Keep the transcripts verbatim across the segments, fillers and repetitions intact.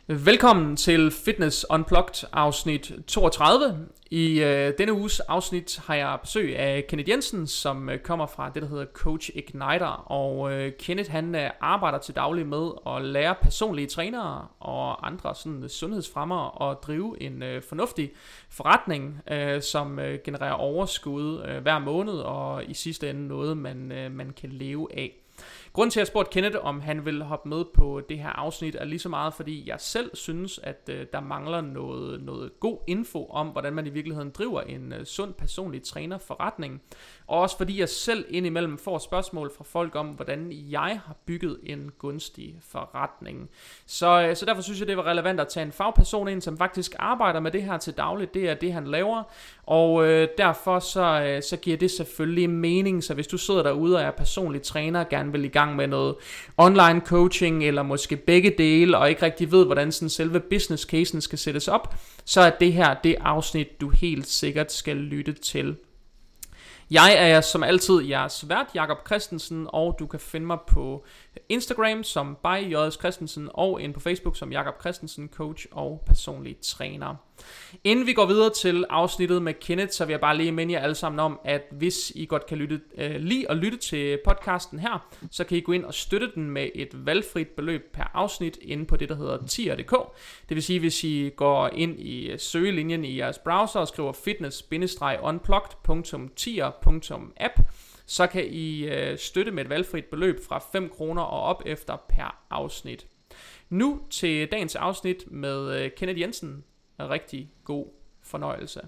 Velkommen til Fitness Unplugged afsnit toogtredive. I øh, denne uges afsnit har jeg besøg af Kenneth Jensen, som øh, kommer fra det, der hedder Coach Igniter. Og øh, Kenneth han øh, arbejder til daglig med at lære personlige trænere og andre sådan, sundhedsfremmere at drive en øh, fornuftig forretning, øh, som øh, genererer overskud øh, hver måned og i sidste ende noget, man, øh, man kan leve af. Grunden til at jeg spurgte Kenneth, om han ville hoppe med på det her afsnit, er lige så meget, fordi jeg selv synes, at øh, der mangler noget, noget god info om, hvordan man i virkeligheden driver en øh, sund personlig trænerforretning. Og også fordi jeg selv indimellem får spørgsmål fra folk om, hvordan jeg har bygget en gunstig forretning. Så, øh, så derfor synes jeg, det var relevant at tage en fagperson ind, som faktisk arbejder med det her til dagligt. Det er det, han laver. Og øh, derfor så, øh, så giver det selvfølgelig mening. Så hvis du sidder derude og er personlig træner og gerne vil i gang med noget online coaching, eller måske begge dele, og ikke rigtig ved, hvordan sådan selve business casen skal sættes op, så er det her det afsnit, du helt sikkert skal lytte til. Jeg er som altid jeres vært, Jakob Christensen, og du kan finde mig på Instagram som by j s christensen og ind på Facebook som Jakob Christensen, coach og personlig træner. Inden vi går videre til afsnittet med Kenneth, så vil jeg bare lige minde jer alle sammen om, at hvis I godt kan lytte, øh, lide at lytte til podcasten her, så kan I gå ind og støtte den med et valgfrit beløb per afsnit inde på det, der hedder tier punktum d k. Det vil sige, hvis I går ind i søgelinjen i jeres browser og skriver fitness unplugged punktum tier punktum app, så kan I øh, støtte med et valgfrit beløb fra fem kroner og op efter per afsnit. Nu til dagens afsnit med øh, Kenneth Jensen. En rigtig god fornøjelse.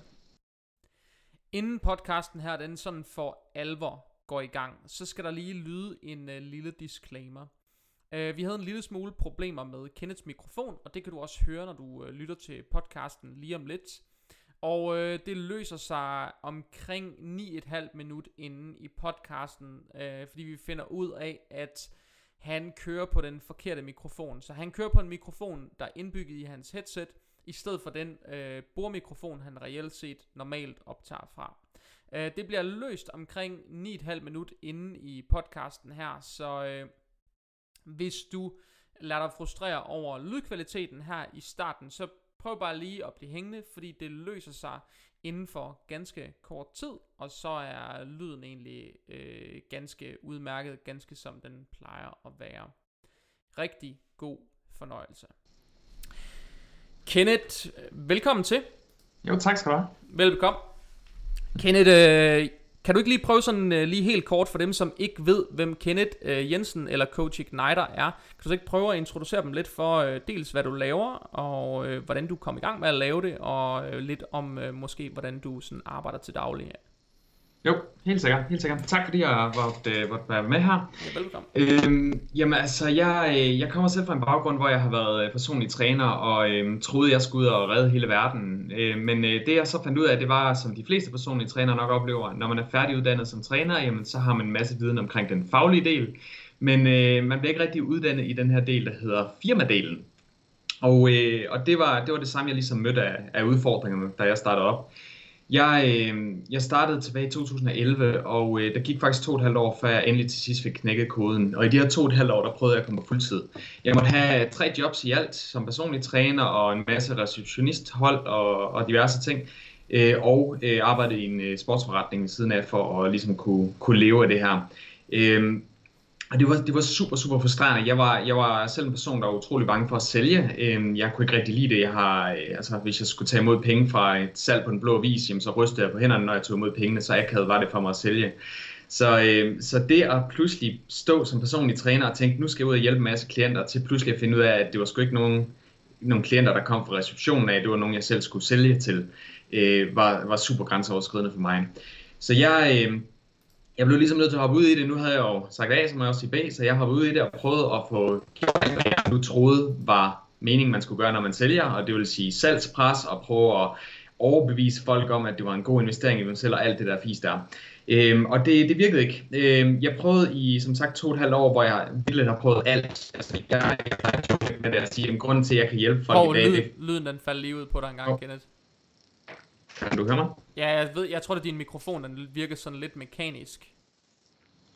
Inden podcasten her, den sådan for alvor går i gang, så skal der lige lyde en øh, lille disclaimer. Uh, vi havde en lille smule problemer med Kenneths mikrofon, og det kan du også høre, når du øh, lytter til podcasten lige om lidt. Og øh, det løser sig omkring ni komma fem minut inden i podcasten, øh, fordi vi finder ud af, at han kører på den forkerte mikrofon. Så han kører på en mikrofon, der er indbygget i hans headset, i stedet for den øh, bordmikrofon, han reelt set normalt optager fra. Øh, det bliver løst omkring ni komma fem minut inden i podcasten her, så øh, hvis du lader dig frustrere over lydkvaliteten her i starten, så prøv bare lige at blive hængende, fordi det løser sig inden for ganske kort tid, og så er lyden egentlig øh, ganske udmærket, ganske som den plejer at være. Rigtig god fornøjelse. Kenneth, velkommen til. Jo, tak skal du have. Velkommen. Kenneth, øh, kan du ikke lige prøve sådan øh, lige helt kort for dem, som ikke ved, hvem Kenneth øh, Jensen eller Coach Igniter er? Kan du så ikke prøve at introducere dem lidt for øh, dels hvad du laver, og øh, hvordan du kom i gang med at lave det, og øh, lidt om øh, måske hvordan du sådan arbejder til daglig? Jo, helt sikkert, helt sikkert. Tak fordi jeg måtte være med her. Ja, velkommen. Øhm, jamen altså, jeg, jeg kommer selv fra en baggrund, hvor jeg har været personlig træner, og øhm, troede, jeg skulle ud og redde hele verden. Øh, men øh, det jeg så fandt ud af, det var, som de fleste personlige trænere nok oplever, når man er færdiguddannet som træner, jamen, så har man en masse viden omkring den faglige del. Men øh, man bliver ikke rigtig uddannet i den her del, der hedder firmadelen. Og, øh, og det, var, det var det samme, jeg ligesom mødte af, af udfordringerne, da jeg startede op. Jeg, øh, jeg startede tilbage i to tusind og elleve, og øh, der gik faktisk to og et halvt år, før jeg endelig til sidst fik knækket koden. Og i de her to og et halvt år, der prøvede jeg at komme på fuldtid. Jeg måtte have tre jobs i alt, som personlig træner og en masse receptionisthold og, og diverse ting. Øh, og øh, arbejdede i en øh, sportsforretning ved siden af, for at ligesom kunne, kunne leve af det her. Øh, Og det var, det var super, super frustrerende. Jeg var, jeg var selv en person, der var utrolig bange for at sælge. Jeg kunne ikke rigtig lide det. Jeg har, altså, hvis jeg skulle tage imod penge fra et salg på Den Blå Avis, jamen, så rystede jeg på hænderne, når jeg tog imod pengene, så akavet var det for mig at sælge. Så, øh, så det at pludselig stå som personlig træner og tænke, nu skal jeg ud og hjælpe en masse klienter, til pludselig at finde ud af, at det var sgu ikke nogen, nogen klienter, der kom fra receptionen af, det var nogen, jeg selv skulle sælge til, øh, var, var super grænseoverskridende for mig. Så jeg... Øh, Jeg blev ligesom nødt til at hoppe ud i det. Nu havde jeg jo sagt A, som jeg også sige B, så jeg hoppede ud i det og prøvede at få gjort det, jeg nu troede var meningen, man skulle gøre, når man sælger, og det vil sige salgspres og prøve at overbevise folk om, at det var en god investering i dem selv og alt det der fis der. Øhm, og det, det virkede ikke. Øhm, jeg prøvede i, som sagt, to og et halvt år, hvor jeg virkelig har prøvet alt. Altså, jeg er med det at sige, en grund til, at jeg kan hjælpe folk oh, i dag. Lyd, lyden den faldt lige ud på dig en gang, oh. Kenneth. Kan du høre mig? Ja, jeg ved, jeg tror, at din mikrofon den virker sådan lidt mekanisk.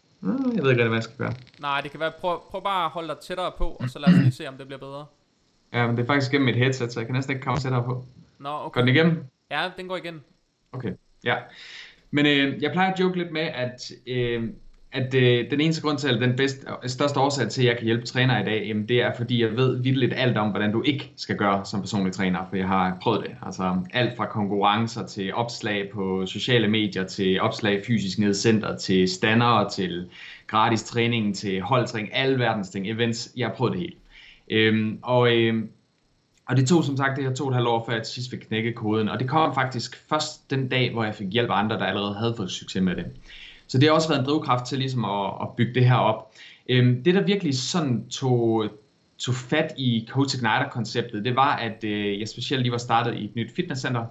Jeg ved ikke, hvad jeg skal gøre. Nej, det kan være, prøv, prøv bare at holde dig tættere på, og så lad os lige se, om det bliver bedre. Ja, men det er faktisk gennem et headset, så jeg kan næsten ikke komme og sætte her på. Nå, okay. Går den igennem? Ja, den går igen. Okay, ja. Men øh, jeg plejer at joke lidt med, at, øh, at øh, den eneste grund til, eller den bedste, største årsag til, at jeg kan hjælpe trænere i dag, jamen, det er, fordi jeg ved vildt alt om, hvordan du ikke skal gøre som personlig træner, for jeg har prøvet det. Altså alt fra konkurrencer til opslag på sociale medier, til opslag fysisk nede i center, til standere, til gratis træning, til holdtræning, alle verdens ting, events, jeg har prøvet det hele. Øhm, og... Øh, Og det tog som sagt det her to og et halvt år, før jeg til sidst fik knækket koden. Og det kom faktisk først den dag, hvor jeg fik hjælp af andre, der allerede havde fået succes med det. Så det har også været en drivkraft til ligesom at, at bygge det her op. Øhm, det der virkelig sådan tog, tog fat i Coach Igniter-konceptet, det var, at øh, jeg specielt lige var startet i et nyt fitnesscenter.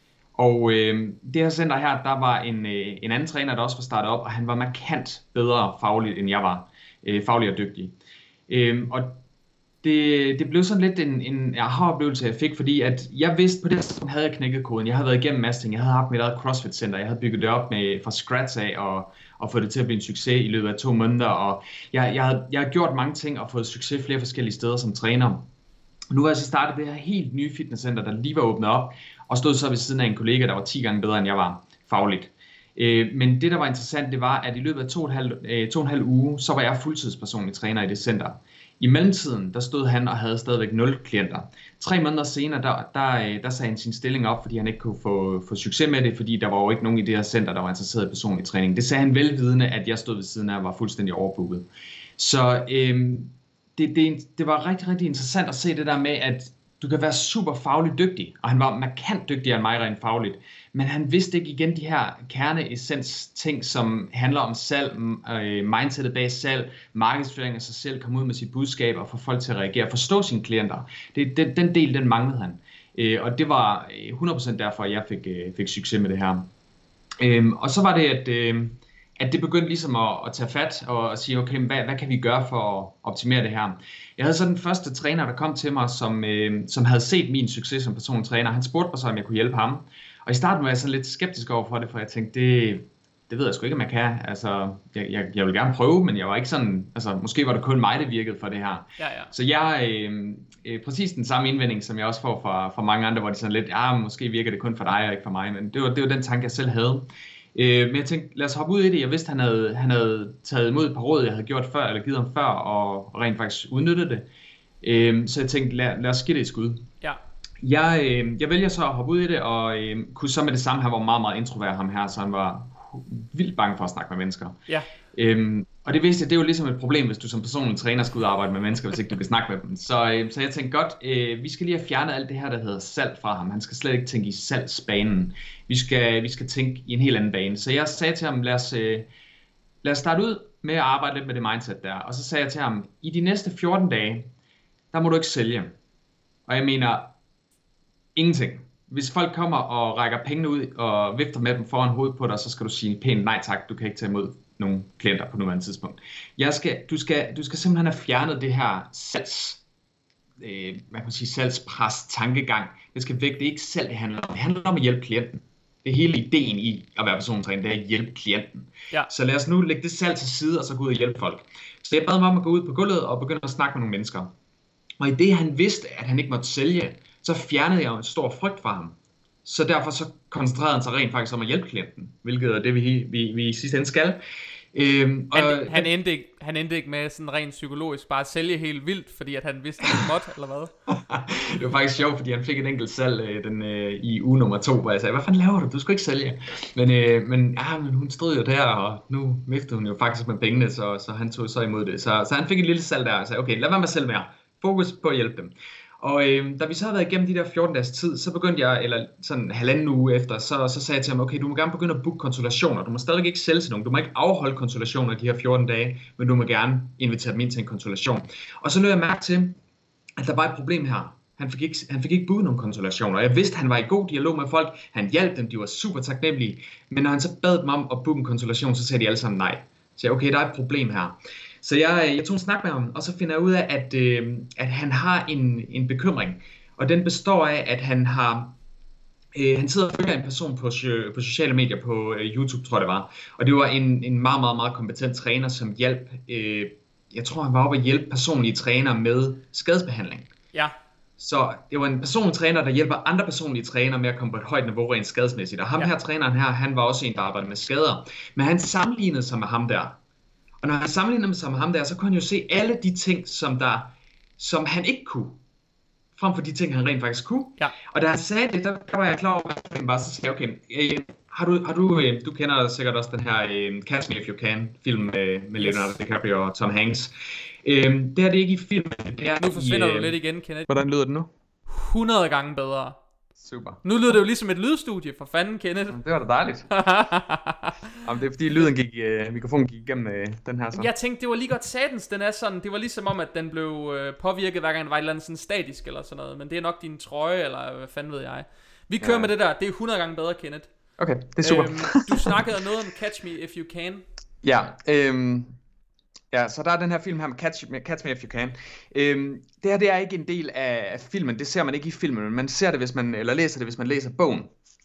Og øh, det her center her, der var en, øh, en anden træner, der også var startet op, og han var markant bedre fagligt, end jeg var. Øh, faglig og dygtig. Øh, og Det, det blev sådan lidt en, en aha-oplevelse, jeg fik, fordi at jeg vidste, på det tidspunkt havde jeg knækket koden. Jeg havde været igennem masse ting. Jeg havde haft mit eget CrossFit-center. Jeg havde bygget det op med, fra scratch af og, og fået det til at blive en succes i løbet af to måneder. Og jeg, jeg, havde, jeg har gjort mange ting og fået succes flere forskellige steder som træner. Nu har jeg så startet det her helt nye fitnesscenter, der lige var åbnet op, og stod så ved siden af en kollega, der var ti gange bedre, end jeg var fagligt. Men det, der var interessant, det var, at i løbet af to og en halv, to og en halv uge, så var jeg fuldtidspersonlig træner i det center. I mellemtiden, der stod han og havde stadigvæk nul klienter. Tre måneder senere, der, der, der sagde han sin stilling op, fordi han ikke kunne få, få succes med det, fordi der var jo ikke nogen i det her center, der var interesseret i personlig træning. Det sagde han velvidende, at jeg stod ved siden af og var fuldstændig overbooket. Så øhm, det, det, det var rigtig, rigtig interessant at se det der med, at du kan være super fagligt dygtig, og han var markant dygtigere end mig rent fagligt, men han vidste ikke igen de her kerneessens ting, som handler om salg, øh, mindsetet bag salg, markedsføring af sig selv, komme ud med sit budskab og få folk til at reagere, forstå sine klienter. Det, den, den del, den manglede han, øh, og det var hundrede procent derfor, at jeg fik, øh, fik succes med det her. Øh, og så var det, at, øh, at det begyndte ligesom at, at tage fat og at sige, okay, hvad, hvad kan vi gøre for at optimere det her? Jeg havde så den første træner, der kom til mig, som, øh, som havde set min succes som personlig træner. Han spurgte mig så, om jeg kunne hjælpe ham. Og i starten var jeg sådan lidt skeptisk over for det, for jeg tænkte, det, det ved jeg sgu ikke, om jeg kan. Altså, jeg, jeg, jeg vil gerne prøve, men jeg var ikke sådan, altså måske var det kun mig, der virkede for det her. Ja, ja. Så jeg, øh, øh, præcis den samme indvending, som jeg også får fra, fra mange andre, hvor de sådan lidt, ja, måske virker det kun for dig og ikke for mig, men det var, det var den tanke, jeg selv havde. Øh, men jeg tænkte, lad os hoppe ud i det. Jeg vidste, han havde, han havde taget imod et par råd, jeg havde gjort før, eller givet ham før, og, og rent faktisk udnyttet det. Øh, så jeg tænkte, lad, lad os give det et skud. Ja. Jeg, øh, jeg vælger så at hoppe ud i det, og øh, kunne så med det samme, han var meget, meget introvert ham her, så han var vildt bange for at snakke med mennesker. Ja. Øhm, og det vidste jeg, det er jo ligesom et problem, hvis du som personlig træner skal ud og arbejde med mennesker, hvis ikke du kan snakke med dem. Så, øh, så jeg tænkte godt, øh, vi skal lige have fjernet alt det her, der hedder salg fra ham. Han skal slet ikke tænke i salgsbanen. Vi skal, vi skal tænke i en helt anden bane. Så jeg sagde til ham, lad os, øh, lad os starte ud med at arbejde lidt med det mindset der. Og så sagde jeg til ham, i de næste fjorten dage, der må du ikke sælge. Og jeg mener, ingenting. Hvis folk kommer og rækker pengene ud og vifter med dem foran hovedet på dig, så skal du sige pænt nej tak, du kan ikke tage imod nogle klienter på nuværende tidspunkt. Jeg skal, du, skal, du skal simpelthen have fjernet det her salgs, øh, hvad kan man sige, salgspres tankegang. Det skal væk, det er ikke salg, det handler om. Det handler om at hjælpe klienten. Det er hele ideen i at være persontræner, det er at hjælpe klienten. Ja. Så lad os nu lægge det salg til side, og så gå ud og hjælpe folk. Så jeg bad mig om at gå ud på gulvet og begynde at snakke med nogle mennesker. Og i det han vidste, at han ikke måtte sælge, så fjernede jeg jo en stor frygt fra ham. Så derfor så koncentrerede han sig rent faktisk om at hjælpe klienten, hvilket er det, vi, vi, vi i sidste ende skal. Øhm, han, og, han, endte ikke, han endte ikke med sådan rent psykologisk bare at sælge helt vildt, fordi at han vidste, at han måtte, eller hvad? Det var faktisk sjovt, fordi han fik et enkelt salg øh, den, øh, i uge nummer to, hvor jeg sagde, hvad fanden laver du? Du skal ikke sælge. Men, øh, men, ja, men hun stod jo der, og nu miftede hun jo faktisk med pengene, så, så han tog så imod det. Så, så han fik et lille salg der, og sagde, okay, lad være med at sælge mere. Fokus på at hjælpe dem. Og øh, da vi så havde været igennem de der fjorten dages tid, så begyndte jeg, eller sådan halvanden uge efter, så, så sagde jeg til ham, okay, du må gerne begynde at booke konsultationer. Du må stadig ikke sælge til nogen. Du må ikke afholde konsultationer de her fjorten dage, men du må gerne invitere dem ind til en konsultation. Og så lød jeg mærke til, at der var et problem her. Han fik ikke, han fik ikke booket nogen konsultationer. Jeg vidste, at han var i god dialog med folk. Han hjalp dem, de var super taknemmelige. Men når han så bad dem om at booke en konsultation, så sagde de alle sammen nej. Så jeg, okay, der er et problem her. Så jeg, jeg tog en snak med ham, og så finder jeg ud af, at, øh, at han har en, en bekymring. Og den består af, at han har øh, han sidder og følger en person på, på sociale medier, på øh, YouTube, tror jeg det var. Og det var en, en meget, meget, meget kompetent træner, som hjalp, øh, jeg tror han var oppe at hjælpe personlige trænere med skadesbehandling. Ja. Så det var en personlig træner, der hjælper andre personlige trænere med at komme på et højt niveau rent skadesmæssigt. Og ham Ja. her, træneren her, han var også en, der arbejdede med skader. Men han sammenlignede sig med ham der. Og når han sammenlignede sig med ham der, så kunne han jo se alle de ting, som, der, som han ikke kunne. Frem for de ting, han rent faktisk kunne. Ja. Og da han sagde det, der, der var jeg klar over, at han bare så sagde, okay, øh, har du, har du, øh, du kender sikkert også den her øh, Catch Me If You Can film øh, med Leonardo Yes. DiCaprio og Tom Hanks. Øh, det her det er ikke i filmen. Det er Nu forsvinder i, øh, du lidt igen, Kenneth. Hvordan lyder det nu? hundrede gange bedre. Super. Nu lyder det jo ligesom et lydstudie, for fanden, Kenneth. Det var da dejligt. Jamen, det er fordi lyden gik, øh, mikrofonen gik igennem øh, den her så. Jeg tænkte, det var lige godt satans, den er sådan. Det var ligesom om, at den blev øh, påvirket, hver gang den var et eller andet sådan statisk eller sådan noget. Men det er nok din trøje, eller hvad fanden ved jeg. Vi kører Ja. med det der, det er hundrede gange bedre, Kenneth. Okay, det er super. Øhm, du snakkede noget om Catch Me If You Can. Ja, øhm, ja, så der er den her film her med Catch, med Catch Me If You Can. Øhm, det her det er ikke en del af, af filmen, det ser man ikke i filmen, men man ser det, hvis man, eller læser det, hvis man læser bogen.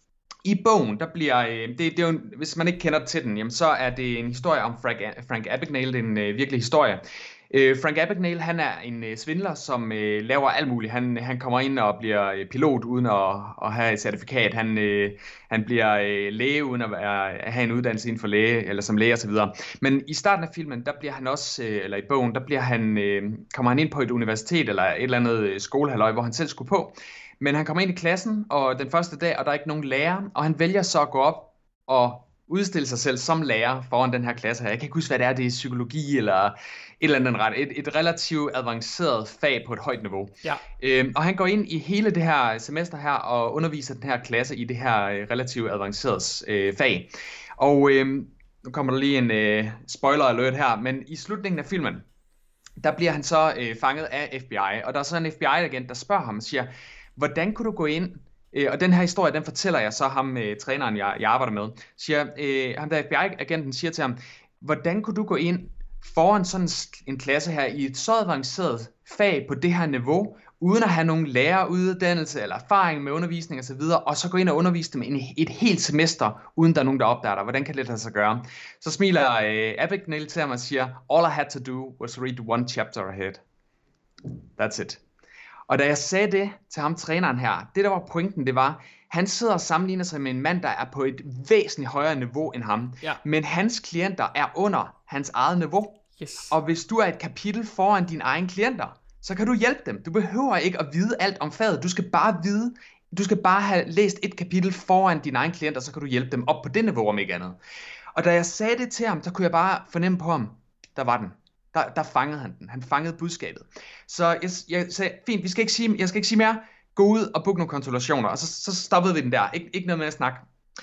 I bogen, der bliver, øh, det, det er jo, en- hvis man ikke kender til den, jamen, så er det en historie om Frank, Frank Abagnale, det er en øh, virkelig historie. Øh, Frank Abagnale, han er en øh, svindler, som øh, laver alt muligt. Han, han kommer ind og bliver øh, pilot uden at, at have et certifikat. Han, øh, han bliver øh, læge uden at, være, at have en uddannelse inden for læge, eller som læge osv. Men i starten af filmen, der bliver han også, øh, eller i bogen, der bliver han, øh, kommer han ind på et universitet eller et eller andet øh, skolehalløj, hvor han selv skulle på. Men han kommer ind i klassen og den første dag, og der er ikke nogen lærer, og han vælger så at gå op og udstille sig selv som lærer foran den her klasse her. Jeg kan ikke huske, hvad det er, det er psykologi eller et eller andet ret. Et, et relativt avanceret fag på et højt niveau. Ja. Øhm, og han går ind i hele det her semester her og underviser den her klasse i det her øh, relativt avancerede øh, fag. Og øhm, nu kommer der lige en øh, spoiler alert her, men i slutningen af filmen, der bliver han så øh, fanget af F B I, og der er så en F B I-agent, der spørger ham og siger, hvordan kunne du gå ind, øh, og den her historie, den fortæller jeg så ham, øh, træneren, jeg, jeg arbejder med, siger, øh, ham der F B I-agenten siger til ham, hvordan kunne du gå ind foran sådan en klasse her i et så avanceret fag på det her niveau, uden at have nogen læreruddannelse eller erfaring med undervisning osv., og, og så gå ind og undervise dem i et helt semester, uden der er nogen, der opdager dig. Hvordan kan det lade sig gøre? Så smiler øh, Abagnale til ham og siger, all I had to do was read one chapter ahead. That's it. Og da jeg sagde det til ham, træneren her, det der var pointen, det var, han sidder og sammenligner sig med en mand, der er på et væsentligt højere niveau end ham. Ja. Men hans klienter er under hans eget niveau. Yes. Og hvis du er et kapitel foran dine egne klienter, så kan du hjælpe dem. Du behøver ikke at vide alt om faget. Du skal bare vide, du skal bare have læst et kapitel foran dine egne klienter, så kan du hjælpe dem op på det niveau, om ikke andet. Og da jeg sagde det til ham, så kunne jeg bare fornemme på ham, der var den. Der, der fangede han den. Han fangede budskabet. Så jeg, jeg sagde, fint, vi skal ikke sige, jeg skal ikke sige mere. Gå ud og book nogle konsultationer. Og så, så stoppede vi den der. Ik- ikke noget med at snakke.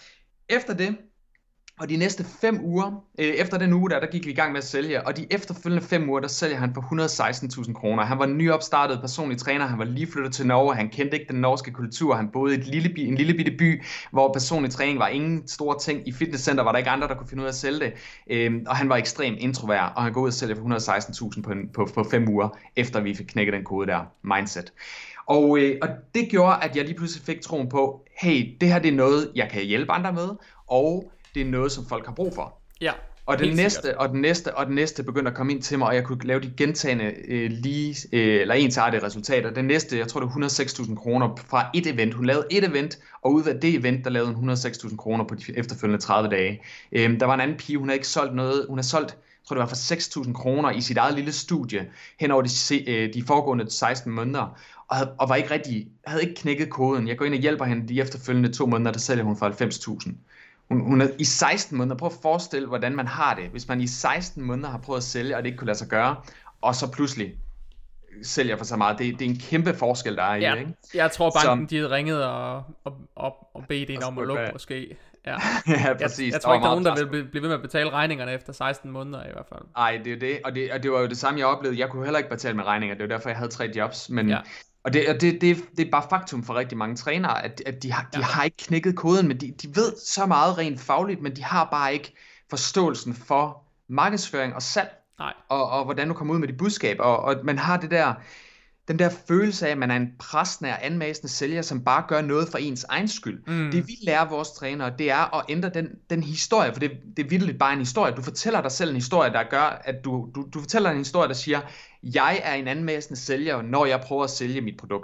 Efter det, og de næste fem uger, øh, efter den uge der, der gik vi i gang med at sælge. Og de efterfølgende fem uger, der sælger han for et hundrede og seksten tusind kroner. Han var en nyopstartet personlig træner. Han var lige flyttet til Norge. Han kendte ikke den norske kultur. Han boede i et lille by, en lille bitte by, hvor personlig træning var ingen store ting. I fitnesscenter var der ikke andre, der kunne finde ud af at sælge det. Øhm, og han var ekstremt introvert. Og han går ud og sælger for et hundrede og seksten tusind på, en- på, på fem uger, efter vi fik knækket den kode der. Mindset. Og, øh, og det gjorde, at jeg lige pludselig fik troen på, hey, det her det er noget, jeg kan hjælpe andre med. Og det er noget, som folk har brug for. Ja. Og den Helt næste, sikkert. og den næste, og den næste begyndte at komme ind til mig, og jeg kunne lave de gentagende øh, lige, øh, eller ensartede resultater. Den næste, jeg tror det var et hundrede og seks tusind kroner fra et event. Hun lavede et event, og ud af det event, der lavede hun et hundrede og seks tusind kroner på de efterfølgende tredive dage. Øhm, der var en anden pige, hun havde ikke solgt noget, hun har solgt, jeg tror det var for seks tusind kroner i sit eget lille studie, hen over de, se- øh, de foregående seksten måneder, og, havde, og var ikke rigtig, havde ikke knækket koden. Jeg går ind og hjælper hende de efterfølgende to måneder, der sælger hun for halvfems tusind. Hun, hun er i seksten måneder. Prøv at forestille, hvordan man har det, hvis man i seksten måneder har prøvet at sælge, og det ikke kunne lade sig gøre, og så pludselig sælger for så meget. Det, det er en kæmpe forskel, der er i Ja, det, ikke? jeg tror banken, Så- de havde ringet og, og, og, og bedt en Og om at spurgt, lukke hvad- måske. Ja. Ja, Jeg, præcis. jeg tror ikke, der er nogen, der meget vil blive- blive ved med at betale regningerne efter seksten måneder i hvert fald. Nej, det er det. Og, det, og det var jo det samme, jeg oplevede. Jeg kunne heller ikke betale med regninger. Det var derfor, jeg havde tre jobs. Men, Ja. Og, det, og det, det, det er bare faktum for rigtig mange trænere, at, at de, har, de Ja. har ikke knækket koden, men de, de ved så meget rent fagligt, men de har bare ikke forståelsen for markedsføring og salg, Nej. og, og hvordan du kommer ud med dit budskab. Og, og man har det der, den der følelse af, at man er en præstnær, anmasende sælger, som bare gør noget for ens egen skyld. Mm. Det vi lærer vores trænere, det er at ændre den, den historie, for det, det er vitterligt bare en historie. Du fortæller dig selv en historie, der gør, at du, du, du fortæller en historie, der siger, jeg er en anmasende sælger, når jeg prøver at sælge mit produkt.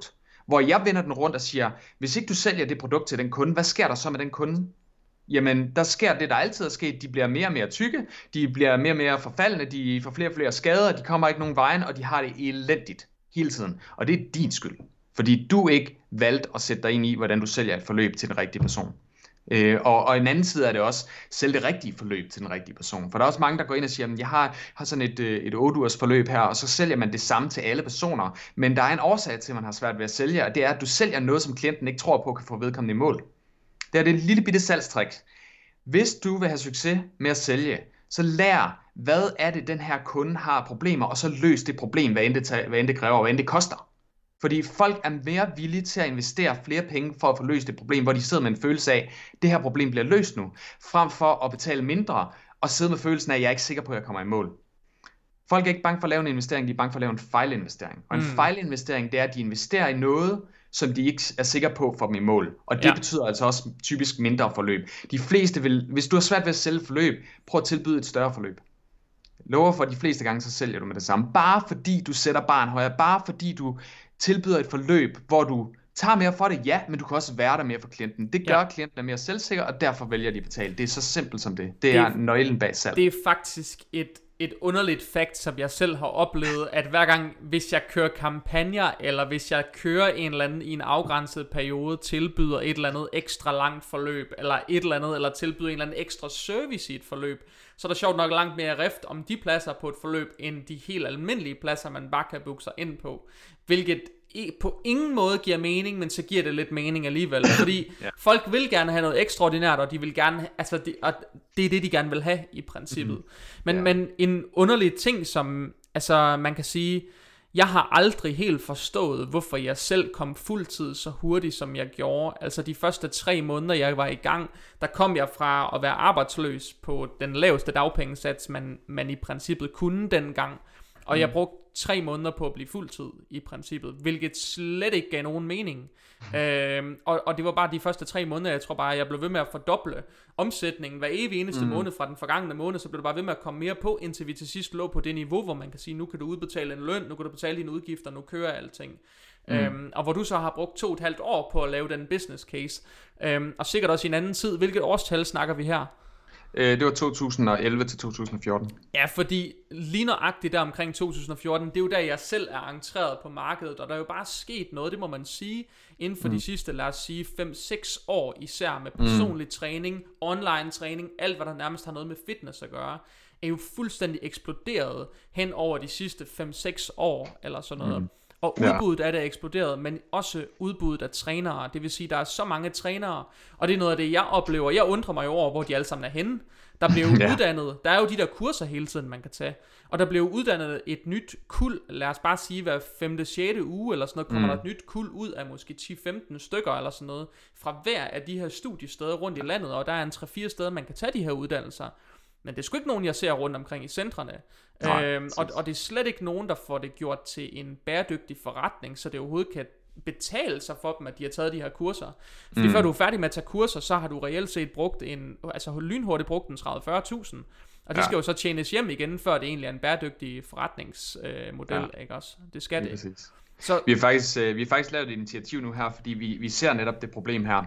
Hvor jeg vender den rundt og siger, hvis ikke du sælger det produkt til den kunde, hvad sker der så med den kunde? Jamen, der sker det, der altid er sket. De bliver mere og mere tykke, de bliver mere og mere forfaldne, de får flere og flere skader, de kommer ikke nogen vejen, og de har det elendigt hele tiden. Og det er din skyld, fordi du ikke valgte at sætte dig ind i, hvordan du sælger et forløb til den rigtige person. Øh, og, og en anden side er det også sælge det rigtige forløb til den rigtige person. For der er også mange, der går ind og siger, at jeg har, har sådan et, et otte ugers forløb her, og så sælger man det samme til alle personer. Men der er en årsag til, at man har svært ved at sælge, og det er, at du sælger noget, som klienten ikke tror på, kan få vedkommende i mål. Det er det lille bitte salgstrik. Hvis du vil have succes med at sælge, så lær, hvad er det, den her kunde har problemer, og så løs det problem, hvad end det, tager, hvad end det kræver, og hvad end det koster. Fordi folk er mere villige til at investere flere penge for at få løst det problem, hvor de sidder med en følelse af, at det her problem bliver løst nu, frem for at betale mindre og sidde med følelsen af, at jeg er ikke sikker på, at jeg kommer i mål. Folk er ikke bange for at lave en investering, de er bange for at lave en fejlinvestering. Og en mm. fejlinvestering, det er, at de investerer i noget, som de ikke er sikre på for dem i mål. Og det ja. betyder altså også typisk mindre forløb. De fleste vil, hvis du har svært ved at sælge forløb, prøv at tilbyde et større forløb. Lover for, at de fleste gange, så sælger du med det samme. Bare fordi du sætter barn højere, bare fordi du tilbyder et forløb, hvor du tager mere for det, ja, men du kan også være der mere for klienten. Det gør, ja. klienten er mere selvsikker, og derfor vælger de at betale. Det er så simpelt som det. Det, det er nøglen bag salg. Det er faktisk et et underligt fakt, som jeg selv har oplevet, at hver gang, hvis jeg kører kampagner, eller hvis jeg kører en eller anden i en afgrænset periode, tilbyder et eller andet ekstra langt forløb, eller et eller andet, eller tilbyder en eller anden ekstra service i et forløb, så er der sjovt nok langt mere rift om de pladser på et forløb, end de helt almindelige pladser, man bare kan booke sig ind på. Hvilket på ingen måde giver mening, men så giver det lidt mening alligevel, fordi ja. folk vil gerne have noget ekstraordinært, og de vil gerne, altså det, og det er det de gerne vil have i princippet. Mm-hmm. Men, ja. men en underlig ting, som altså man kan sige, jeg har aldrig helt forstået, hvorfor jeg selv kom fuldtid så hurtigt, som jeg gjorde. Altså de første tre måneder, jeg var i gang, der kom jeg fra at være arbejdsløs på den laveste dagpengesats, man, man i princippet kunne dengang. Og jeg brugte tre måneder på at blive fuldtid i princippet, hvilket slet ikke gav nogen mening. Mm. Øhm, og, og det var bare de første tre måneder, jeg tror bare, jeg blev ved med at fordoble omsætningen hver evig eneste mm. måned fra den forgangne måned, så blev det bare ved med at komme mere på, indtil vi til sidst lå på det niveau, hvor man kan sige, nu kan du udbetale en løn, nu kan du betale dine udgifter, nu kører alting. Mm. Øhm, og hvor du så har brugt to og et halvt år på at lave den business case, øhm, og sikkert også i en anden tid. Hvilket årstal snakker vi her? Det var to tusind og elleve til to tusind og fjorten. Ja, fordi lige nøjagtigt der omkring to tusind og fjorten, det er jo der jeg selv er entreret på markedet, og der er jo bare sket noget, det må man sige, inden for mm. de sidste, lad os sige, fem seks år, især med personlig mm. træning, online træning, alt hvad der nærmest har noget med fitness at gøre, er jo fuldstændig eksploderet hen over de sidste fem seks år, eller sådan noget. Mm. Og udbuddet ja. er det eksploderet, men også udbuddet af trænere. Det vil sige, der er så mange trænere, og det er noget af det, jeg oplever. Jeg undrer mig jo over, hvor de alle sammen er henne. Der bliver jo ja. uddannet, der er jo de der kurser hele tiden, man kan tage. Og der bliver uddannet et nyt kuld, lad os bare sige, hver femte, sjette uge, eller sådan noget, kommer mm. der et nyt kuld ud af måske ti femten stykker, eller sådan noget, fra hver af de her studiesteder rundt i landet, og der er en tre fire steder, man kan tage de her uddannelser. Men det er sgu ikke nogen, jeg ser rundt omkring i centrene. Nej, øhm, og, og det er slet ikke nogen, der får det gjort til en bæredygtig forretning, så det overhovedet kan betale sig for dem, at de har taget de her kurser. Fordi mm. før du er færdig med at tage kurser, så har du reelt set brugt en, altså lynhurtigt brugt en tredive til fyrre tusind. Og det ja. skal jo så tjenes hjem igen, før det egentlig er en bæredygtig forretningsmodel, øh, ja. ikke også? Det skal det. Præcis. Så vi har faktisk øh, vi har faktisk lavet et initiativ nu her, fordi vi vi ser netop det problem her.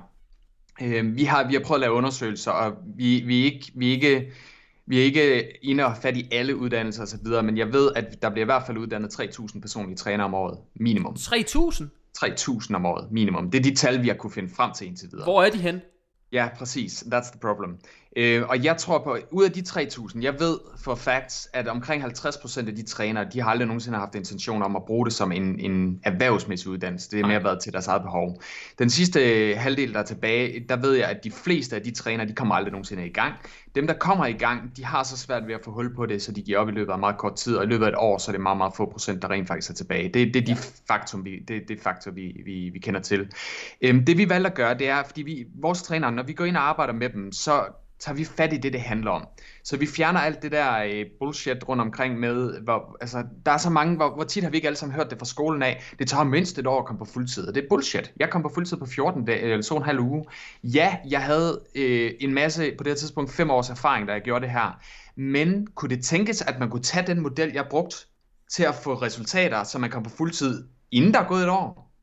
Øh, vi har vi har prøvet at lave undersøgelser, og vi vi ikke vi ikke Vi er ikke inde og fat i alle uddannelser og så videre, men jeg ved, at der bliver i hvert fald uddannet tre tusind personlige trænere om året, minimum. tre tusind? tre tusind om året, minimum. Det er de tal, vi har kunne finde frem til indtil videre. Hvor er de hen? Ja, præcis. That's the problem. Øh, og jeg tror på, ud af de tre tusind, jeg ved for facts, at omkring halvtreds procent af de trænere, de har aldrig nogensinde haft intention om at bruge det som en, en erhvervsmæssig uddannelse. Det er mere været til deres eget behov. Den sidste halvdel, der er tilbage, der ved jeg, at de fleste af de trænere, de kommer aldrig nogensinde i gang. Dem, der kommer i gang, de har så svært ved at få hul på det, så de giver op i løbet af meget kort tid, og i løbet af et år, så er det meget, meget få procent, der rent faktisk er tilbage. Det, det er de ja. faktum, vi, det, det faktor, vi, vi, vi kender til. Øhm, det vi valgte at gøre, det er, fordi vi, vores trænere, når vi går ind og arbejder med dem, så tager vi fat i det, det handler om. Så vi fjerner alt det der øh, bullshit rundt omkring med, hvor, altså, der er så mange, hvor, hvor tit har vi ikke alle sammen hørt det fra skolen af, det tager mindst et år at komme på fuldtid, og det er bullshit. Jeg kom på fuldtid på fjorten dage, eller så en halv uge. Ja, jeg havde øh, en masse, på det her tidspunkt, fem års erfaring, da jeg gjorde det her, men kunne det tænkes, at man kunne tage den model, jeg brugt, til at få resultater, så man kom på fuldtid, inden der er gået et år?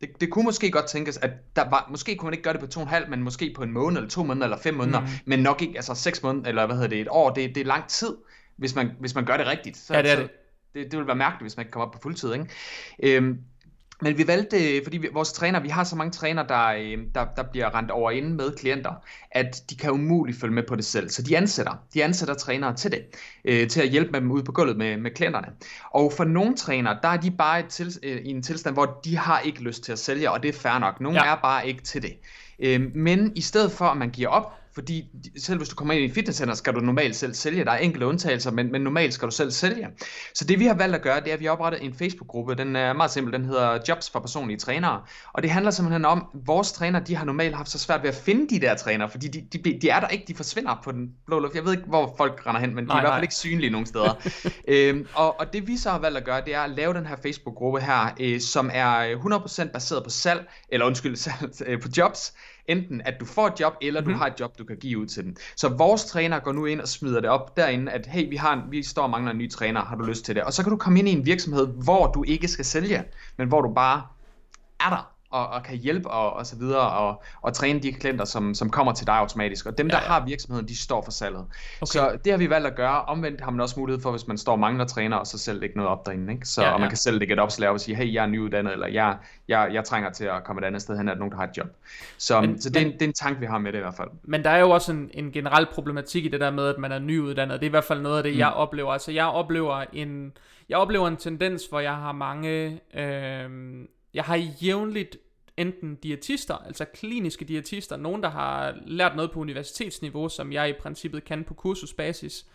Det, det kunne måske godt tænkes, at der var, måske kunne man ikke gøre det på to og en halv, men måske på en måned, eller to måneder, eller fem måneder, mm. men nok ikke, altså seks måneder, eller hvad hedder det, et år, det, det er lang tid, hvis man, hvis man gør det rigtigt. Så, ja, det er det. Så, det, det vil være mærkeligt, hvis man ikke kommer op på fuldtid, ikke? Øhm, Men vi valgte, fordi vi, vores træner, vi har så mange træner, der, der, der bliver rendt over inde med klienter, at de kan umuligt følge med på det selv. Så de ansætter, de ansætter trænere til det, øh, til at hjælpe med dem ud på gulvet med, med klienterne. Og for nogle trænere, der er de bare et til, øh, i en tilstand, hvor de har ikke lyst til at sælge, og det er fair nok. Nogle ja. er bare ikke til det. Øh, men i stedet for, at man giver op, fordi selv hvis du kommer ind i et fitnesscenter, skal du normalt selv sælge. Der er enkelte undtagelser, men, men normalt skal du selv sælge. Så det vi har valgt at gøre, det er, at vi har oprettet en Facebook-gruppe. Den er meget simpel, den hedder Jobs for personlige trænere. Og det handler simpelthen om, at vores trænere, de har normalt haft så svært ved at finde de der trænere, fordi de, de, de er der ikke, de forsvinder på den blå luft. Jeg ved ikke, hvor folk render hen, men de nej, er i hvert fald ikke synlige nogen steder. øhm, og, og det vi så har valgt at gøre, det er at lave den her Facebook-gruppe her, øh, som er hundrede procent baseret på salg, eller undskyld, salg, øh, på jobs. Enten at du får et job, eller du mm. har et job, du kan give ud til dem. Så vores træner går nu ind og smider det op derinde, at hey, vi, har en, vi står og mangler en ny træner, har du lyst til det? Og så kan du komme ind i en virksomhed, hvor du ikke skal sælge, men hvor du bare er der og, og kan hjælpe og, og så videre og, og træne de klienter, som, som kommer til dig automatisk. Og dem, der ja, ja. har virksomheden, de står for salget. Okay. Så det har vi valgt at gøre. Omvendt har man også mulighed for, hvis man står og mangler træner, og så selv lægge noget op derinde. Ikke? Så, ja, ja. Og man kan selv lægge et opslag og sige, hey, jeg er nyuddannet, eller jeg, jeg, jeg trænger til at komme et andet sted hen, at nogen, der har et job. Så, men, så det, er en, det er en tanke, vi har med det i hvert fald. Men der er jo også en, en generel problematik i det der med, at man er nyuddannet. Det er i hvert fald noget af det, mm. jeg oplever. Altså jeg oplever en, jeg oplever en tendens, hvor jeg har mange, øh, jeg har jævnligt enten diætister, altså kliniske diætister, nogen der har lært noget på universitetsniveau, som jeg i princippet kan på kursusbasis,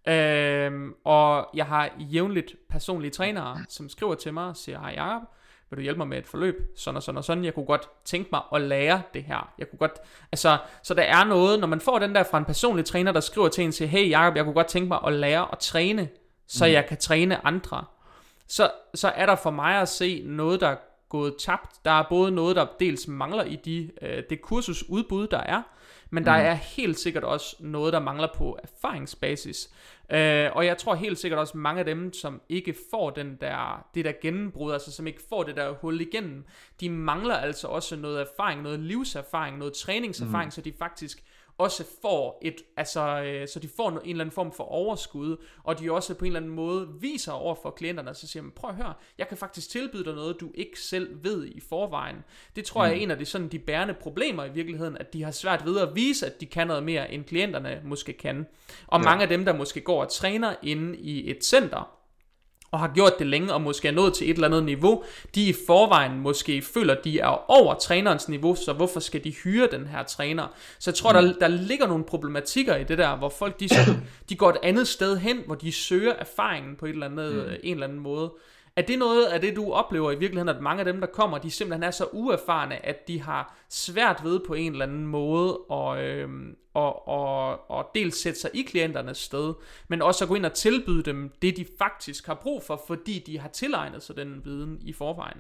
øhm, og jeg har jævnligt personlige trænere, som skriver til mig og siger, hej Jacob, vil du hjælpe mig med et forløb, sådan og sådan og sådan, jeg kunne godt tænke mig at lære det her, jeg kunne godt, altså, så der er noget, når man får den der fra en personlig træner, der skriver til en og siger, hey Jacob, jeg kunne godt tænke mig at lære at træne, så mm. jeg kan træne andre, så, så er der for mig at se noget, der gået tabt. Der er både noget, der dels mangler i de, øh, det kursusudbud, der er, men der mm. er helt sikkert også noget, der mangler på erfaringsbasis. Øh, og jeg tror helt sikkert også mange af dem, som ikke får den der, det der gennembrud, altså som ikke får det der hul igennem, de mangler altså også noget erfaring, noget livserfaring, noget træningserfaring, mm. så de faktisk også får et, altså, øh, så de får en eller anden form for overskud, og de også på en eller anden måde viser over for klienterne, så siger man, prøv at høre, jeg kan faktisk tilbyde dig noget, du ikke selv ved i forvejen. Det tror mm. jeg er en af de, sådan, de bærende problemer i virkeligheden, at de har svært ved at vise, at de kan noget mere, end klienterne måske kan. Og ja. mange af dem, der måske går og træner inde i et center, og har gjort det længe, og måske er nået til et eller andet niveau, de i forvejen måske føler, de er over trænerens niveau, så hvorfor skal de hyre den her træner? Så jeg tror, mm. der, der ligger nogle problematikker i det der, hvor folk de, så, de går et andet sted hen, hvor de søger erfaringen på et eller andet, mm. en eller anden måde. Er det noget af det, du oplever i virkeligheden, at mange af dem, der kommer, de simpelthen er så uerfarne, at de har svært ved på en eller anden måde at, øh, og, og, og dels sætte sig i klienternes sted, men også at gå ind og tilbyde dem det, de faktisk har brug for, fordi de har tilegnet sig den viden i forvejen?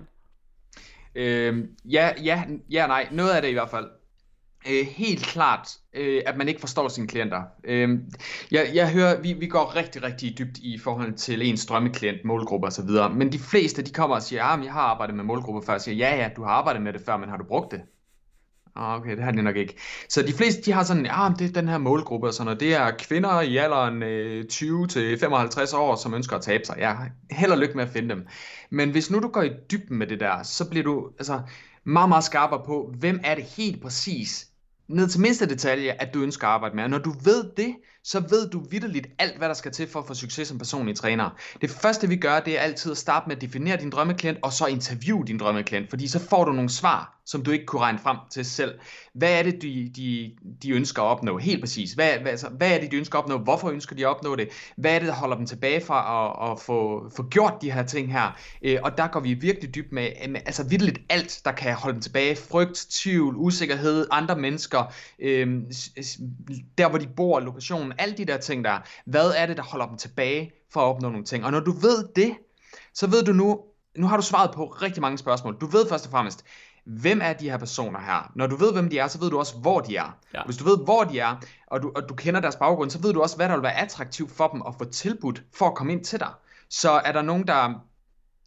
Øh, ja, ja, ja, nej. Noget af det i hvert fald. Øh, helt klart, øh, at man ikke forstår sine klienter. Øh, jeg, jeg hører, vi, vi går rigtig, rigtig dybt i forhold til ens drømmeklient, målgrupper og så videre. Men de fleste, de kommer og siger, ja, jeg har arbejdet med målgrupper før. Jeg siger, ja, ja, du har arbejdet med det før, men har du brugt det? Okay, det har de nok ikke. Så de fleste, de har sådan, ja, det er den her målgruppe og sådan noget. Det er kvinder i alderen øh, tyve til femoghalvtreds år, som ønsker at tabe sig. Ja, held og lykke med at finde dem. Men hvis nu du går i dybden med det der, så bliver du altså meget, meget skarpere på, hvem er det helt præcis, ned til mindste detalje, at du ønsker at arbejde med. Og når du ved det, så ved du vitterligt alt, hvad der skal til for at få succes som personlig træner. Det første, vi gør, det er altid at starte med at definere din drømmeklient, og så interviewe din drømmeklient, fordi så får du nogle svar, som du ikke kunne regne frem til selv. Hvad er det, de, de, de ønsker at opnå? Helt præcis. Hvad, hvad, altså, hvad er det, de ønsker at opnå? Hvorfor ønsker de at opnå det? Hvad er det, der holder dem tilbage fra at, at få, få gjort de her ting her? Øh, og der går vi virkelig dybt med, med altså vitterligt alt, der kan holde dem tilbage. Frygt, tvivl, usikkerhed, andre mennesker, øh, der hvor de bor, lokationen, alle de der ting der. Hvad er det, der holder dem tilbage for at opnå nogle ting? Og når du ved det, så ved du nu, nu har du svaret på rigtig mange spørgsmål. Du ved først og fremmest, hvem er de her personer her? Når du ved, hvem de er, så ved du også, hvor de er. Ja. Hvis du ved, hvor de er, og du, og du kender deres baggrund, så ved du også, hvad der vil være attraktivt for dem at få tilbudt for at komme ind til dig. Så er der nogen, der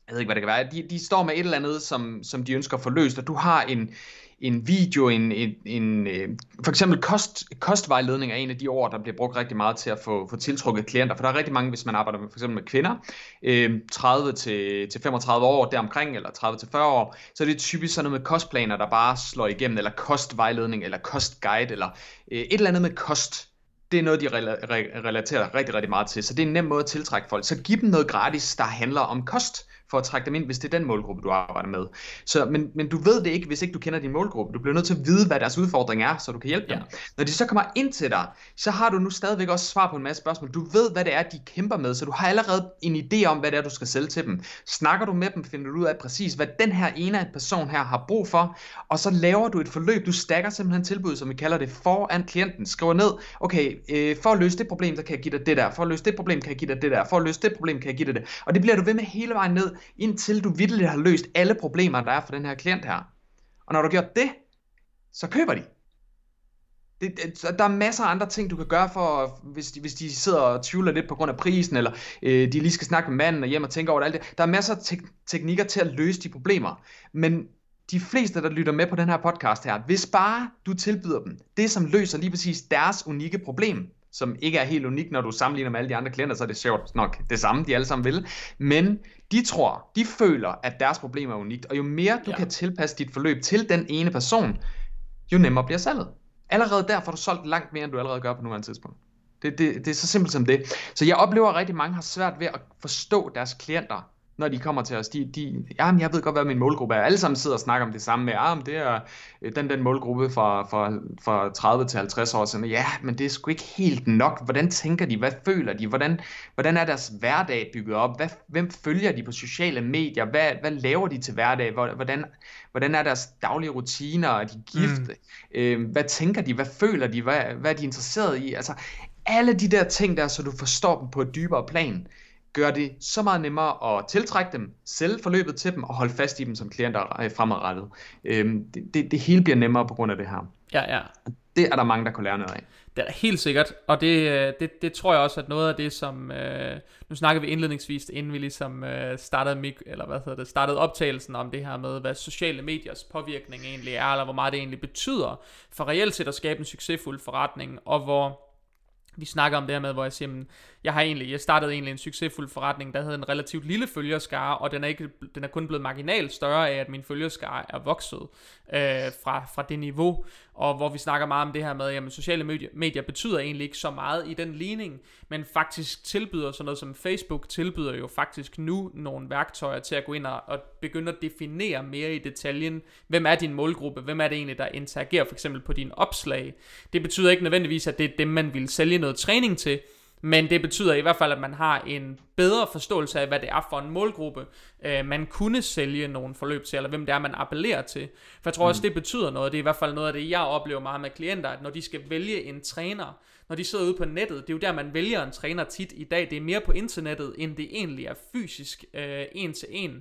jeg ved ikke, hvad det kan være, de, de står med et eller andet, som, som de ønsker at få løst, og du har en, en video, en, en, en, for eksempel kost, kostvejledning er en af de ord, der bliver brugt rigtig meget til at få, få tiltrukket klienter, for der er rigtig mange, hvis man arbejder med, for eksempel med kvinder, øh, tredive til femogtredive år deromkring, eller tredive til fyrre år, så er det typisk sådan noget med kostplaner, der bare slår igennem, eller kostvejledning, eller kostguide, eller øh, et eller andet med kost. Det er noget, de relaterer rigtig, rigtig meget til, så det er en nem måde at tiltrække folk. Så giv dem noget gratis, der handler om kost, for at trække dem ind, hvis det er den målgruppe, du arbejder med. Så, men, men du ved det ikke, hvis ikke du kender din målgruppe. Du bliver nødt til at vide, hvad deres udfordring er, så du kan hjælpe dem. Ja. Når de så kommer ind til dig, så har du nu stadigvæk også svar på en masse spørgsmål. Du ved, hvad det er, de kæmper med, så du har allerede en idé om, hvad det er, du skal sælge til dem. Snakker du med dem, finder du ud af præcis, hvad den her ene person her har brug for, og så laver du et forløb. Du stacker simpelthen tilbud, som vi kalder det, foran klienten. Skriver ned, okay, øh, for at løse det problem, så kan jeg give dig det der. For at løse det problem, kan jeg give dig det der. For at løse det problem, kan jeg give dig det. Og det bliver du ved med hele vejen ned, indtil du vitterligt har løst alle problemer, der er for den her klient her. Og når du har gjort det, så køber de. Det, det, der er masser af andre ting, du kan gøre for, hvis de, hvis de sidder og tvivler lidt på grund af prisen, eller øh, de lige skal snakke med manden og hjem og tænke over det, alt det. Der er masser af te- teknikker til at løse de problemer. Men de fleste, der lytter med på den her podcast her, hvis bare du tilbyder dem det, som løser lige præcis deres unikke problem, som ikke er helt unik, når du sammenligner med alle de andre klienter, så er det sjovt nok det samme, de alle sammen vil. Men de tror, de føler, at deres problem er unikt, og jo mere du ja. kan tilpasse dit forløb til den ene person, jo nemmere bliver salget. Allerede der får du solgt langt mere, end du allerede gør på nuværende tidspunkt. Det, det, det er så simpelt som det. Så jeg oplever, at rigtig mange har svært ved at forstå deres klienter, når de kommer til os. De, de, jamen, jeg ved godt, hvad min målgruppe er. Alle sammen sidder og snakker om det samme med, ah, det er den, den målgruppe fra, fra, fra tredive til halvtreds år siden. Ja, men det er sgu ikke helt nok. Hvordan tænker de? Hvad føler de? Hvordan, hvordan er deres hverdag bygget op? Hvad, hvem følger de på sociale medier? Hvad, hvad laver de til hverdag? Hvordan, hvordan er deres daglige rutiner? Er de gift? Mm. Øh, hvad tænker de? Hvad føler de? Hvad, hvad er de interesseret i? Altså, alle de der ting der, så du forstår dem på et dybere plan, gør det så meget nemmere at tiltrække dem, sælge forløbet til dem og holde fast i dem som klienter fremadrettet. Øhm, det, det, det hele bliver nemmere på grund af det her. Ja, ja. Det er der mange, der kunne lære noget af. Det er helt sikkert, og det, det, det tror jeg også, at noget af det, som... Øh, nu snakker vi indledningsvis, inden vi ligesom øh, startede, mik- eller hvad hedder det, startede optagelsen om det her med, hvad sociale mediers påvirkning egentlig er, eller hvor meget det egentlig betyder for reelt set at skabe en succesfuld forretning, og hvor... Vi snakker om det her med, hvor jeg siger, jeg har egentlig, jeg startede egentlig en succesfuld forretning, der havde en relativt lille følgerskare, og den er, ikke, den er kun blevet marginalt større af, at min følgerskare er vokset øh, fra, fra det niveau, og hvor vi snakker meget om det her med, jamen sociale medier, medier betyder egentlig ikke så meget i den ligning, men faktisk tilbyder sådan noget som Facebook, tilbyder jo faktisk nu nogle værktøjer til at gå ind og, og begynde at definere mere i detaljen, hvem er din målgruppe, hvem er det egentlig, der interagerer for eksempel på dine opslag. Det betyder ikke nødvendigvis, at det er dem, man vil sælge noget træning til, men det betyder i hvert fald, at man har en bedre forståelse af, hvad det er for en målgruppe, øh, man kunne sælge nogle forløb til, eller hvem det er, man appellerer til. For jeg tror også, det betyder noget. Det er i hvert fald noget af det, jeg oplever meget med klienter, at når de skal vælge en træner, når de sidder ude på nettet, det er jo der, man vælger en træner tit i dag. Det er mere på internettet, end det egentlig er fysisk øh, en til en.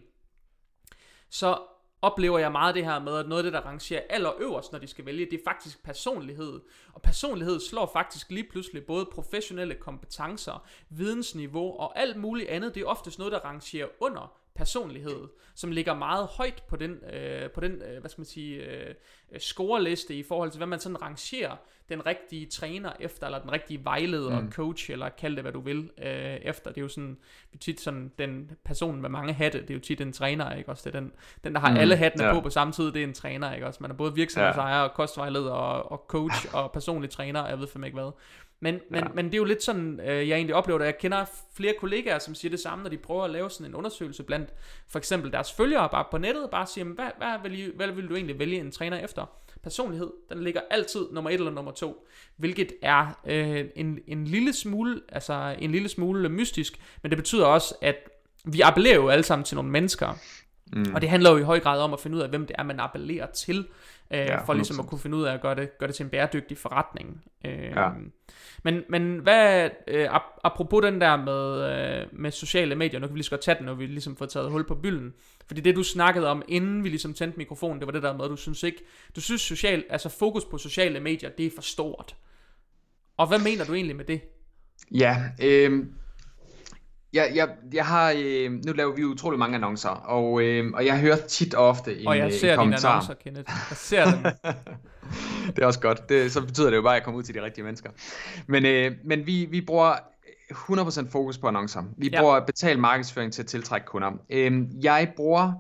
Så oplever jeg meget det her med, at noget af det, der rangerer allerøverst, når de skal vælge, det er faktisk personlighed. Og personlighed slår faktisk lige pludselig både professionelle kompetencer, vidensniveau og alt muligt andet. Det er oftest noget, der rangerer under personlighed, som ligger meget højt på den, øh, på den øh, hvad skal man sige, øh, scoreliste i forhold til, hvad man sådan rangerer den rigtige træner efter, eller den rigtige vejleder, mm. coach, eller kald det, hvad du vil, øh, efter. Det er jo sådan, det er tit sådan, den person med mange hatte, det er jo tit en træner, ikke også? Det er den, den der har mm. alle hattene ja. på på samme tid, det er en træner, ikke også? Man er både virksomhedsejer, ja. og kostvejleder, og, og coach, og personlig træner, og jeg ved fandme ikke hvad. Men, men, ja. men det er jo lidt sådan, øh, jeg egentlig oplever det. Jeg kender flere kollegaer, som siger det samme, når de prøver at lave sådan en undersøgelse blandt for eksempel deres følgere bare på nettet, bare siger, hvad, hvad, vil I, hvad vil du egentlig vælge en træner efter? Personlighed, den ligger altid nummer et eller nummer to, hvilket er øh, en, en lille smule, altså en lille smule mystisk, men det betyder også, at vi appellerer jo alle sammen til nogle mennesker, mm. og det handler jo i høj grad om at finde ud af, hvem det er, man appellerer til. Øh, ja, for ligesom at kunne finde ud af at gøre det, gøre det til en bæredygtig forretning. øh, ja. Men, men hvad øh, apropos den der med, øh, med sociale medier, nu kan vi lige så godt tage den, når vi ligesom får taget hul på bylden. Fordi det du snakkede om, inden vi ligesom tændte mikrofonen, det var det der med, at du synes ikke, du synes social, altså fokus på sociale medier, det er for stort. Og hvad mener du egentlig med det? Ja, øh, Jeg, jeg, jeg har, øh, nu laver vi utrolig mange annoncer, og, øh, og jeg hører tit og ofte en, og jeg ser en kommentar. dine annoncer, Kenneth. Jeg ser dem. Det er også godt. Det, så betyder det jo bare, at jeg kommer ud til de rigtige mennesker. Men, øh, men vi, vi bruger hundrede procent fokus på annoncer. Vi ja. bruger betalt markedsføring til at tiltrække kunder. Øh, jeg bruger,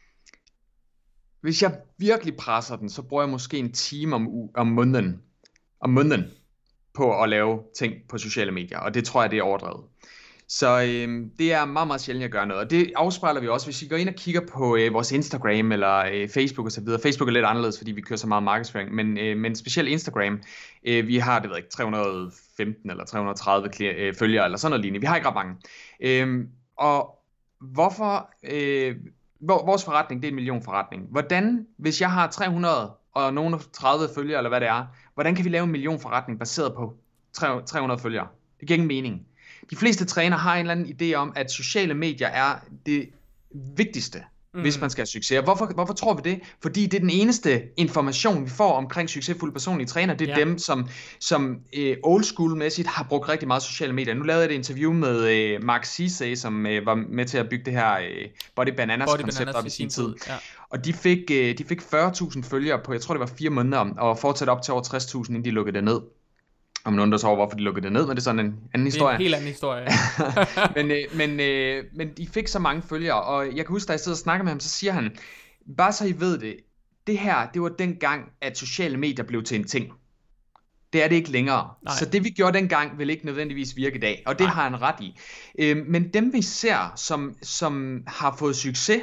hvis jeg virkelig presser den, så bruger jeg måske en time om, om måneden, om måneden på at lave ting på sociale medier, og det tror jeg, det er overdrevet. Så øh, det er meget, meget sjældent, jeg gør noget, og det afspejler vi også, hvis I går ind og kigger på øh, vores Instagram eller øh, Facebook osv. Facebook er lidt anderledes, fordi vi kører så meget markedsføring, men, øh, men specielt Instagram, øh, vi har, det ved jeg ikke, tre hundrede og femten eller tre hundrede og tredive øh, følgere eller sådan noget lignende. Vi har ikke ret mange. Øh, og hvorfor, øh, vores forretning, det er en million forretning. Hvordan, hvis jeg har tre hundrede og nogle tredive følgere, eller hvad det er, hvordan kan vi lave en million forretning baseret på tre hundrede følgere? Det giver ingen mening. De fleste trænere har en eller anden idé om, at sociale medier er det vigtigste, mm. hvis man skal have succes. Hvorfor, hvorfor tror vi det? Fordi det er den eneste information, vi får omkring succesfulde personlige trænere. Det er ja. dem, som, som uh, old school-mæssigt har brugt rigtig meget sociale medier. Nu lavede jeg et interview med uh, Mark Ceesay, som uh, var med til at bygge det her uh, Body Bananas-koncept op i sin tid. tid. Ja. Og de fik, uh, de fik fyrre tusind følgere på, jeg tror det var fire måneder, og fortsatte op til over tres tusind, inden de lukkede det ned. Og man undrer sig over, hvorfor de lukkede det ned, men det er sådan en anden historie. Det er en helt anden historie. men, øh, men, øh, men de fik så mange følgere, og jeg kan huske, da jeg sidder og snakker med ham, så siger han, bare så I ved det, det her, det var dengang, at sociale medier blev til en ting. Det er det ikke længere. Nej. Så det vi gjorde dengang, vil ikke nødvendigvis virke i dag, og det Nej. har han ret i. Øh, men dem vi ser, som, som har fået succes,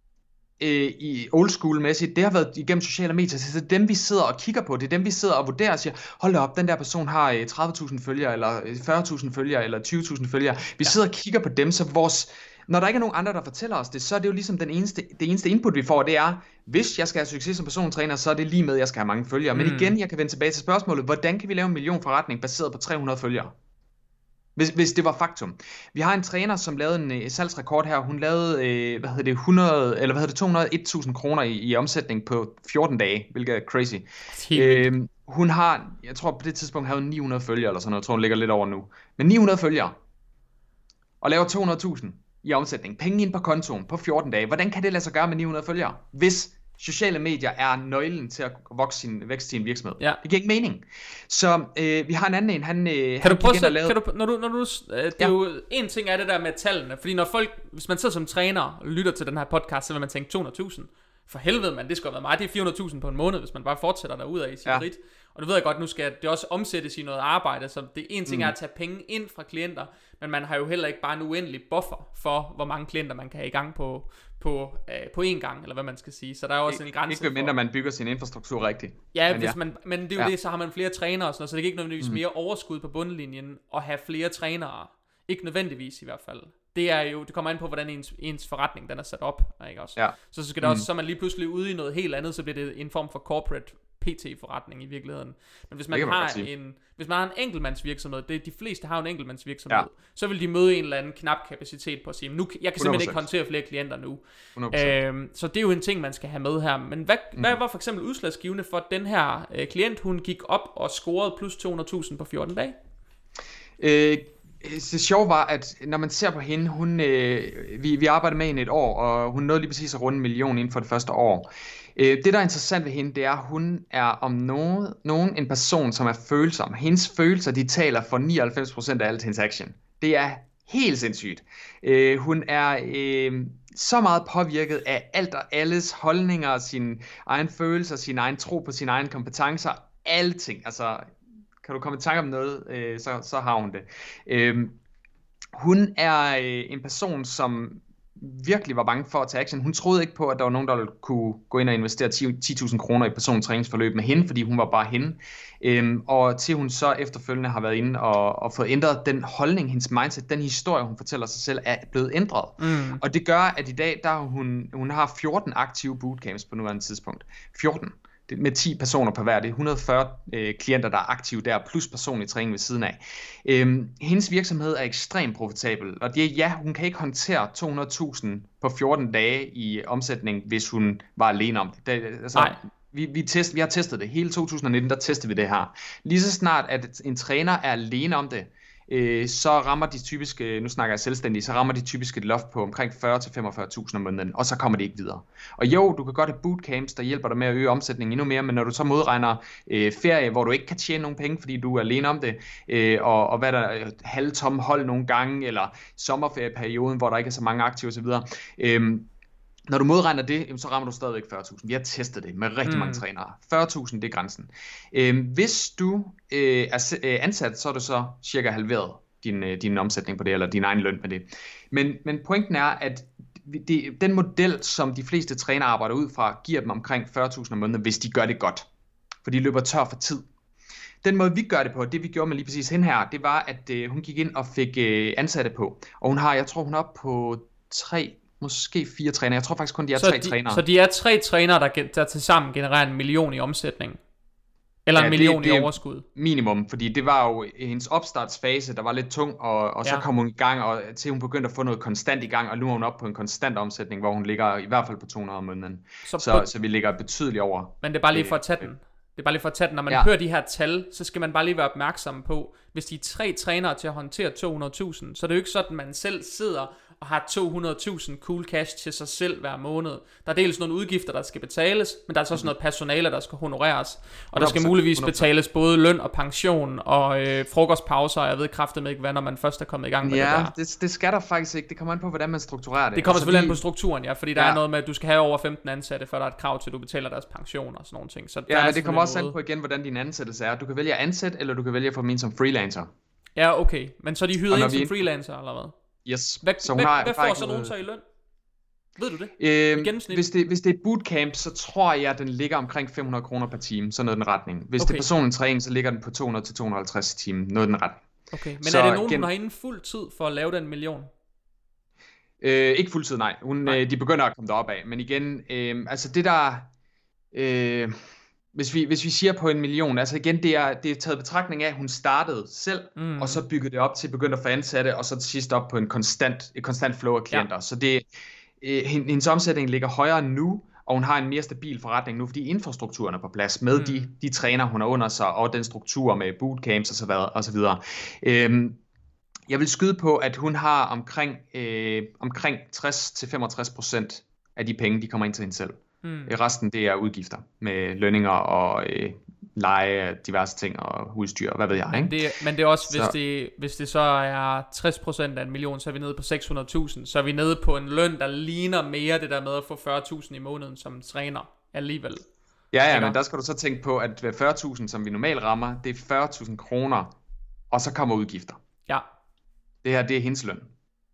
i old school-mæssigt, det har været igennem sociale medier, så det er dem, vi sidder og kigger på, det er dem, vi sidder og vurderer og siger, hold da op, den der person har tredive tusind følgere, eller fyrre tusind følgere, eller tyve tusind følgere. Vi ja. sidder og kigger på dem, så vores, når der ikke er nogen andre, der fortæller os det, så er det jo ligesom den eneste, det eneste input, vi får, det er, hvis jeg skal have succes som persontræner, så er det lige med, at jeg skal have mange følgere. Men mm. igen, jeg kan vende tilbage til spørgsmålet, hvordan kan vi lave en million forretning baseret på tre hundrede følgere? Hvis, hvis det var faktum. Vi har en træner, som lavede en øh, salgsrekord her. Hun lavede øh, hvad hedder det, hundrede, eller hvad hedder det, to hundrede og et tusind kroner i, i omsætning på fjorten dage, hvilket er crazy. Øh, hun har, jeg tror på det tidspunkt havde hun ni hundrede følgere eller sådan noget. Jeg tror hun ligger lidt over nu. Men ni hundrede følgere og laver to hundrede tusind i omsætning. Penge ind på kontoen på fjorten dage. Hvordan kan det lade sig gøre med ni hundrede følgere? Hvis sociale medier er nøglen til at vokse sin, vækst sin virksomhed. Ja. Det giver ikke mening. Så øh, vi har en anden en, han, øh, kan du prøve at lave... Kan du, når du, når du, øh, det ja. er jo en ting er det der med tallene, fordi når folk, hvis man sidder som træner og lytter til den her podcast, så vil man tænke to hundrede tusind. For helvede, man, det skal være meget. Det er fire hundrede tusind på en måned, hvis man bare fortsætter derudad i sit ja. rit. Og du ved jeg godt, nu skal det også omsættes i noget arbejde, så det ene ting mm. er at tage penge ind fra klienter, men man har jo heller ikke bare en uendelig buffer for, hvor mange klienter man kan have i gang på på øh, på én gang, eller hvad man skal sige. Så der er også Ik- en grænse. Ikke mindre man bygger sin infrastruktur rigtigt. Ja, men, hvis ja. Man, men det er jo ja. det, så har man flere trænere og sådan noget, så det er ikke nødvendigvis mm. mere overskud på bundlinjen at have flere trænere. Ikke nødvendigvis i hvert fald. Det er jo, det kommer an på, hvordan ens, ens forretning den er sat op, ikke også? Ja. Så, så skal det også, mm. så er man lige pludselig ude i noget helt andet, så bliver det en form for corporate P T-forretning i virkeligheden. Men hvis man har en, hvis man har en enkeltmandsvirksomhed, det de fleste har en enkeltmandsvirksomhed, ja. så vil de møde en eller anden knap kapacitet på at sige, nu jeg kan simpelthen ikke håndtere flere klienter nu. Øhm, så det er jo en ting man skal have med her. Men hvad, mm. hvad var for eksempel udslagsgivende for den her øh, klient, hun gik op og scorede plus to hundrede tusind på fjorten dage? Øh Det sjove var, at når man ser på hende, hun, øh, vi, vi arbejder med hende et år, og hun nåede lige præcis at runde en million inden for det første år. Øh, det, der er interessant ved hende, det er, at hun er om nogen, nogen en person, som er følsom. Hendes følelser, de taler for nioghalvfems procent af alt hendes action. Det er helt sindssygt. Øh, hun er øh, så meget påvirket af alt og alles holdninger, sine egen følelser, sin egen tro på sine egne kompetencer, alting. Altså... Kan du komme i tanke om noget, øh, så, så har hun det. Øh, hun er øh, en person, som virkelig var bange for at tage action. Hun troede ikke på, at der var nogen, der kunne gå ind og investere ti tusind kroner i personlig træningsforløb med hende, fordi hun var bare hende. Øh, og til hun så efterfølgende har været inde og, og fået ændret den holdning, hendes mindset, den historie, hun fortæller sig selv, er blevet ændret. Mm. Og det gør, at i dag, der hun, hun har fjorten aktive bootcamps på nuværende tidspunkt. fjorten. Med ti personer per hver, det er et hundrede og fyrre øh, klienter, der er aktive der, plus personlig træning ved siden af. Øhm, hendes virksomhed er ekstremt profitabel, og det er, ja, hun kan ikke håndtere to hundrede tusind på fjorten dage i omsætning, hvis hun var alene om det. det altså, Nej. Vi, vi, test, vi har testet det. Hele to tusind og nitten, der testede vi det her. Lige så snart, at en træner er alene om det, øh, så rammer de typisk, nu snakker jeg selvstændige, så rammer de typisk et loft på omkring fyrre til femogfyrre tusind om måneden, og så kommer det ikke videre. Og jo, du kan godt have bootcamps, der hjælper dig med at øge omsætningen endnu mere, men når du så modregner øh, ferie, hvor du ikke kan tjene nogen penge, fordi du er alene om det, øh, og, og hvad der er halvtomme hold nogle gange, eller sommerferieperioden, hvor der ikke er så mange aktive osv., øh, når du modregner det, så rammer du stadigvæk fyrre tusind. Vi har testet det med rigtig mm. mange trænere. fyrre tusind, det er grænsen. Øhm, hvis du øh, er ansat, så er du så cirka halveret din, øh, din omsætning på det, eller din egen løn på det. Men, men pointen er, at det, den model, som de fleste trænere arbejder ud fra, giver dem omkring fyrre tusind om måneden, hvis de gør det godt. For de løber tør for tid. Den måde, vi gør det på, det vi gjorde med lige præcis hende her, det var, at øh, hun gik ind og fik øh, ansatte på. Og hun har, jeg tror, hun er oppe på tre... måske fire trænere. Jeg tror faktisk kun, de er så tre de, trænere. Så de er tre trænere, der, der tilsammen genererer en million i omsætning? Eller ja, en million det, det i overskud? Minimum, fordi det var jo hendes opstartsfase, der var lidt tung, og, og så ja. kom hun i gang, og til hun begyndte at få noget konstant i gang, og nu er hun oppe på en konstant omsætning, hvor hun ligger i hvert fald på to hundrede om måneden. Så, så, på... så vi ligger betydeligt over. Men det er bare lige for at tage den. Det er bare lige for at tage den. Når man ja. hører de her tal, så skal man bare lige være opmærksom på, hvis de er tre trænere til at håndtere to hundrede tusind, så det er jo ikke sådan, at man selv sidder og har to hundrede tusind cool cash til sig selv hver måned. Der er dels nogle udgifter, der skal betales, men der er så også noget personale, der skal honoreres. Og der skal muligvis betales både løn og pension og øh, frokostpauser, og jeg ved kraftedeme ikke hvad, når man først er kommet i gang med ja, det der. Det, det skal der faktisk ikke. Det kommer an på, hvordan man strukturerer det. Det kommer altså, selvfølgelig vi... an på strukturen, ja, fordi der ja. er noget med, at du skal have over femten ansatte, før der er et krav til, at du betaler deres pension og sådan nogle ting. Så ja, men det kommer også an på igen, hvordan din ansættelse er. Du kan vælge at ansætte, eller du kan vælge at få min som freelancer. Ja, okay. Men så er de hyret ind som vi... freelancer, eller hvad? Yes. Hvad, så hun hvad, har, hvad får så nogen så i løn? Ved du det? Øhm, hvis det? Hvis det er bootcamp, så tror jeg, at den ligger omkring fem hundrede kroner per time, sådan noget den retning. Hvis okay. det er personlig træning, så ligger den på to hundrede til to hundrede og halvtreds time, noget den retning. Okay, men så er det nogen, gen... hun har inden fuld tid for at lave den million? Øh, ikke fuld tid, nej. Hun, nej. Øh, de begynder at komme derop af. Men igen, øh, altså det der... Øh, Hvis vi, hvis vi siger på en million, altså igen, det er, det er taget betragtning af, at hun startede selv, mm. og så byggede det op til begyndt at få ansatte, og så til sidst op på en konstant, et konstant flow af klienter. Ja. Så det, øh, hendes omsætning ligger højere nu, og hun har en mere stabil forretning nu, fordi infrastrukturen er på plads med mm. de, de træner, hun har under sig, og den struktur med bootcamps og så, hvad, og så videre. Øhm, jeg vil skyde på, at hun har omkring, øh, omkring tres til femogtres procent af de penge, de kommer ind til hende selv. Mm. Resten det er udgifter med lønninger og øh, leje af diverse ting og udstyr og hvad ved jeg, ikke? Men det, men det er også, hvis det, hvis det så er tres procent af en million, så er vi nede på seks hundrede tusind. Så er vi nede på en løn, der ligner mere det der med at få fyrre tusind i måneden som træner alligevel. Ja, ja, men der skal du så tænke på, at fyrre tusind, som vi normalt rammer, det er fyrre tusind kroner, og så kommer udgifter. Ja. Det her, det er hendes løn.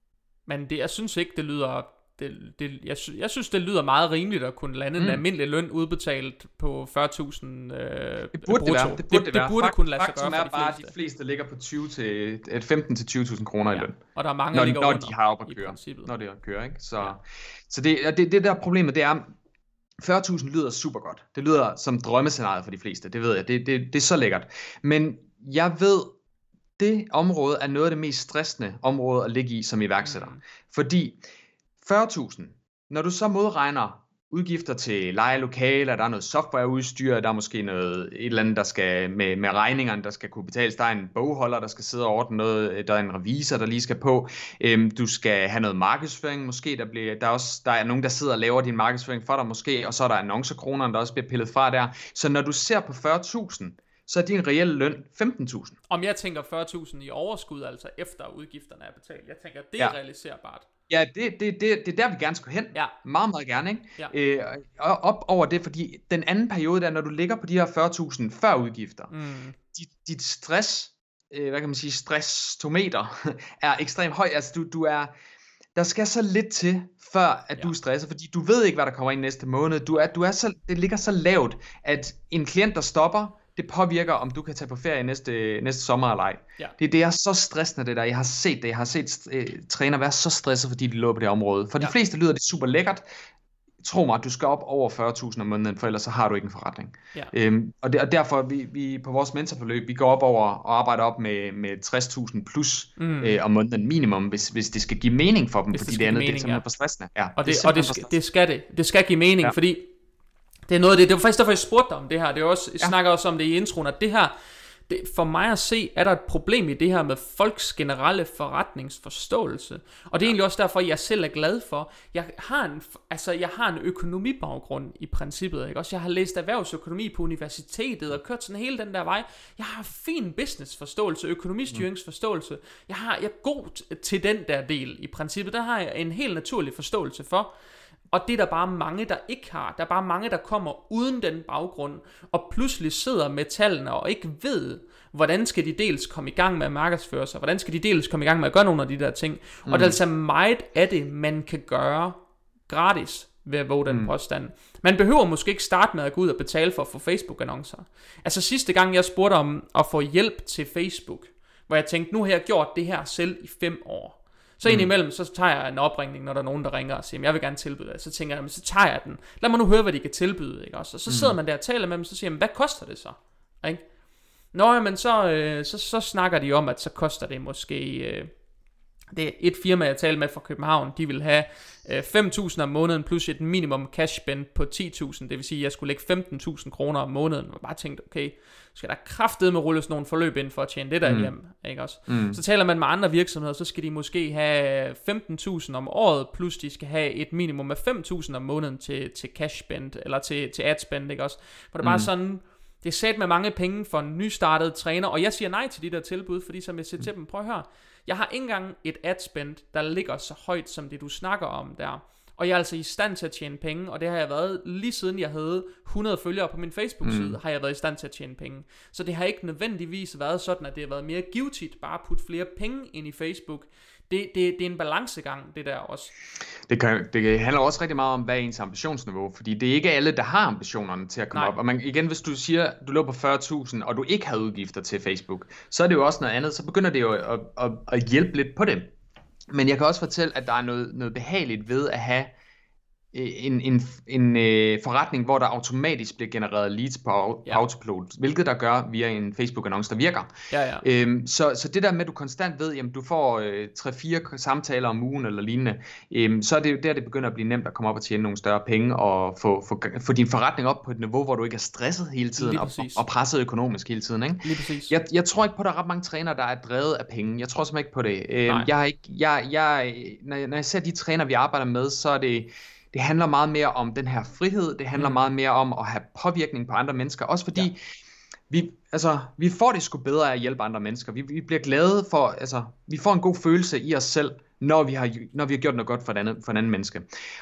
Men det, jeg synes ikke, det lyder... Det, det, jeg, sy- jeg synes det lyder meget rimeligt at kunne lande mm. en almindelig løn udbetalt på fyrre tusind øh, det burde det være. Det burde, det, det, det burde Fakt, kunne lade sig gøre for de fleste. Er de fleste ligger på tyve til femten til tyve tusind kroner ja. i løn. Og der er mange når, der ligger når under, de har op at køre. Når det er at køre, ikke? Så, ja. så det, det, det der problemet det er fyrre tusind lyder super godt. Det lyder som drømmescenariet for de fleste. Det ved jeg. Det, det, det er så lækkert. Men jeg ved det område er noget af det mest stressende område at ligge i som iværksætter. Mm. Fordi fyrre tusind, når du så modregner udgifter til leje lokaler, der er noget softwareudstyr, der er måske noget, et eller andet, der skal med, med regningerne, der skal kunne betales, der er en bogholder, der skal sidde og ordne noget, der er en revisor, der lige skal på, øhm, du skal have noget markedsføring, måske der, bliver, der, er også, der er nogen, der sidder og laver din markedsføring for dig måske, og så er der annoncekronerne, der også bliver pillet fra der. Så når du ser på fyrre tusind, så er din reelle løn femten tusind. Om jeg tænker fyrre tusind i overskud, altså efter udgifterne er betalt, jeg tænker, det er ja. realiserbart. Ja, det, det, det, det er der, vi gerne skulle hen. Ja. Meget, meget gerne, ikke? Ja. Øh, og op over det, fordi den anden periode der, når du ligger på de her fyrre tusind før udgifter, mm. dit, dit stress, øh, hvad kan man sige, stresstometer er ekstremt høj. Altså, du, du er, der skal så lidt til, før at ja. du er stresset, fordi du ved ikke, hvad der kommer ind næste måned. Du er, du er så, det ligger så lavt, at en klient, der stopper, det påvirker, om du kan tage på ferie næste, næste sommer eller ej. Ja. Det, det er så stressende det der. Jeg har set det. Jeg har set øh, træner være så stresset, fordi de lå på det område. For ja. de fleste lyder det super lækkert. Tro mig, du skal op over fyrre tusind om måneden, for ellers så har du ikke en forretning. Ja. Øhm, og, det, og derfor vi, vi på vores mentorforløb, vi går op over og arbejder op med, med tres tusind plus mm. øh, om måneden minimum, hvis, hvis det skal give mening for dem, hvis fordi det, det andet mening, det er simpelthen ja. for stressende. Ja, og det, det, og det, skal, det skal det. Det skal give mening, ja. fordi det er noget af det, det var faktisk derfor jeg spurgte dig om det her. Det er også, jeg ja. snakker også om det i introen, at det her, det, for mig at se, er der et problem i det her med folks generelle forretningsforståelse. Og det er egentlig også derfor, jeg selv er glad for. Jeg har en, altså, jeg har en økonomibaggrund i princippet. Ikke? Også jeg har læst erhvervsøkonomi på universitetet og kørt sådan hele den der vej. Jeg har fin businessforståelse, økonomistyringsforståelse. Jeg, har, jeg er god til den der del i princippet. Der har jeg en helt naturlig forståelse for. Og det er der bare mange, der ikke har. Der er bare mange, der kommer uden den baggrund, og pludselig sidder med tallene og ikke ved, hvordan skal de dels komme i gang med at markedsføre sig, hvordan skal de dels komme i gang med at gøre nogle af de der ting. Mm. Og der er altså meget af det, man kan gøre gratis ved at våge den mm. påstand. Man behøver måske ikke starte med at gå ud og betale for at få Facebook-annoncer. Altså sidste gang, jeg spurgte om at få hjælp til Facebook, hvor jeg tænkte, nu har jeg gjort det her selv i fem år. Så indimellem, så tager jeg en opringning, når der er nogen, der ringer og siger, jeg vil gerne tilbyde det. Så tænker jeg, men så tager jeg den. Lad mig nu høre, hvad de kan tilbyde. Ikke? Også? Og så sidder man der og taler med dem, så siger jeg, hvad koster det så? Ikke? Nå, men så, øh, så, så snakker de om, at så koster det måske... Øh, det er et firma, jeg talte med fra København. De vil have øh, fem tusind om måneden, plus et minimum cash spend på ti tusind. Det vil sige, at jeg skulle lægge femten tusind kroner om måneden. Og bare tænkte, okay, skal der kraftedeme rulle sådan nogle forløb ind for at tjene det der mm. hjem, ikke også? Mm. Så taler man med andre virksomheder, så skal de måske have femten tusind om året, plus de skal have et minimum af fem tusind om måneden til, til cash spend, eller til, til ad spend, ikke også? For det er bare mm. sådan, det er sat med mange penge for en nystartet træner, og jeg siger nej til de der tilbud, fordi som jeg siger til dem, prøv at høre, jeg har ikke engang et ad spend, der ligger så højt som det du snakker om der. Og jeg er altså i stand til at tjene penge, og det har jeg været lige siden jeg havde hundrede følgere på min Facebook-side, mm. har jeg været i stand til at tjene penge. Så det har ikke nødvendigvis været sådan, at det har været mere givetigt bare at putte flere penge ind i Facebook. Det, det, det er en balancegang, det der også. Det, kan, det handler også rigtig meget om, hvad er ens ambitionsniveau, fordi det er ikke alle, der har ambitionerne til at komme Nej. op. Og man, igen, hvis du siger, du lå på fyrre tusind, og du ikke havde udgifter til Facebook, så er det jo også noget andet, så begynder det jo at, at, at hjælpe lidt på det. Men jeg kan også fortælle, at der er noget, noget behageligt ved at have en, en, en øh, forretning, hvor der automatisk bliver genereret leads på ja. autopilot, hvilket der gør via en Facebook-annonce, der virker. Ja, ja. Øhm, så, så det der med, at du konstant ved, jamen du får øh, tre fire samtaler om ugen eller lignende, øhm, så er det jo der, det begynder at blive nemt at komme op og tjene nogle større penge og få, få, få din forretning op på et niveau, hvor du ikke er stresset hele tiden og, og presset økonomisk hele tiden. Ikke? Lige præcis. Jeg, jeg tror ikke på, at der er ret mange trænere, der er drevet af penge. Jeg tror simpelthen ikke på det. Øhm, jeg har ikke, jeg, jeg, når, jeg, når jeg ser de trænere, vi arbejder med, så er det Det handler meget mere om den her frihed, det handler mm. meget mere om at have påvirkning på andre mennesker, også fordi ja. vi, altså, vi får det sgu bedre af at hjælpe andre mennesker. Vi, vi bliver glade for, altså, vi får en god følelse i os selv, når vi har, når vi har gjort noget godt for en anden, for en anden menneske.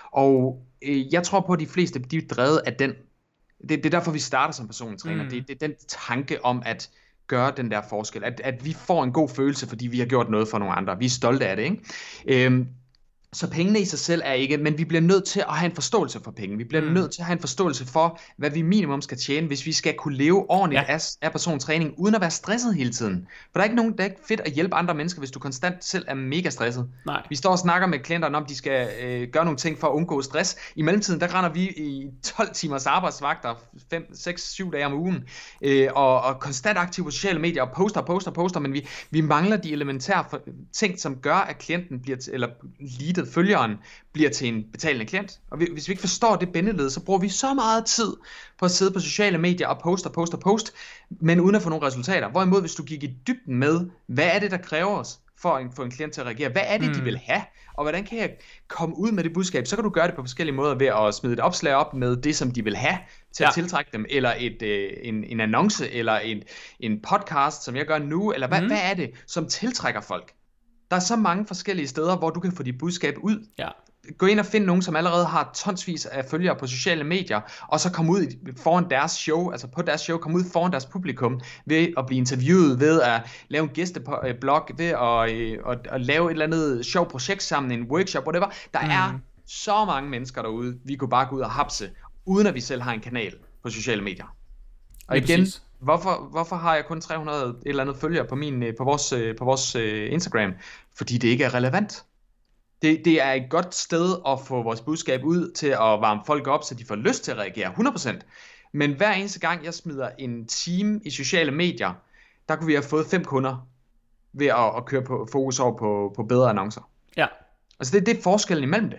Og øh, jeg tror på, at de fleste de er drevet af den, det, det er derfor vi starter som personlig træner, mm. det, det er den tanke om at gøre den der forskel, at, at vi får en god følelse, fordi vi har gjort noget for nogle andre, vi er stolte af det, ikke? Øhm, Så pengene i sig selv er ikke, men vi bliver nødt til at have en forståelse for penge. Vi bliver mm. nødt til at have en forståelse for, hvad vi minimum skal tjene, hvis vi skal kunne leve ordentligt ja. af, af persontræning, uden at være stresset hele tiden. For der er ikke nogen, der er ikke fedt at hjælpe andre mennesker, hvis du konstant selv er mega stresset. Nej. Vi står og snakker med klienterne om, de skal øh, gøre nogle ting for at undgå stress. I mellemtiden, der render vi i tolv timers arbejdsvagter, fem, seks, syv dage om ugen, øh, og, og konstant aktiv på sociale medier, og poster, poster, poster, men vi, vi mangler de elementære ting, som gør, at klienten bliver, til, eller leadet, følgeren, bliver til en betalende klient. Og hvis vi ikke forstår det bindeled, så bruger vi så meget tid på at sidde på sociale medier og poste og poste og poste, men uden at få nogle resultater. Hvorimod, hvis du gik i dybden med, hvad er det, der kræver os for at få en klient til at reagere? Hvad er det, mm. de vil have? Og hvordan kan jeg komme ud med det budskab? Så kan du gøre det på forskellige måder ved at smide et opslag op med det, som de vil have til ja. at tiltrække dem, eller et, øh, en, en annonce, eller en, en podcast, som jeg gør nu, eller hvad, mm. hvad er det, som tiltrækker folk? Der er så mange forskellige steder, hvor du kan få dit budskab ud. Ja. Gå ind og find nogen, som allerede har tonsvis af følgere på sociale medier, og så komme ud foran deres show, altså på deres show, komme ud foran deres publikum, ved at blive interviewet, ved at lave en gæsteblog, ved at, at, at lave et eller andet sjovt projekt sammen, en workshop, whatever. Der mm. er så mange mennesker derude, vi kunne bare gå ud og hapse, uden at vi selv har en kanal på sociale medier. Og igen, præcis. Hvorfor, hvorfor har jeg kun tre hundrede et eller andet følgere på, min, på vores, på vores Instagram? Fordi det ikke er relevant. Det, det er et godt sted at få vores budskab ud til at varme folk op, så de får lyst til at reagere hundrede procent. Men hver eneste gang jeg smider en time i sociale medier, der kunne vi have fået fem kunder ved at, at køre på fokus over på, på bedre annoncer. Ja. Altså det, det er forskellen imellem det.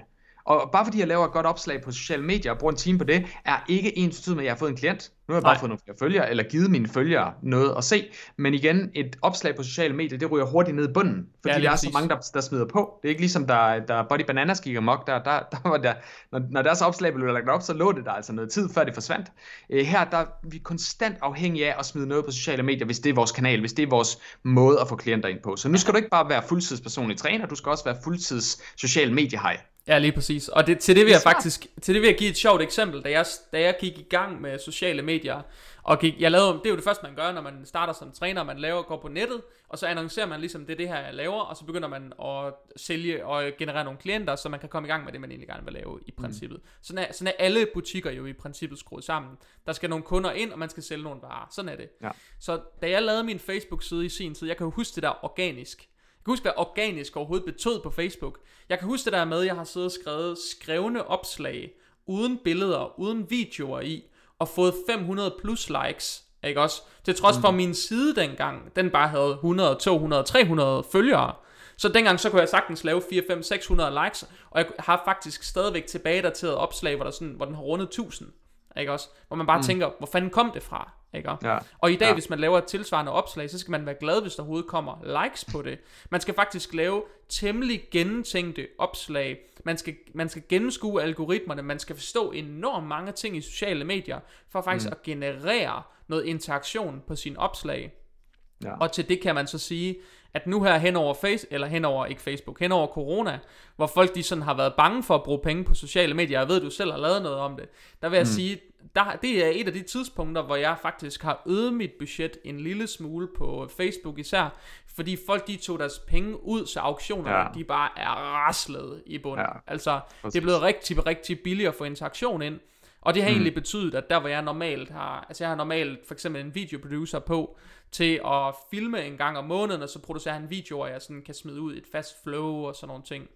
Og bare fordi jeg laver et godt opslag på sociale medier og bruger en time på det, er ikke ens med, at jeg har fået en klient. Nu har jeg bare Nej. fået nogle flere følgere, eller givet mine følgere noget at se. Men igen, et opslag på sociale medier, det ryger hurtigt ned i bunden. Fordi ja, der er præcis. så mange, der, der smider på. Det er ikke ligesom, der, der Body Bananas gik amok. Der, der, der var der, når, når deres opslag blev lagt op, så lå det der altså noget tid, før det forsvandt. Øh, her der er vi konstant afhængige af at smide noget på sociale medier, hvis det er vores kanal, hvis det er vores måde at få klienter ind på. Så nu skal du ikke bare være fuldtidspersonlig træner, du skal også være fuldtids social mediehej. Ja, lige præcis. Og det, til det vil jeg faktisk til det vil jeg give et sjovt eksempel. Da jeg, da jeg gik i gang med sociale medier, og gik, jeg lavede, det er jo det første man gør, når man starter som træner. Man laver, går på nettet, og så annoncerer man ligesom, det er det her jeg laver, og så begynder man at sælge og generere nogle klienter, så man kan komme i gang med det man egentlig gerne vil lave i princippet. Mm. Sådan, er, sådan er alle butikker jo i princippet skruet sammen. Der skal nogle kunder ind, og man skal sælge nogle varer. Sådan er det. Ja. Så da jeg lavede min Facebook-side i sin tid, jeg kan jo huske det der organisk. Jeg kan huske, hvad organisk overhovedet betød på Facebook. Jeg kan huske det der med, at jeg har siddet og skrevet skrevne opslag, uden billeder, uden videoer i, og fået fem hundrede plus likes, ikke også? Til trods for min side dengang, den bare havde hundrede, to hundrede, tre hundrede følgere. Så dengang så kunne jeg sagtens lave fire, fem, seks hundrede likes, og jeg har faktisk stadigvæk tilbagedateret opslag, hvor, der sådan, hvor den har rundet tusind. Ikke også? Hvor man bare mm. tænker, hvor fanden kom det fra? Ikke? Ja. Og i dag, ja. hvis man laver et tilsvarende opslag, så skal man være glad, hvis der overhovedet kommer likes på det. Man skal faktisk lave temmelig gennemtænkte opslag. Man skal, man skal gennemskue algoritmerne. Man skal forstå enormt mange ting i sociale medier, for faktisk mm. at generere noget interaktion på sine opslag. Ja. Og til det kan man så sige, at nu her henover face eller henover ikke Facebook, henover corona, hvor folk de sådan har været bange for at bruge penge på sociale medier. Jeg ved du selv har lavet noget om det. Der vil jeg mm. sige, der, det er et af de tidspunkter, hvor jeg faktisk har øget mit budget en lille smule på Facebook især, fordi folk de tog deres penge ud, så auktionerne ja. de bare er raslet i bunden. Ja. Altså det er blevet rigtig rigtig billigt at få interaktion ind. Og det har mm. egentlig betydet, at der hvor jeg normalt har, altså jeg har normalt for eksempel en videoproducer på til at filme en gang om måneden, og så producerer han videoer, jeg sådan kan smide ud i et fast flow og sådan nogle ting.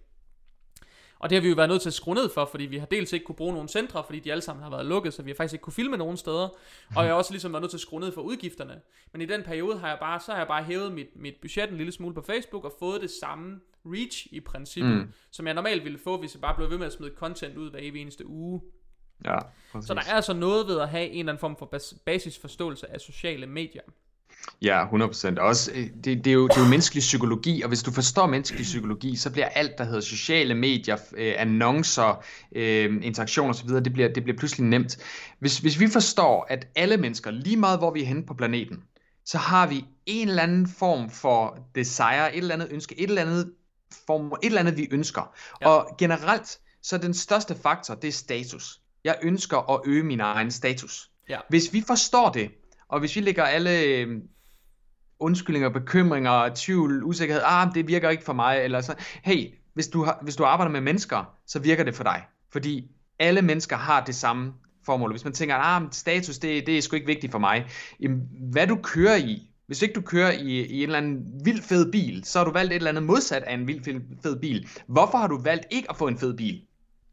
Og det har vi jo været nødt til at skrue ned for, fordi vi har dels ikke kunne bruge nogle centre, fordi de alle sammen har været lukket, så vi har faktisk ikke kunne filme nogen steder. Og jeg har også ligesom været nødt til at skrue ned for udgifterne. Men i den periode har jeg bare, så har jeg bare hævet mit, mit budget en lille smule på Facebook, og fået det samme reach i princippet, mm. som jeg normalt ville få, hvis jeg bare blev ved med at smide content ud hver evig eneste uge. Ja, så der er altså noget ved at have en eller anden form for bas- basisforståelse af sociale medier. Ja, hundrede procent. Også, det, det, er jo, det er jo menneskelig psykologi, og hvis du forstår menneskelig psykologi, så bliver alt, der hedder sociale medier, øh, annoncer, øh, interaktion osv., det bliver, det bliver pludselig nemt. Hvis, hvis vi forstår, at alle mennesker, lige meget hvor vi er henne på planeten, så har vi en eller anden form for desire, et eller andet ønske, et eller andet, form, et eller andet vi ønsker. Ja. Og generelt, så den største faktor, det er status. Jeg ønsker at øge min egen status. Ja. Hvis vi forstår det, og hvis vi lægger alle øh, undskyldninger, bekymringer, tvivl, usikkerhed, ah, det virker ikke for mig, eller så, hey, hvis du, har, hvis du arbejder med mennesker, så virker det for dig. Fordi alle mennesker har det samme formål. Hvis man tænker, ah, status, det, det er sgu ikke vigtigt for mig. Jamen, hvad du kører i, hvis ikke du kører i, i en eller anden vild fed bil, så har du valgt et eller andet modsat af en vild fed bil. Hvorfor har du valgt ikke at få en fed bil?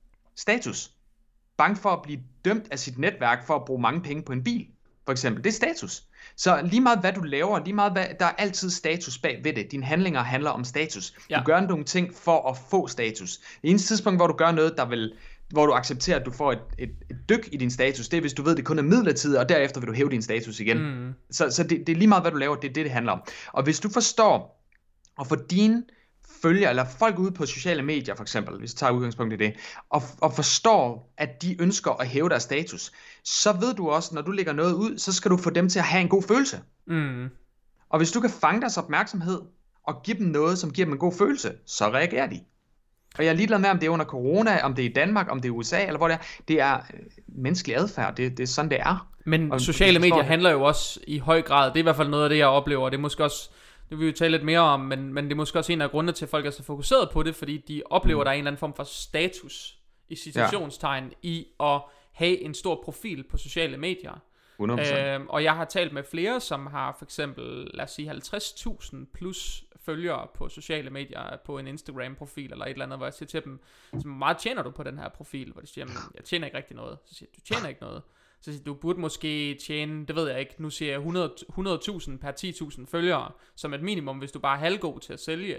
Status. Bange for at blive dømt af sit netværk for at bruge mange penge på en bil, for eksempel. Det er status. Så lige meget hvad du laver, lige meget hvad, der er altid status bag ved det. Dine handlinger handler om status. Ja. Du gør nogle ting for at få status. Det eneste tidspunkt, hvor du gør noget, der vil, hvor du accepterer, at du får et, et, et dyk i din status, det er, hvis du ved, det kun er midlertidigt, og derefter vil du hæve din status igen. Mm. Så, så det, det er lige meget, hvad du laver, det er det, det handler om. Og hvis du forstår, og for dine følger, eller folk ude på sociale medier for eksempel, hvis du tager udgangspunkt i det, og, og forstår, at de ønsker at hæve deres status, så ved du også, når du lægger noget ud, så skal du få dem til at have en god følelse. Mm. Og hvis du kan fange deres opmærksomhed, og give dem noget, som giver dem en god følelse, så reagerer de. Og jeg er ligeglad med, om det er under corona, om det er i Danmark, om det er i U S A, eller hvor det er. Det er menneskelig adfærd, det, det er sådan, det er. Men og sociale medier handler jo også i høj grad, det er i hvert fald noget af det, jeg oplever, og det er måske også, det vil vi jo tale lidt mere om, men, men det er måske også en af grundene til, at folk er så fokuseret på det, fordi de oplever, mm. der er en eller anden form for status i citationstegn ja. i at have en stor profil på sociale medier. Øhm, og jeg har talt med flere, som har for eksempel, lad os sige, halvtreds tusind plus følgere på sociale medier, på en Instagram-profil eller et eller andet, hvor jeg siger til dem, så meget tjener du på den her profil? Hvor de siger, jeg tjener ikke rigtig noget. Så siger jeg, du tjener ikke noget. Så siger du burde måske tjene, det ved jeg ikke, nu siger jeg hundrede tusind per ti tusind følgere, som et minimum, hvis du bare er halvgod til at sælge.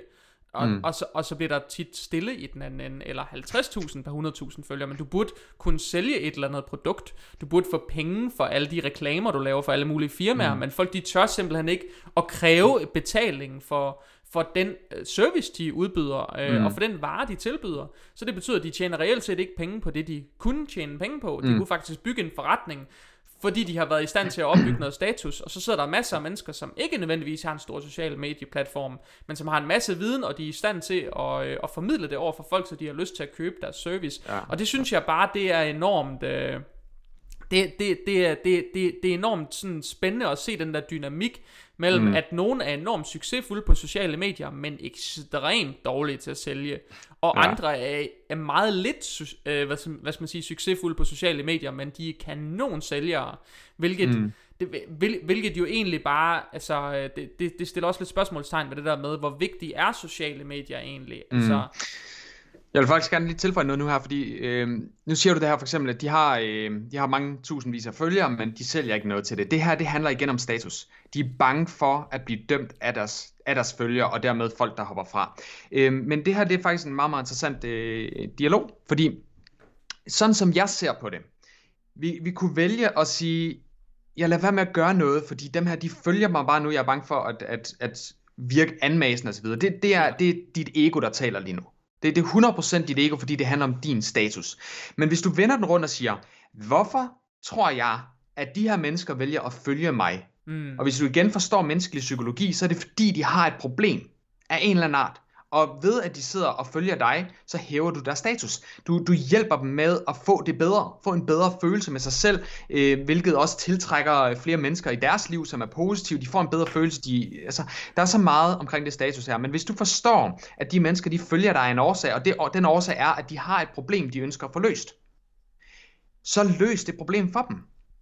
Og, mm. og, så, og så bliver der tit stille i den anden ende, eller halvtreds tusind per hundrede tusind følgere, men du burde kunne sælge et eller andet produkt. Du burde få penge for alle de reklamer, du laver for alle mulige firmaer, mm. men folk de tør simpelthen ikke at kræve betaling for, for den uh, service, de udbyder, uh, mm. og for den vare, de tilbyder. Så det betyder, at de tjener reelt set ikke penge på det, de kunne tjene penge på. De mm. kunne faktisk bygge en forretning, fordi de har været i stand til at opbygge noget status. Og så sidder der masser af mennesker, som ikke nødvendigvis har en stor social medieplatform, men som har en masse viden, og de er i stand til at, øh, at formidle det over for folk, så de har lyst til at købe deres service. Ja. Og det synes jeg bare, det er enormt... Øh, det, det, det, er, det, det, det er enormt sådan spændende at se den der dynamik mellem, mm. at nogen er enormt succesfulde på sociale medier, men ekstremt dårlige til at sælge, og ja. andre er, er meget lidt øh, hvad, hvad skal man sige, succesfulde på sociale medier, men de er kanon sælgere, hvilket, mm. det, hvil, hvilket jo egentlig bare, altså, det, det, det stiller også lidt spørgsmålstegn ved det der med, hvor vigtige er sociale medier egentlig, mm. altså... Jeg vil faktisk gerne lige tilføje noget nu her, fordi øh, nu siger du det her for eksempel, at de har, øh, de har mange tusindvis af følgere, men de sælger ikke noget til det. Det her, det handler igen om status. De er bange for at blive dømt af deres, af deres følgere, og dermed folk, der hopper fra. Øh, men det her, det er faktisk en meget, meget interessant øh, dialog, fordi sådan som jeg ser på det, vi, vi kunne vælge at sige, jeg lader være med at gøre noget, fordi dem her, de følger mig bare nu, jeg er bange for at, at, at virke anmasen og så videre. Det, det, er, det er dit ego, der taler lige nu. Det, det er hundrede procent dit ego, fordi det handler om din status. Men hvis du vender den rundt og siger, hvorfor tror jeg, at de her mennesker vælger at følge mig? Mm. Og hvis du igen forstår menneskelig psykologi, så er det fordi, de har et problem af en eller anden art. Og ved at de sidder og følger dig, så hæver du deres status. Du, du hjælper dem med at få det bedre, få en bedre følelse med sig selv, øh, hvilket også tiltrækker flere mennesker i deres liv, som er positive. De får en bedre følelse. De, altså, der er så meget omkring det status her. Men hvis du forstår, at de mennesker, de følger dig af en årsag, og, det, og den årsag er, at de har et problem, de ønsker at få løst, så løs det problem for dem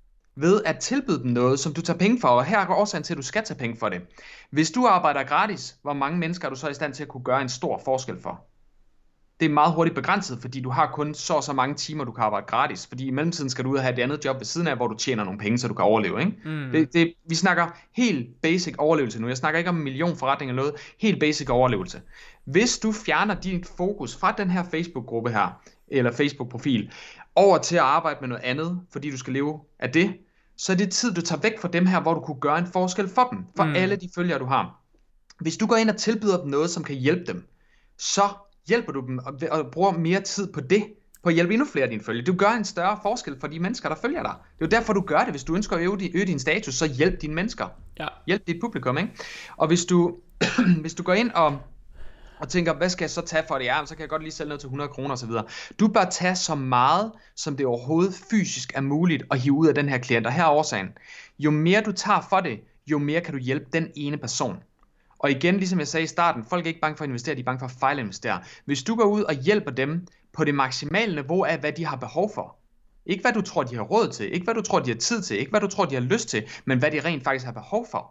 ved at tilbyde dem noget, som du tager penge for, og her går årsagen til, at du skal tage penge for det. Hvis du arbejder gratis, hvor mange mennesker er du så i stand til at kunne gøre en stor forskel for? Det er meget hurtigt begrænset, fordi du har kun så og så mange timer, du kan arbejde gratis, fordi i mellemtiden skal du ud og have et andet job ved siden af, hvor du tjener nogle penge, så du kan overleve. Ikke? Mm. Det, det, vi snakker helt basic overlevelse nu. Jeg snakker ikke om en million forretning eller noget. Helt basic overlevelse. Hvis du fjerner dit fokus fra den her Facebook-gruppe her, eller Facebook-profil, over til at arbejde med noget andet, fordi du skal leve af det, så er det tid, du tager væk fra dem her, hvor du kunne gøre en forskel for dem, for mm. alle de følgere, du har. Hvis du går ind og tilbyder dem noget, som kan hjælpe dem, så hjælper du dem og, og bruger mere tid på det, på at hjælpe endnu flere af dine følgere. Du gør en større forskel for de mennesker, der følger dig. Det er jo derfor, du gør det. Hvis du ønsker at øge, øge din status, så hjælp dine mennesker. Ja. Hjælp dit publikum, ikke? Og hvis du, hvis du går ind og og tænker, hvad skal jeg så tage for det? Ja, så kan jeg godt lige sælge noget til hundrede kroner og så videre. Du bør tage så meget, som det overhovedet fysisk er muligt at hive ud af den her klient. Og her er årsagen. Jo mere du tager for det, jo mere kan du hjælpe den ene person. Og igen, ligesom jeg sagde i starten, folk er ikke bange for at investere, de er bange for at fejlinvestere. Hvis du går ud og hjælper dem på det maksimale niveau af, hvad de har behov for. Ikke hvad du tror, de har råd til. Ikke hvad du tror, de har tid til. Ikke hvad du tror, de har lyst til. Men hvad de rent faktisk har behov for.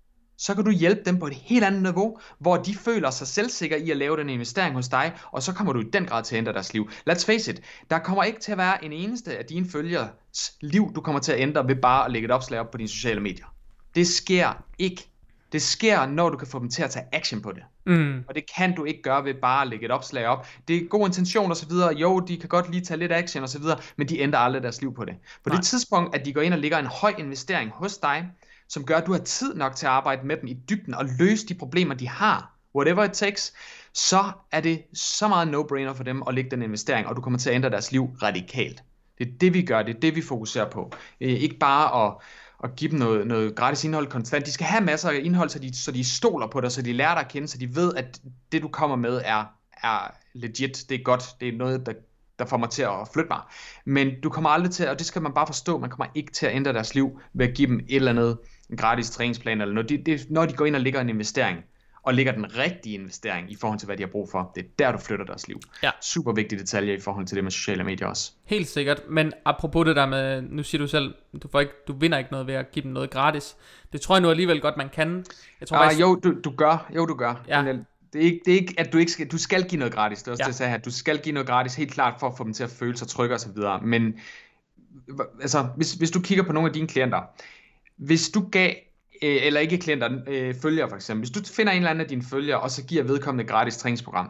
Så kan du hjælpe dem på et helt andet niveau, hvor de føler sig selvsikre i at lave den investering hos dig, og så kommer du i den grad til at ændre deres liv. Let's face it, der kommer ikke til at være en eneste af dine følgers liv, du kommer til at ændre ved bare at lægge et opslag op på dine sociale medier. Det sker ikke. Det sker, når du kan få dem til at tage action på det. Mm. Og det kan du ikke gøre ved bare at lægge et opslag op. Det er god intention og så videre. Jo, de kan godt lige tage lidt action og så videre, men de ændrer aldrig deres liv på det. På Nej. Det tidspunkt, at de går ind og lægger en høj investering hos dig, som gør, at du har tid nok til at arbejde med dem i dybden og løse de problemer, de har, whatever it takes, så er det så meget no-brainer for dem at lægge den investering, og du kommer til at ændre deres liv radikalt. Det er det, vi gør, det er det, vi fokuserer på. Eh, ikke bare at, at give dem noget, noget gratis indhold konstant. De skal have masser af indhold, så de, så de stoler på dig, så de lærer dig at kende, så de ved, at det, du kommer med, er, er legit, det er godt, det er noget, der der får mig til at flytte mig. Men du kommer aldrig til, og det skal man bare forstå, man kommer ikke til at ændre deres liv ved at give dem et eller andet en gratis træningsplan eller noget. Det, det, når de går ind og lægger en investering, og lægger den rigtige investering i forhold til, hvad de har brug for, det er der, du flytter deres liv. Ja. Super vigtige detaljer i forhold til det med sociale medier også. Helt sikkert, men apropos det der med, nu siger du selv, du, får ikke, du vinder ikke noget ved at give dem noget gratis. Det tror jeg nu alligevel godt, man kan. Jeg tror, ah, faktisk... Jo, du, du gør, jo du gør. Ja. Men, Det er, ikke, det er ikke, at du ikke skal, du skal give noget gratis. Det er også ja. det, jeg sagde her. Du skal give noget gratis, helt klart, for at få dem til at føle sig trygge og så videre. Men altså, hvis, hvis du kigger på nogle af dine klienter, hvis du gav øh, eller ikke klienter, øh, følgere for eksempel. Hvis du finder en eller anden af dine følgere, og så giver vedkommende gratis træningsprogram,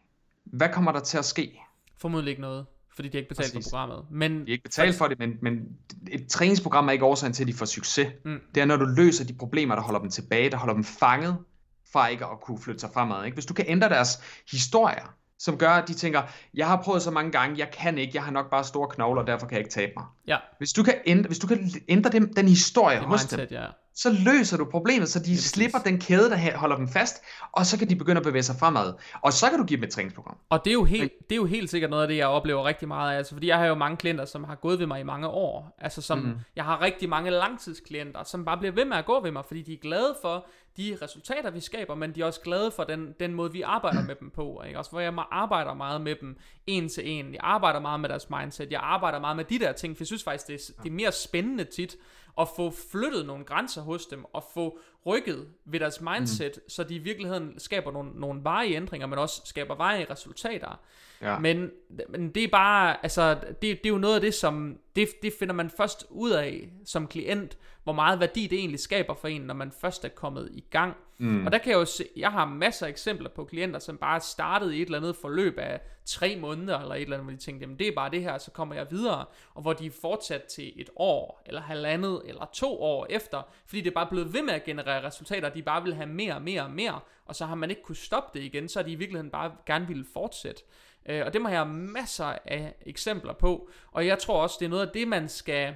hvad kommer der til at ske? Formodentlig ikke noget, fordi de har ikke betalt for programmet. Men de har ikke betalt for det, men, men et træningsprogram er ikke årsagen til, at de får succes. Mm. Det er, når du løser de problemer, der holder dem tilbage, der holder dem fanget fra ikke at kunne flytte sig fremad. Ikke? Hvis du kan ændre deres historier, som gør, at de tænker, jeg har prøvet så mange gange, jeg kan ikke, jeg har nok bare store knogler, og derfor kan jeg ikke tabe mig. Ja. Hvis du kan ændre, hvis du kan ændre dem, den historie hos mindset, dem, ja. så løser du problemet, så de ja, slipper den kæde, der holder dem fast, og så kan de begynde at bevæge sig fremad. Og så kan du give dem et træningsprogram. Og det er jo helt, det er jo helt sikkert noget af det, jeg oplever rigtig meget af. Altså, fordi jeg har jo mange klienter, som har gået ved mig i mange år. Altså, som, mm. jeg har rigtig mange langtidsklienter, som bare bliver ved med at gå ved mig, fordi de er glade for de resultater, vi skaber, men de er også glade for den, den måde, vi arbejder med dem på. Ikke? Også hvor jeg arbejder meget med dem en til en. Jeg arbejder meget med deres mindset. Jeg arbejder meget med de der ting, for jeg synes faktisk, det er, det er mere spændende tit, at få flyttet nogle grænser hos dem, og få rykket ved deres mindset, mm. så de i virkeligheden skaber nogle, nogle varige ændringer, men også skaber varige resultater. Ja. Men, men det er bare, altså, det, det er jo noget af det, som, det, det finder man først ud af som klient, hvor meget værdi det egentlig skaber for en, når man først er kommet i gang. Mm. Og der kan jeg jo se, jeg har masser af eksempler på klienter, som bare startede i et eller andet forløb af tre måneder, eller et eller andet, hvor de tænkte, jamen det er bare det her, så kommer jeg videre, og hvor de er fortsat til et år, eller halvandet, eller to år efter, fordi det er bare blevet ved med at generere resultater, de bare vil have mere og mere og mere, og så har man ikke kunne stoppe det igen, så er de i virkeligheden bare gerne ville fortsætte. Uh, og det må jeg have masser af eksempler på, og jeg tror også, det er noget af det, man skal,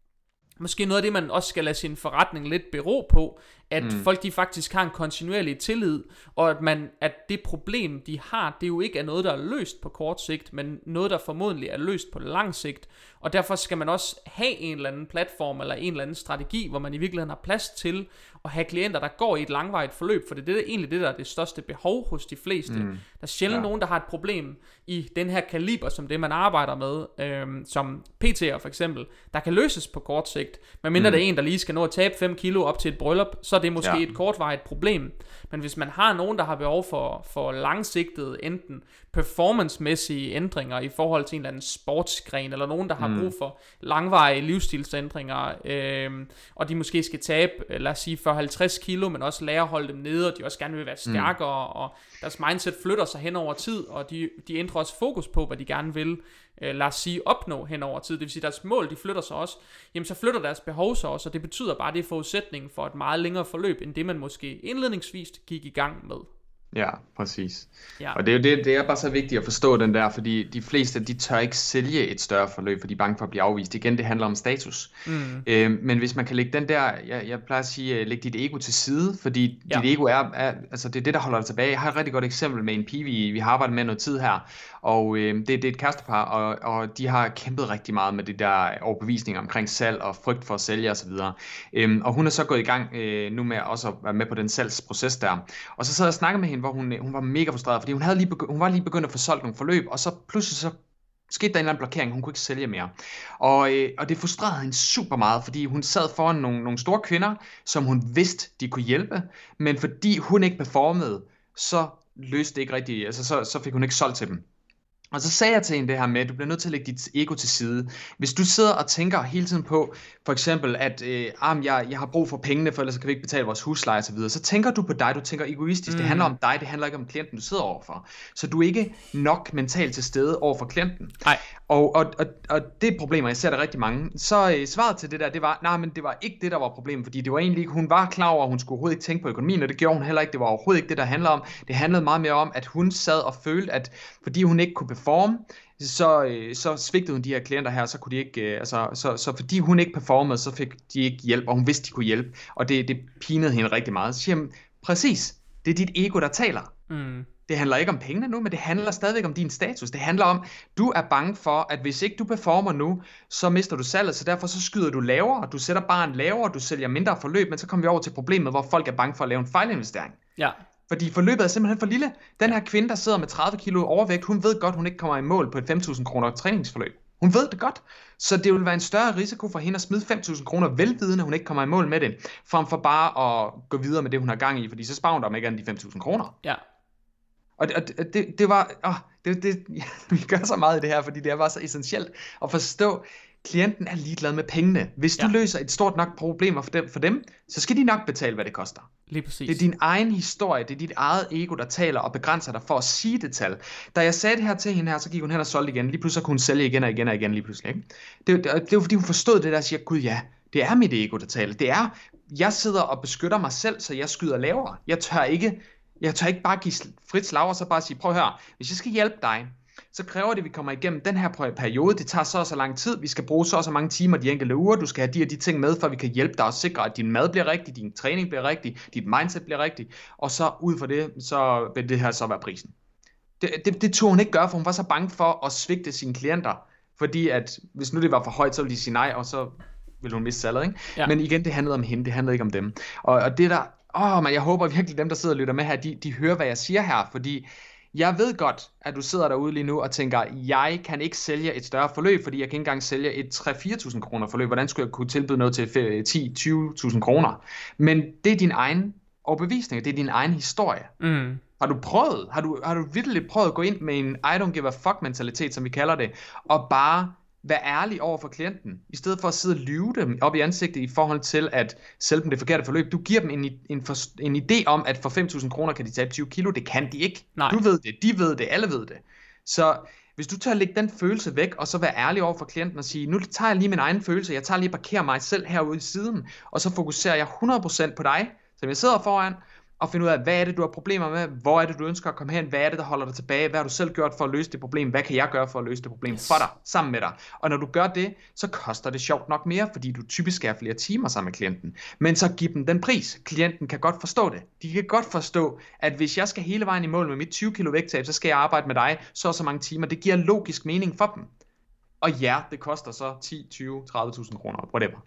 måske noget af det, man også skal lade sin forretning lidt bero på, at mm. folk de faktisk har en kontinuerlig tillid, og at, man, at det problem, de har, det jo ikke er noget, der er løst på kort sigt, men noget, der formodentlig er løst på lang sigt, og derfor skal man også have en eller anden platform, eller en eller anden strategi, hvor man i virkeligheden har plads til at have klienter, der går i et langvarigt forløb, for det er det, egentlig det, der er det største behov hos de fleste. Mm. Der er sjældent ja. nogen, der har et problem i den her kaliber, som det man arbejder med, øhm, som P T'er for eksempel, der kan løses på kort sigt, medmindre mm. det er en, der lige skal nå at tabe fem kilo op til et bryllup, så er det måske ja. et kortvarigt problem. Men hvis man har nogen, der har behov for, for langsigtede, enten performancemæssige ændringer i forhold til en eller anden sportsgren, eller nogen, der har mm. brug for langvarige livsstilsændringer, øhm, og de måske skal tabe, lad os sige, fyrre til halvtreds kilo, men også lære at holde dem nede, og de også gerne vil være stærkere, mm. og deres mindset flytter sig hen over tid, og de, de ændrer også fokus på, hvad de gerne vil, øh, lad os sige, opnå hen over tid. Det vil sige, deres mål, de flytter sig også, jamen så flytter deres behov sig også, og det betyder bare, at det er forudsætningen for et meget længere forløb, end det man måske indledningsvis gik i gang med. Ja, præcis. Ja. Og det er jo det, det er bare så vigtigt at forstå den der, fordi de fleste, de tør ikke sælge et større forløb, fordi de er bange for at blive afvist. Igen, det handler om status. Mm. Øh, men hvis man kan lægge den der, jeg, jeg plejer at sige, læg dit ego til side, fordi ja. dit ego er, er, altså det er det, der holder dig tilbage. Jeg har et rigtig godt eksempel med en pige, vi, vi har arbejdet med noget tid her, og øh, det, det er et kærestepar, og, og de har kæmpet rigtig meget med det der overbevisninger omkring salg og frygt for at sælge osv. Øh, og hun er så gået i gang øh, nu med også at være med på den salgsproces der. Og så sad jeg og snakkede med hende, hvor hun, hun var mega frustreret, fordi hun, havde lige begy- hun var lige begyndt at få solgt nogle forløb, og så pludselig så skete der en eller anden blokering, hun kunne ikke sælge mere. Og, øh, og det frustrerede hende super meget, fordi hun sad foran nogle, nogle store kvinder, som hun vidste, de kunne hjælpe, men fordi hun ikke performede, så løste det ikke rigtigt, altså så, så fik hun ikke solgt til dem. Og så sagde jeg til hende det her med, at du bliver nødt til at lægge dit ego til side. Hvis du sidder og tænker hele tiden på, for eksempel, at øh, ah, jeg, jeg har brug for pengene, for ellers kan vi ikke betale vores husleje osv., så, så tænker du på dig, du tænker egoistisk. Mm. Det handler om dig, det handler ikke om klienten, du sidder overfor. Så du er ikke nok mentalt til stede over for klienten. Nej. Og, og, og, og det er problemer, jeg ser der rigtig mange. Så øh, svaret til det der, det var, nej, men det var ikke det, der var problemet, fordi det var egentlig ikke, hun var klar over, at hun skulle overhovedet ikke tænke på økonomien, og det gjorde hun heller ikke. Det var overhovedet ikke det, der handlede om. Det handlede meget mere om, at hun sad og følte, at fordi hun ikke kunne performe, så, øh, så svigtede hun de her klienter her, så kunne de ikke, øh, altså, så, så fordi hun ikke performede, så fik de ikke hjælp, og hun vidste, de kunne hjælpe, og det, det pinede hende rigtig meget. Så siger hun, præcis, det er dit ego, der taler. Mm. Det handler ikke om pengene nu, men det handler stadigvæk om din status. Det handler om, du er bange for, at hvis ikke du performer nu, så mister du salget, så derfor så skyder du lavere, du sætter barren lavere, du sælger mindre forløb, men så kommer vi over til problemet, hvor folk er bange for at lave en fejlinvestering. Ja. Fordi forløbet er simpelthen for lille. Den her kvinde, der sidder med tredive kilo overvægt, hun ved godt, hun ikke kommer i mål på et fem tusind kroner træningsforløb. Hun ved det godt. Så det vil være en større risiko for hende at smide fem tusind kroner velvidende, hun ikke kommer i mål med det, frem for bare at gå videre med det, hun har gang i, fordi så sparer hun der om ikke andet de fem tusind kroner. Ja. Og det, og det, det var, åh, det, det, vi gør så meget i det her, fordi det er bare så essentielt at forstå, klienten er ligeglad med pengene. Hvis du Ja. løser et stort nok problem for dem, for dem, så skal de nok betale, hvad det koster. Lige præcis. Det er din egen historie, det er dit eget ego, der taler og begrænser dig for at sige det tal. Da jeg sagde det her til hende her, så gik hun hen og solgte igen. Lige pludselig kunne hun sælge igen og igen og igen lige pludselig. Ikke? Det, det, det var fordi hun forstod det der og siger, gud ja, det er mit ego, der taler. Det er, jeg sidder og beskytter mig selv, så jeg skyder lavere. Jeg tør ikke, jeg tør ikke bare give frit slag og så bare sige, prøv at høre, hvis jeg skal hjælpe dig, så kræver det, at vi kommer igennem den her periode. Det tager så og så lang tid. Vi skal bruge så og så mange timer de enkelte uger. Du skal have de og de ting med, for vi kan hjælpe dig og sikre, at din mad bliver rigtig, din træning bliver rigtig, dit mindset bliver rigtig. Og så ud fra det, så vil det her så være prisen. Det, det, det tog hun ikke gøre, for hun var så bange for at svigte sine klienter. Fordi at hvis nu det var for højt, så ville de sige nej, og så ville hun miste salget. Ikke? Ja. Men igen, det handlede om hende, det handlede ikke om dem. Og, og det der, åh, men jeg håber virkelig, dem der sidder og lytter med her, de, de hører, hvad jeg siger her, fordi jeg ved godt, at du sidder derude lige nu og tænker, jeg kan ikke sælge et større forløb, fordi jeg kan ikke engang sælge et tre til fire tusind kroner forløb. Hvordan skulle jeg kunne tilbyde noget til ti til tyve tusind kroner? Men det er din egen overbevisning, det er din egen historie. Mm. Har du prøvet, har du, har du virkelig prøvet at gå ind med en I don't give a fuck mentalitet, som vi kalder det, og bare være ærlig over for klienten, i stedet for at sidde og lyve dem op i ansigtet i forhold til at sælge dem det forkerte forløb. Du giver dem en, en, for, en idé om, at for fem tusind kroner kan de tabe tyve kilo. Det kan de ikke. Nej. Du ved det, de ved det, alle ved det. Så hvis du tager at lægge den følelse væk, og så være ærlig over for klienten og sige, nu tager jeg lige min egen følelse, jeg tager lige og parkerer mig selv herude i siden, og så fokuserer jeg hundrede procent på dig, som jeg sidder foran, og finde ud af, hvad er det, du har problemer med, hvor er det, du ønsker at komme hen, hvad er det, der holder dig tilbage, hvad har du selv gjort for at løse det problem, hvad kan jeg gøre for at løse det problem Yes. for dig, sammen med dig. Og når du gør det, så koster det sjovt nok mere, fordi du typisk er flere timer sammen med klienten. Men så giv dem den pris. Klienten kan godt forstå det. De kan godt forstå, at hvis jeg skal hele vejen i mål med mit tyve kilo vægttab, så skal jeg arbejde med dig så og så mange timer. Det giver logisk mening for dem. Og ja, det koster så ti, tyve, tredive tusind kroner, whatever.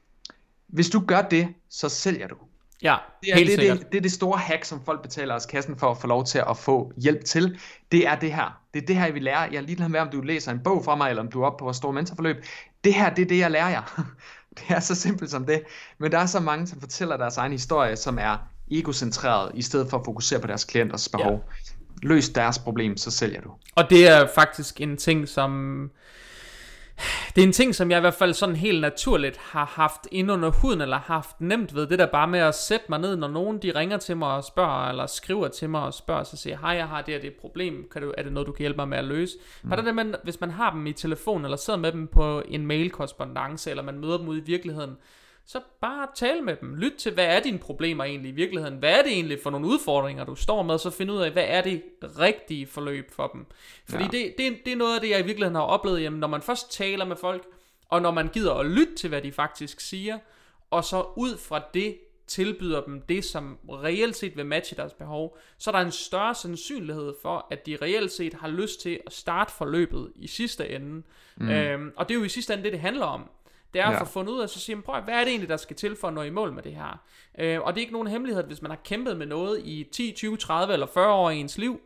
Hvis du gør det, så sælger du. Ja, Det er helt det, sikkert. det, det er det store hack, som folk betaler os kassen for at få lov til at få hjælp til. Det er det her. Det er det her, jeg vil lære. Jeg er ligeglad med, om du læser en bog fra mig, eller om du er oppe på vores store mentorforløb. Det her, det er det, jeg lærer jer. Det er så simpelt som det. Men der er så mange, som fortæller deres egen historie, som er egocentreret, i stedet for at fokusere på deres klienters behov. Ja. Løs deres problem, så sælger du. Og det er faktisk en ting, som... Det er en ting, som jeg i hvert fald sådan helt naturligt har haft ind under huden, eller haft nemt ved. Det der bare med at sætte mig ned, når nogen de ringer til mig og spørger, eller skriver til mig og spørger, så siger hej, jeg har det her, det er et problem, kan du, er det noget, du kan hjælpe mig med at løse? Mm. Bare det, man, hvis man har dem i telefon, eller sidder med dem på en mail-korrespondance, eller man møder dem ude i virkeligheden, så bare tale med dem. Lyt til, hvad er dine problemer egentlig i virkeligheden? Hvad er det egentlig for nogle udfordringer, du står med? Så find ud af, hvad er det rigtige forløb for dem? Fordi ja. det, det, det er noget af det, jeg i virkeligheden har oplevet. Jamen, når man først taler med folk, og når man gider at lytte til, hvad de faktisk siger, og så ud fra det tilbyder dem det, som reelt set vil matche deres behov, så er der en større sandsynlighed for, at de reelt set har lyst til at starte forløbet i sidste ende. Mm. Øhm, og det er jo i sidste ende det, det handler om. Det er at Ja. få fundet ud af, så siger man, prøv, hvad er det egentlig, der skal til for at nå i mål med det her? Øh, og det er ikke nogen hemmelighed, at hvis man har kæmpet med noget i ti, tyve, tredive eller fyrre år i ens liv,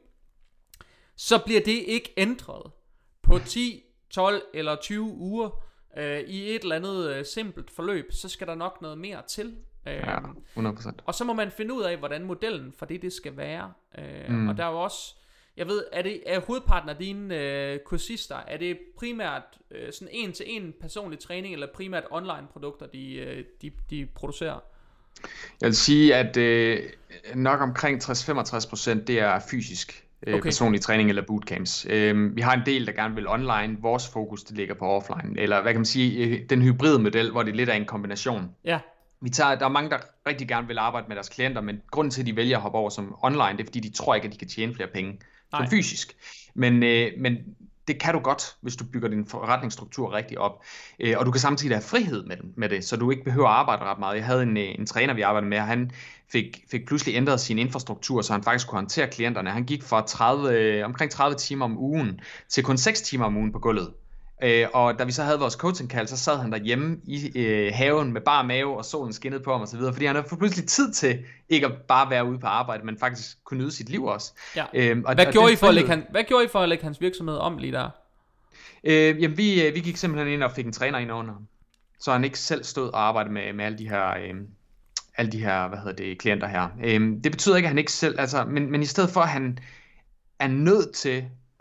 så bliver det ikke ændret på ti, tolv eller tyve uger øh, i et eller andet øh, simpelt forløb. Så skal der nok noget mere til. Øh, Ja, hundrede procent. og så må man finde ud af, hvordan modellen for det, det skal være. Øh, Mm. Og der er jo også... Jeg ved, er det er hovedparten af dine øh, kursister, er det primært øh, sådan en til en personlig træning, eller primært online produkter, de, øh, de, de producerer? Jeg vil sige, at øh, nok omkring tres til femogtres procent det er fysisk øh, Okay. personlig træning eller bootcamps. Øh, vi har en del, der gerne vil online. Vores fokus det ligger på offline. Eller hvad kan man sige, øh, den hybride model, hvor det lidt er en kombination. Ja, Vi tager, der er mange, der rigtig gerne vil arbejde med deres klienter, men grunden til, at de vælger at hoppe over som online, det er, fordi de tror ikke, at de kan tjene flere penge som Nej. fysisk. Men, øh, men det kan du godt, hvis du bygger din forretningsstruktur rigtig op. Øh, og du kan samtidig have frihed med, den, med det, så du ikke behøver at arbejde ret meget. Jeg havde en, øh, en træner, vi arbejdede med, og han fik, fik pludselig ændret sin infrastruktur, så han faktisk kunne håndtere klienterne. Han gik fra tredive, øh, omkring tredive timer om ugen til kun seks timer om ugen på gulvet. Øh, og da vi så havde vores coaching-kald, så sad han derhjemme i øh, haven med bare mave, og solen skinnede på ham og så videre, fordi han havde fået pludselig tid til ikke at bare være ude på arbejde, men faktisk kunne nyde sit liv også. ja. Øhm, og, Hvad, og gjorde den I for at lægge frihed- han, hvad gjorde I for at lægge hans virksomhed om lige der? Øh, jamen vi, øh, vi gik simpelthen ind og fik en træner ind under ham, så han ikke selv stod og arbejdede med, med alle de her, øh, alle de her, hvad hedder det, klienter her. Øh, det betyder ikke, at han ikke selv, altså, men, men i stedet for, at han er nødt til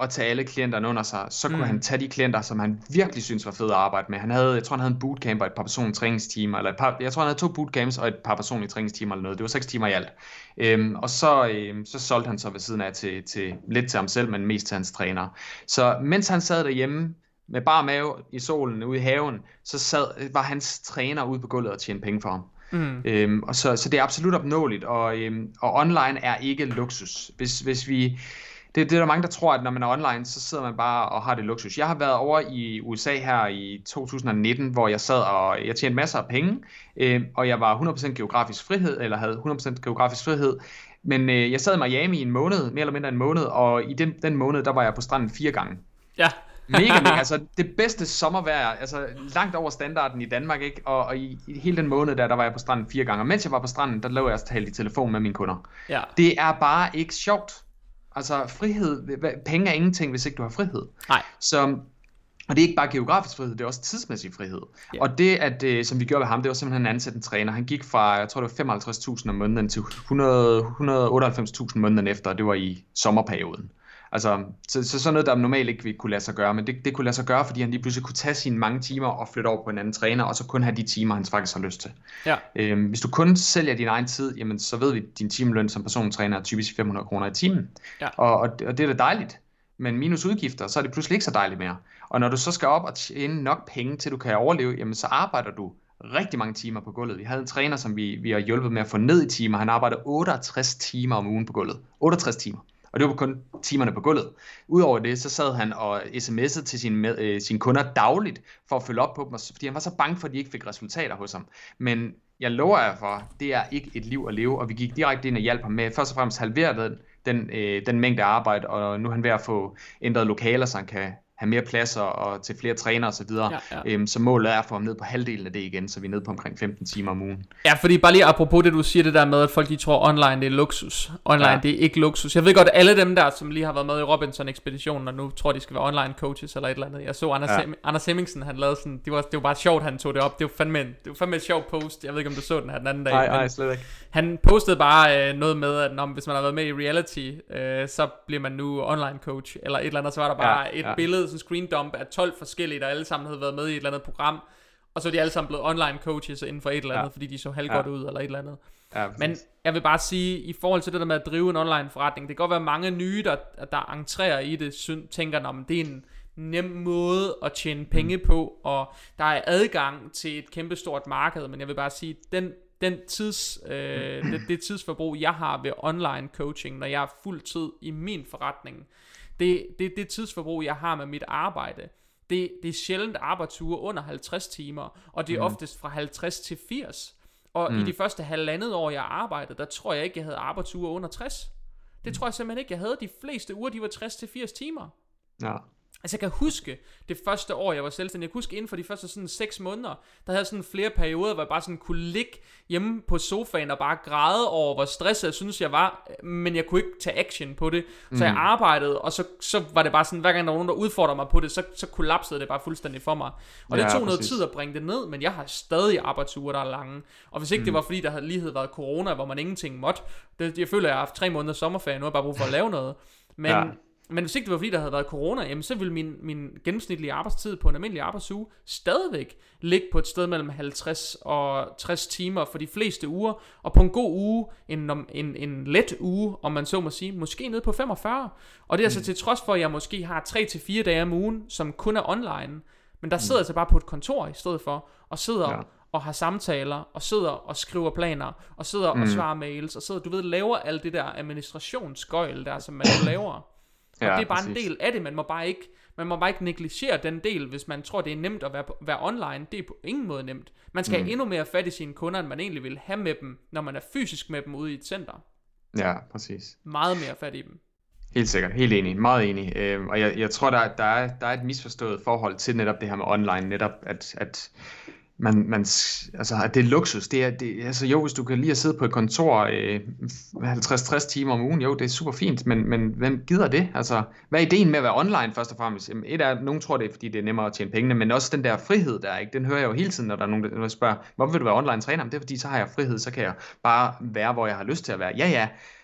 at tage alle klienterne under sig, så kunne Mm. han tage de klienter, som han virkelig synes var fede at arbejde med. Han havde, jeg tror han havde en bootcamp og et par personlige træningstimer, eller et par, jeg tror han havde to bootcamps og et par personlige træningstimer eller noget. Det var seks timer i alt. Øhm, og så, øhm, så solgte han så ved siden af til, til lidt til ham selv, men mest til hans træner. Så mens han sad derhjemme med bare mave i solen ude i haven, så sad, var hans træner ude på gulvet og tjente penge for ham. Mm. Øhm, og så, så det er absolut opnåeligt, og, øhm, og online er ikke luksus. Hvis, hvis vi, det, det er der mange, der tror, at når man er online, så sidder man bare og har det luksus. Jeg har været over i U S A her i to tusind nitten, hvor jeg sad og jeg tjente masser af penge, øhm, og jeg var hundrede procent geografisk frihed, eller havde hundrede procent geografisk frihed. Men øh, jeg sad i Miami i en måned, mere eller mindre en måned, og i den, den måned, der var jeg på stranden fire gange. Ja. Mega, mega, altså det bedste sommervejr, altså langt over standarden i Danmark, ikke? Og, og i, i hele den måned der, der var jeg på stranden fire gange, og mens jeg var på stranden, der lå jeg talt i telefon med mine kunder. Ja. Det er bare ikke sjovt. Altså frihed, penge er ingenting, hvis ikke du har frihed. Nej. Så, og det er ikke bare geografisk frihed, det er også tidsmæssig frihed. Ja. Og det, at, øh, som vi gjorde ved ham, det var simpelthen en ansat en træner. Han gik fra, jeg tror det var femoghalvtreds tusind om måneden til hundrede, et hundrede og otteoghalvfems tusind måneden efter, og det var i sommerperioden. Altså, så, så sådan noget, der normalt ikke ville kunne lade sig gøre, men det, det kunne lade sig gøre, fordi han lige pludselig kunne tage sine mange timer og flytte over på en anden træner, og så kun have de timer, han faktisk har lyst til. Ja. Øhm, hvis du kun sælger din egen tid, jamen, så ved vi, at din timeløn som persontræner er typisk fem hundrede kroner i timen. Ja. Og, og, og det er da dejligt, men minus udgifter, så er det pludselig ikke så dejligt mere. Og når du så skal op og tjene nok penge, til du kan overleve, jamen så arbejder du rigtig mange timer på gulvet. Vi havde en træner, som vi, vi har hjulpet med at få ned i timer. Han arbejder otteogtres timer om ugen på gulvet. otteogtres timer. Og det var kun timerne på gulvet. Udover det, så sad han og sms'ede til sine, med, øh, sine kunder dagligt, for at følge op på dem, fordi han var så bange for, at de ikke fik resultater hos ham. Men jeg lover jer for, det er ikke et liv at leve, og vi gik direkte ind og hjalp ham med, først og fremmest halvere den, den, øh, den mængde arbejde, og nu er han ved at få ændret lokaler, så han kan have mere pladser og til flere trænere og så videre. Ja, ja. Øhm, så målet er at få ham ned på halvdelen af det igen, så vi er nede på omkring femten timer om ugen. Ja, fordi bare lige apropos det, du siger det der med, at folk de tror online det er luksus. Online ja. Det er ikke luksus. Jeg ved godt, at alle dem der, som lige har været med i Robinson-ekspeditionen, og nu tror de skal være online coaches eller et eller andet. Jeg så Anders, ja. Hem- Anders Hemmingsen, han lavede sådan, det var, det var bare sjovt, han tog det op. Det var fandme, det var fandme et sjovt post. Jeg ved ikke, om du så den her den anden dag. Nej, nej, slet ikke. Han postede bare øh, noget med, at når, hvis man har været med i reality, øh, så bliver man nu online coach, eller et eller andet. Så var der bare ja, et ja. billede, sådan en screen dump af tolv forskellige, der alle sammen havde været med i et eller andet program, og så er de alle sammen blevet online coaches inden for et eller andet, ja. fordi de så halvgodt ja. ud, eller et eller andet. Ja, men jeg vil bare sige, i forhold til det der med at drive en online forretning, det kan godt være mange nye, der, der entrerer i det, synes, tænker, at det er en nem måde at tjene penge mm. på, og der er adgang til et kæmpestort marked, men jeg vil bare sige, den Den tids, øh, det, det tidsforbrug jeg har ved online coaching, når jeg er fuld tid i min forretning, det, det, det tidsforbrug jeg har med mit arbejde, det, det er sjældent arbejdsuger under halvtreds timer, og det er mm. oftest fra halvtreds til firs. Og mm. i de første halvandet år jeg arbejdede, der tror jeg ikke jeg havde arbejdsuger under tres. Det mm. tror jeg simpelthen ikke jeg havde. De fleste uger de var tres til firs timer. Ja. Altså jeg kan huske det første år jeg var selvstændig. Jeg kan huske inden for de første sådan seks måneder, der havde jeg sådan flere perioder, hvor jeg bare sådan kunne ligge hjemme på sofaen og bare græde over hvor stresset jeg synes jeg var, men jeg kunne ikke tage action på det. Så mm. jeg arbejdede, og så, så var det bare sådan, hver gang der var nogen der udfordrede mig på det, så, så kollapsede det bare fuldstændig for mig. Og det ja, tog præcis. noget tid at bringe det ned, men jeg har stadig arbejdsuger der er lange. Og hvis ikke mm. det var fordi der lige havde været corona, hvor man ingenting måtte, det, jeg føler jeg har haft tre måneder sommerferie, nu har jeg bare brug for at lave noget. Men ja. Men hvis ikke det var fordi der havde været corona, jamen så ville min, min gennemsnitlige arbejdstid på en almindelig arbejdsuge stadigvæk ligge på et sted mellem halvtreds og tres timer for de fleste uger. Og på en god uge, en, en, en let uge, om man så må sige, måske ned på femogfyrre. Og det er mm. altså til trods for, at jeg måske har tre til fire dage om ugen, som kun er online. Men der sidder mm. altså bare på et kontor i stedet for, og sidder ja. og har samtaler, og sidder og skriver planer, og sidder mm. og svarer mails, og sidder, du ved, laver alt det der administrationsgøjl der, som man laver. Og ja, det er bare præcis. en del af det. Man må bare ikke Man må bare ikke negligere den del, hvis man tror det er nemt at være, være online. Det er på ingen måde nemt. Man skal mm. have endnu mere fat i sine kunder, end man egentlig vil have med dem, når man er fysisk med dem ude i et center. Ja, præcis. Meget mere fat i dem. Helt sikkert, helt enig, meget enig. Øhm, og jeg, jeg tror der, der, er, der er et misforstået forhold til netop det her med online, netop at, at man, man, altså, at det er luksus. Det er, det, altså jo, hvis du kan lige at sidde på et kontor øh, halvtreds til tres timer om ugen, jo, det er super fint, men, men hvem gider det? Altså, hvad er ideen med at være online først og fremmest? Et er, nogen tror det er, fordi det er nemmere at tjene pengene, men også den der frihed der, ikke? Den hører jeg jo hele tiden, når der er nogen, der spørger, hvorfor vil du være online træner? Men det er fordi, så har jeg frihed, så kan jeg bare være, hvor jeg har lyst til at være. Ja, ja.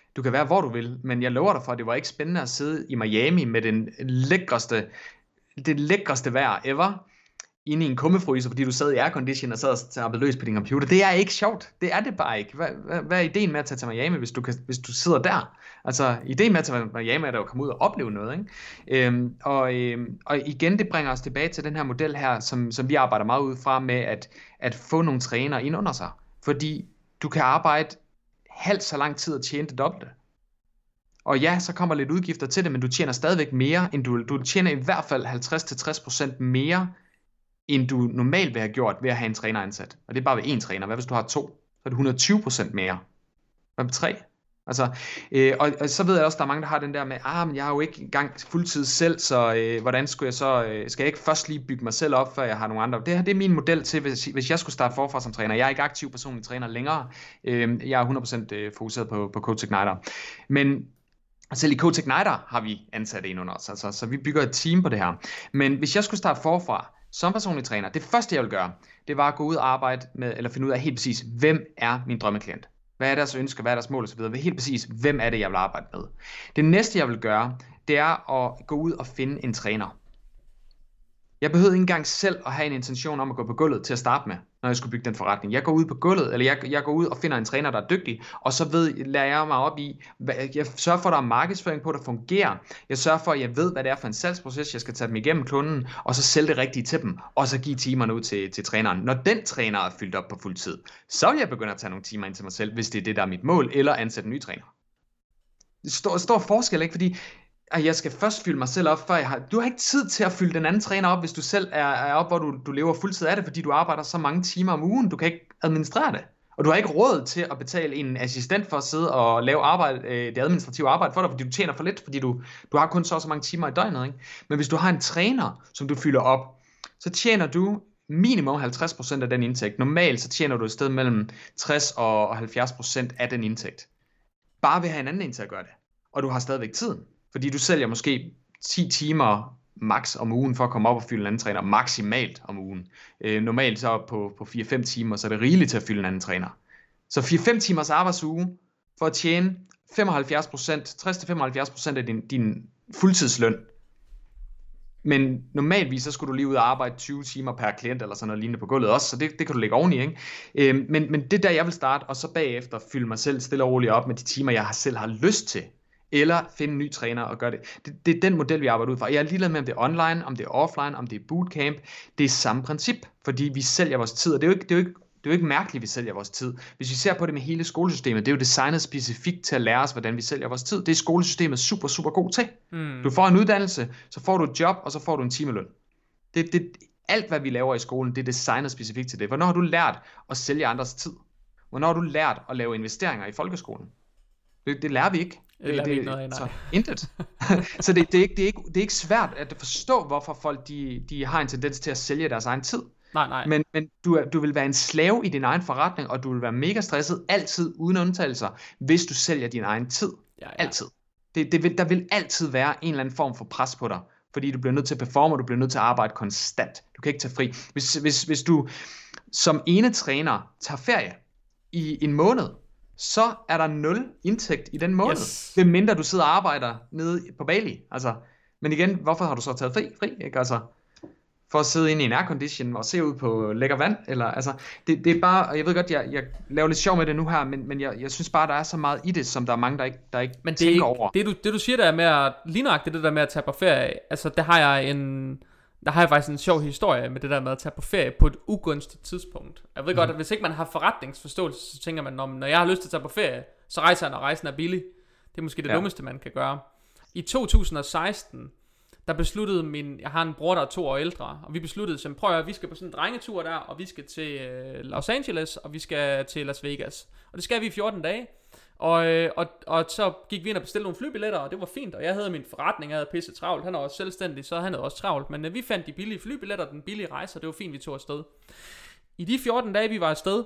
Du kan være hvor du vil, men jeg lover dig for, at det var ikke spændende at sidde i Miami med den lækreste, det lækreste vejr ever, inde i en kummefryser, fordi du sad i aircondition og sad og tappede løs på din computer. Det er ikke sjovt. Det er det bare ikke. Hvad, hvad, hvad er ideen med at tage til Miami, hvis du, kan, hvis du sidder der? Altså, ideen med at tage til Miami er at komme ud og opleve noget, ikke? Øhm, og, øhm, og igen, det bringer os tilbage til den her model her, som, som vi arbejder meget ud fra med at, at få nogle trænere ind under sig. Fordi du kan arbejde halvt så lang tid og tjene det dobbelte. Og ja, så kommer lidt udgifter til det, men du tjener stadigvæk mere, end du, du tjener i hvert fald halvtreds til tres procent mere, end du normalt vil have gjort ved at have en træner ansat. Og det er bare ved én træner. Hvad hvis du har to? Så er det hundrede og tyve procent mere. Hvad med tre? Altså, øh, og, og så ved jeg også, der er mange, der har den der med, ah, men jeg har jo ikke engang fuldtid selv, så øh, hvordan skulle jeg så, øh, skal jeg ikke først lige bygge mig selv op, før jeg har nogle andre? Det her, det er min model til, hvis, hvis jeg skulle starte forfra som træner. Jeg er ikke aktiv personlig træner længere. Øh, jeg er hundrede procent fokuseret på, på Coach Igniter. Men selv i Coach Igniter har vi ansat en under os, altså, så vi bygger et team på det her. Men hvis jeg skulle starte forfra, som personlig træner, det første jeg vil gøre, det var at gå ud og arbejde med, eller finde ud af helt præcis, hvem er min drømmeklient? Hvad er deres ønsker, hvad er deres mål osv. Helt præcis, hvem er det, jeg vil arbejde med? Det næste jeg vil gøre, det er at gå ud og finde en træner. Jeg behøvede ikke engang selv at have en intention om at gå på gulvet til at starte med, når jeg skulle bygge den forretning. Jeg går ud på gulvet, eller jeg, jeg går ud og finder en træner, der er dygtig, og så ved, lærer jeg mig op i, jeg sørger for, at der er markedsføring på, der fungerer. Jeg sørger for, at jeg ved, hvad det er for en salgsproces, jeg skal tage dem igennem kunden, og så sælge det rigtige til dem, og så give timerne ud til, til træneren. Når den træner er fyldt op på fuld tid, så vil jeg begynde at tage nogle timer ind til mig selv, hvis det er det, der er mit mål, eller ansætte en ny træner. Det står, stor forskel, ikke? Fordi jeg skal først fylde mig selv op, før jeg har... Du har ikke tid til at fylde den anden træner op, hvis du selv er, er op, hvor du, du lever fuldtid af det, fordi du arbejder så mange timer om ugen. Du kan ikke administrere det. Og du har ikke råd til at betale en assistent for at sidde og lave arbejde, øh, det administrative arbejde for dig, fordi du tjener for lidt, fordi du, du har kun så så mange timer i døgnet, ikke? Men hvis du har en træner, som du fylder op, så tjener du minimum halvtreds procent af den indtægt. Normalt så tjener du et sted mellem tres og halvfjerds procent af den indtægt. Bare ved at have en anden en til at gøre det. Og du har stadigvæk tiden. Fordi du sælger måske ti timer max om ugen for at komme op og fylde en anden træner. Maksimalt om ugen. Øh, normalt så på, på fire til fem timer, så er det rigeligt til at fylde en anden træner. Så fire til fem timers arbejdsuge for at tjene femoghalvfjerds procent, tres til femoghalvfjerds procent af din, din fuldtidsløn. Men normalvis så skulle du lige ud og arbejde tyve timer per klient eller sådan noget lignende på gulvet også, så det, det kan du lægge oveni, ikke? Øh, men, men det der jeg vil starte, og så bagefter fylde mig selv stille og roligt op med de timer, jeg selv har lyst til. Eller finde en ny træner og gøre det. det. Det er den model, vi arbejder ud fra. Jeg er ligeglad med, om det er online, om det er offline, om det er bootcamp. Det er samme princip, fordi vi sælger vores tid, og det er jo ikke, det er jo ikke, det er jo ikke mærkeligt, at vi sælger vores tid. Hvis vi ser på det med hele skolesystemet, det er jo designet specifikt til at lære os, hvordan vi sælger vores tid. Det er skolesystemet super, super god til. Mm. Du får en uddannelse, så får du et job, og så får du en timeløn. Det, det, alt, hvad vi laver i skolen, det er designet specifikt til det. Hvornår har du lært at sælge andres tid? Hvornår har du lært at lave investeringer i folkeskolen? Det, det lærer vi ikke. Det, det, det, ikke noget, så intet. Så det, det, er ikke, det, er ikke, det er ikke svært at forstå, hvorfor folk de, de har en tendens til at sælge deres egen tid. Nej, nej. Men, men du, er, du vil være en slave i din egen forretning, og du vil være mega stresset altid uden undtagelser, hvis du sælger din egen tid. Ja, ja. Altid. Det, det vil, der vil altid være en eller anden form for pres på dig, fordi du bliver nødt til at performe, og du bliver nødt til at arbejde konstant. Du kan ikke tage fri. Hvis, hvis, hvis du som ene træner tager ferie i en måned, så er der nul indtægt i den måned, yes. Hvem mindre du sidder og arbejder nede på Bali. Altså, men igen, hvorfor har du så taget fri? fri ikke? Altså, for at sidde inde i en aircondition og se ud på lækker vand? Eller, altså, det, det er bare, og jeg ved godt, jeg, jeg laver lidt sjov med det nu her, men, men jeg, jeg synes bare, der er så meget i det, som der er mange, der ikke, der ikke men det tænker ikke, over. Det du, det du siger der med at, lige nøjagtigt det der med at tage på ferie, altså det har jeg en... Der har jeg faktisk en sjov historie med det der med at tage på ferie på et ugunstigt tidspunkt. Jeg ved mm. godt, at hvis ikke man har forretningsforståelse, så tænker man, når jeg har lyst til at tage på ferie, så rejser jeg, når rejsen er billig. Det er måske det ja. dummeste, man kan gøre. I to tusind og seksten, der besluttede min... Jeg har en bror, der er to år ældre, og vi besluttede, at prøv at vi skal på sådan en drengetur der, og vi skal til Los Angeles, og vi skal til Las Vegas. Og det skal vi i fjorten dage. Og, og, og så gik vi ind og bestilte nogle flybilletter, og det var fint, og jeg havde min forretning, jeg havde pisse travlt, han er også selvstændig, så han havde også travlt, men vi fandt de billige flybilletter, den billige rejse, og det var fint, vi tog afsted. I de fjorten dage, vi var afsted,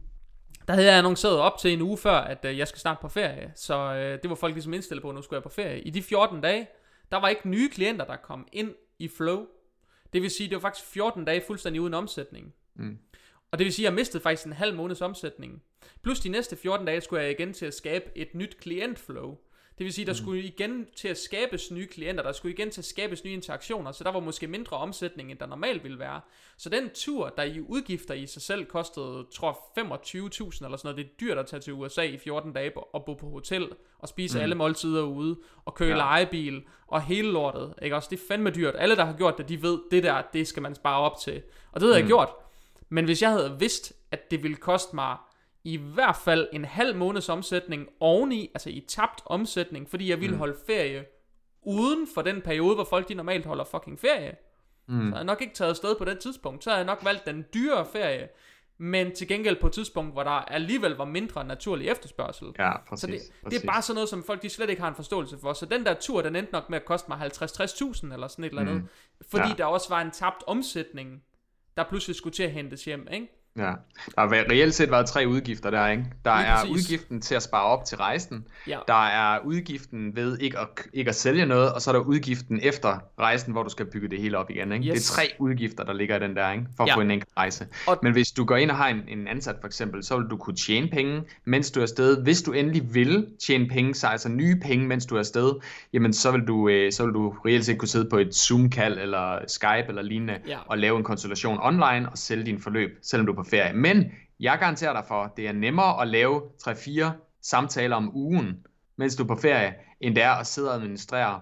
der havde jeg annonceret op til en uge før, at øh, jeg skal snart på ferie, så øh, det var folk ligesom indstillet på, at nu skulle jeg på ferie. I de fjorten dage, der var ikke nye klienter, der kom ind i flow. Det vil sige, det var faktisk fjorten dage fuldstændig uden omsætning. Mm. Og det vil sige, at jeg mistede faktisk en halv måneds omsætning. Plus de næste fjorten dage skulle jeg igen til at skabe et nyt klientflow. Det vil sige, der skulle igen til at skabes nye klienter, der skulle igen til at skabes nye interaktioner, så der var måske mindre omsætning, end der normalt ville være. Så den tur, der i udgifter i sig selv kostede, tror jeg, femogtyve tusind eller sådan noget, det er dyrt at tage til U S A i fjorten dage og bo på hotel, og spise mm. alle måltider ude, og køre ja. lejebil, og hele lortet, ikke også? Det er fandme dyrt. Alle, der har gjort det, de ved, det der, det skal man spare op til. Og det havde mm. jeg gjort. Men hvis jeg havde vidst, at det ville koste mig i hvert fald en halv måneds omsætning oveni, altså i tabt omsætning, fordi jeg ville mm. holde ferie uden for den periode, hvor folk de normalt holder fucking ferie. Mm. Så havde jeg nok ikke taget afsted på det tidspunkt. Så havde jeg nok valgt den dyre ferie, men til gengæld på et tidspunkt, hvor der alligevel var mindre naturlig efterspørgsel. Ja, præcis, så det, præcis. det er bare sådan noget, som folk de slet ikke har en forståelse for. Så den der tur, den endte nok med at koste mig halvtreds til tres tusind eller sådan et eller andet. Mm. Fordi ja. der også var en tabt omsætning, der pludselig skulle til at hentes hjem, ikke? Ja, der har reelt set været tre udgifter der, ikke? Der Lige er præcis. udgiften til at spare op til rejsen, Ja. der er udgiften ved ikke at, ikke at sælge noget, og så er der udgiften efter rejsen, hvor du skal bygge det hele op igen, ikke? Yes. Det er tre udgifter, der ligger i den der, ikke? For at Ja. få en enkelt rejse. Og- Men hvis du går ind og har en, en ansat for eksempel, så vil du kunne tjene penge, mens du er afsted. Hvis du endelig vil tjene penge, så altså nye penge, mens du er afsted, jamen så vil du, øh, så vil du reelt set kunne sidde på et Zoom-kald eller Skype eller lignende, Ja. og lave en konsultation online og sælge din forløb, selvom du er på ferie. Men jeg garanterer dig for, at det er nemmere at lave tre fire samtaler om ugen, mens du er på ferie, end det er at sidde og administrere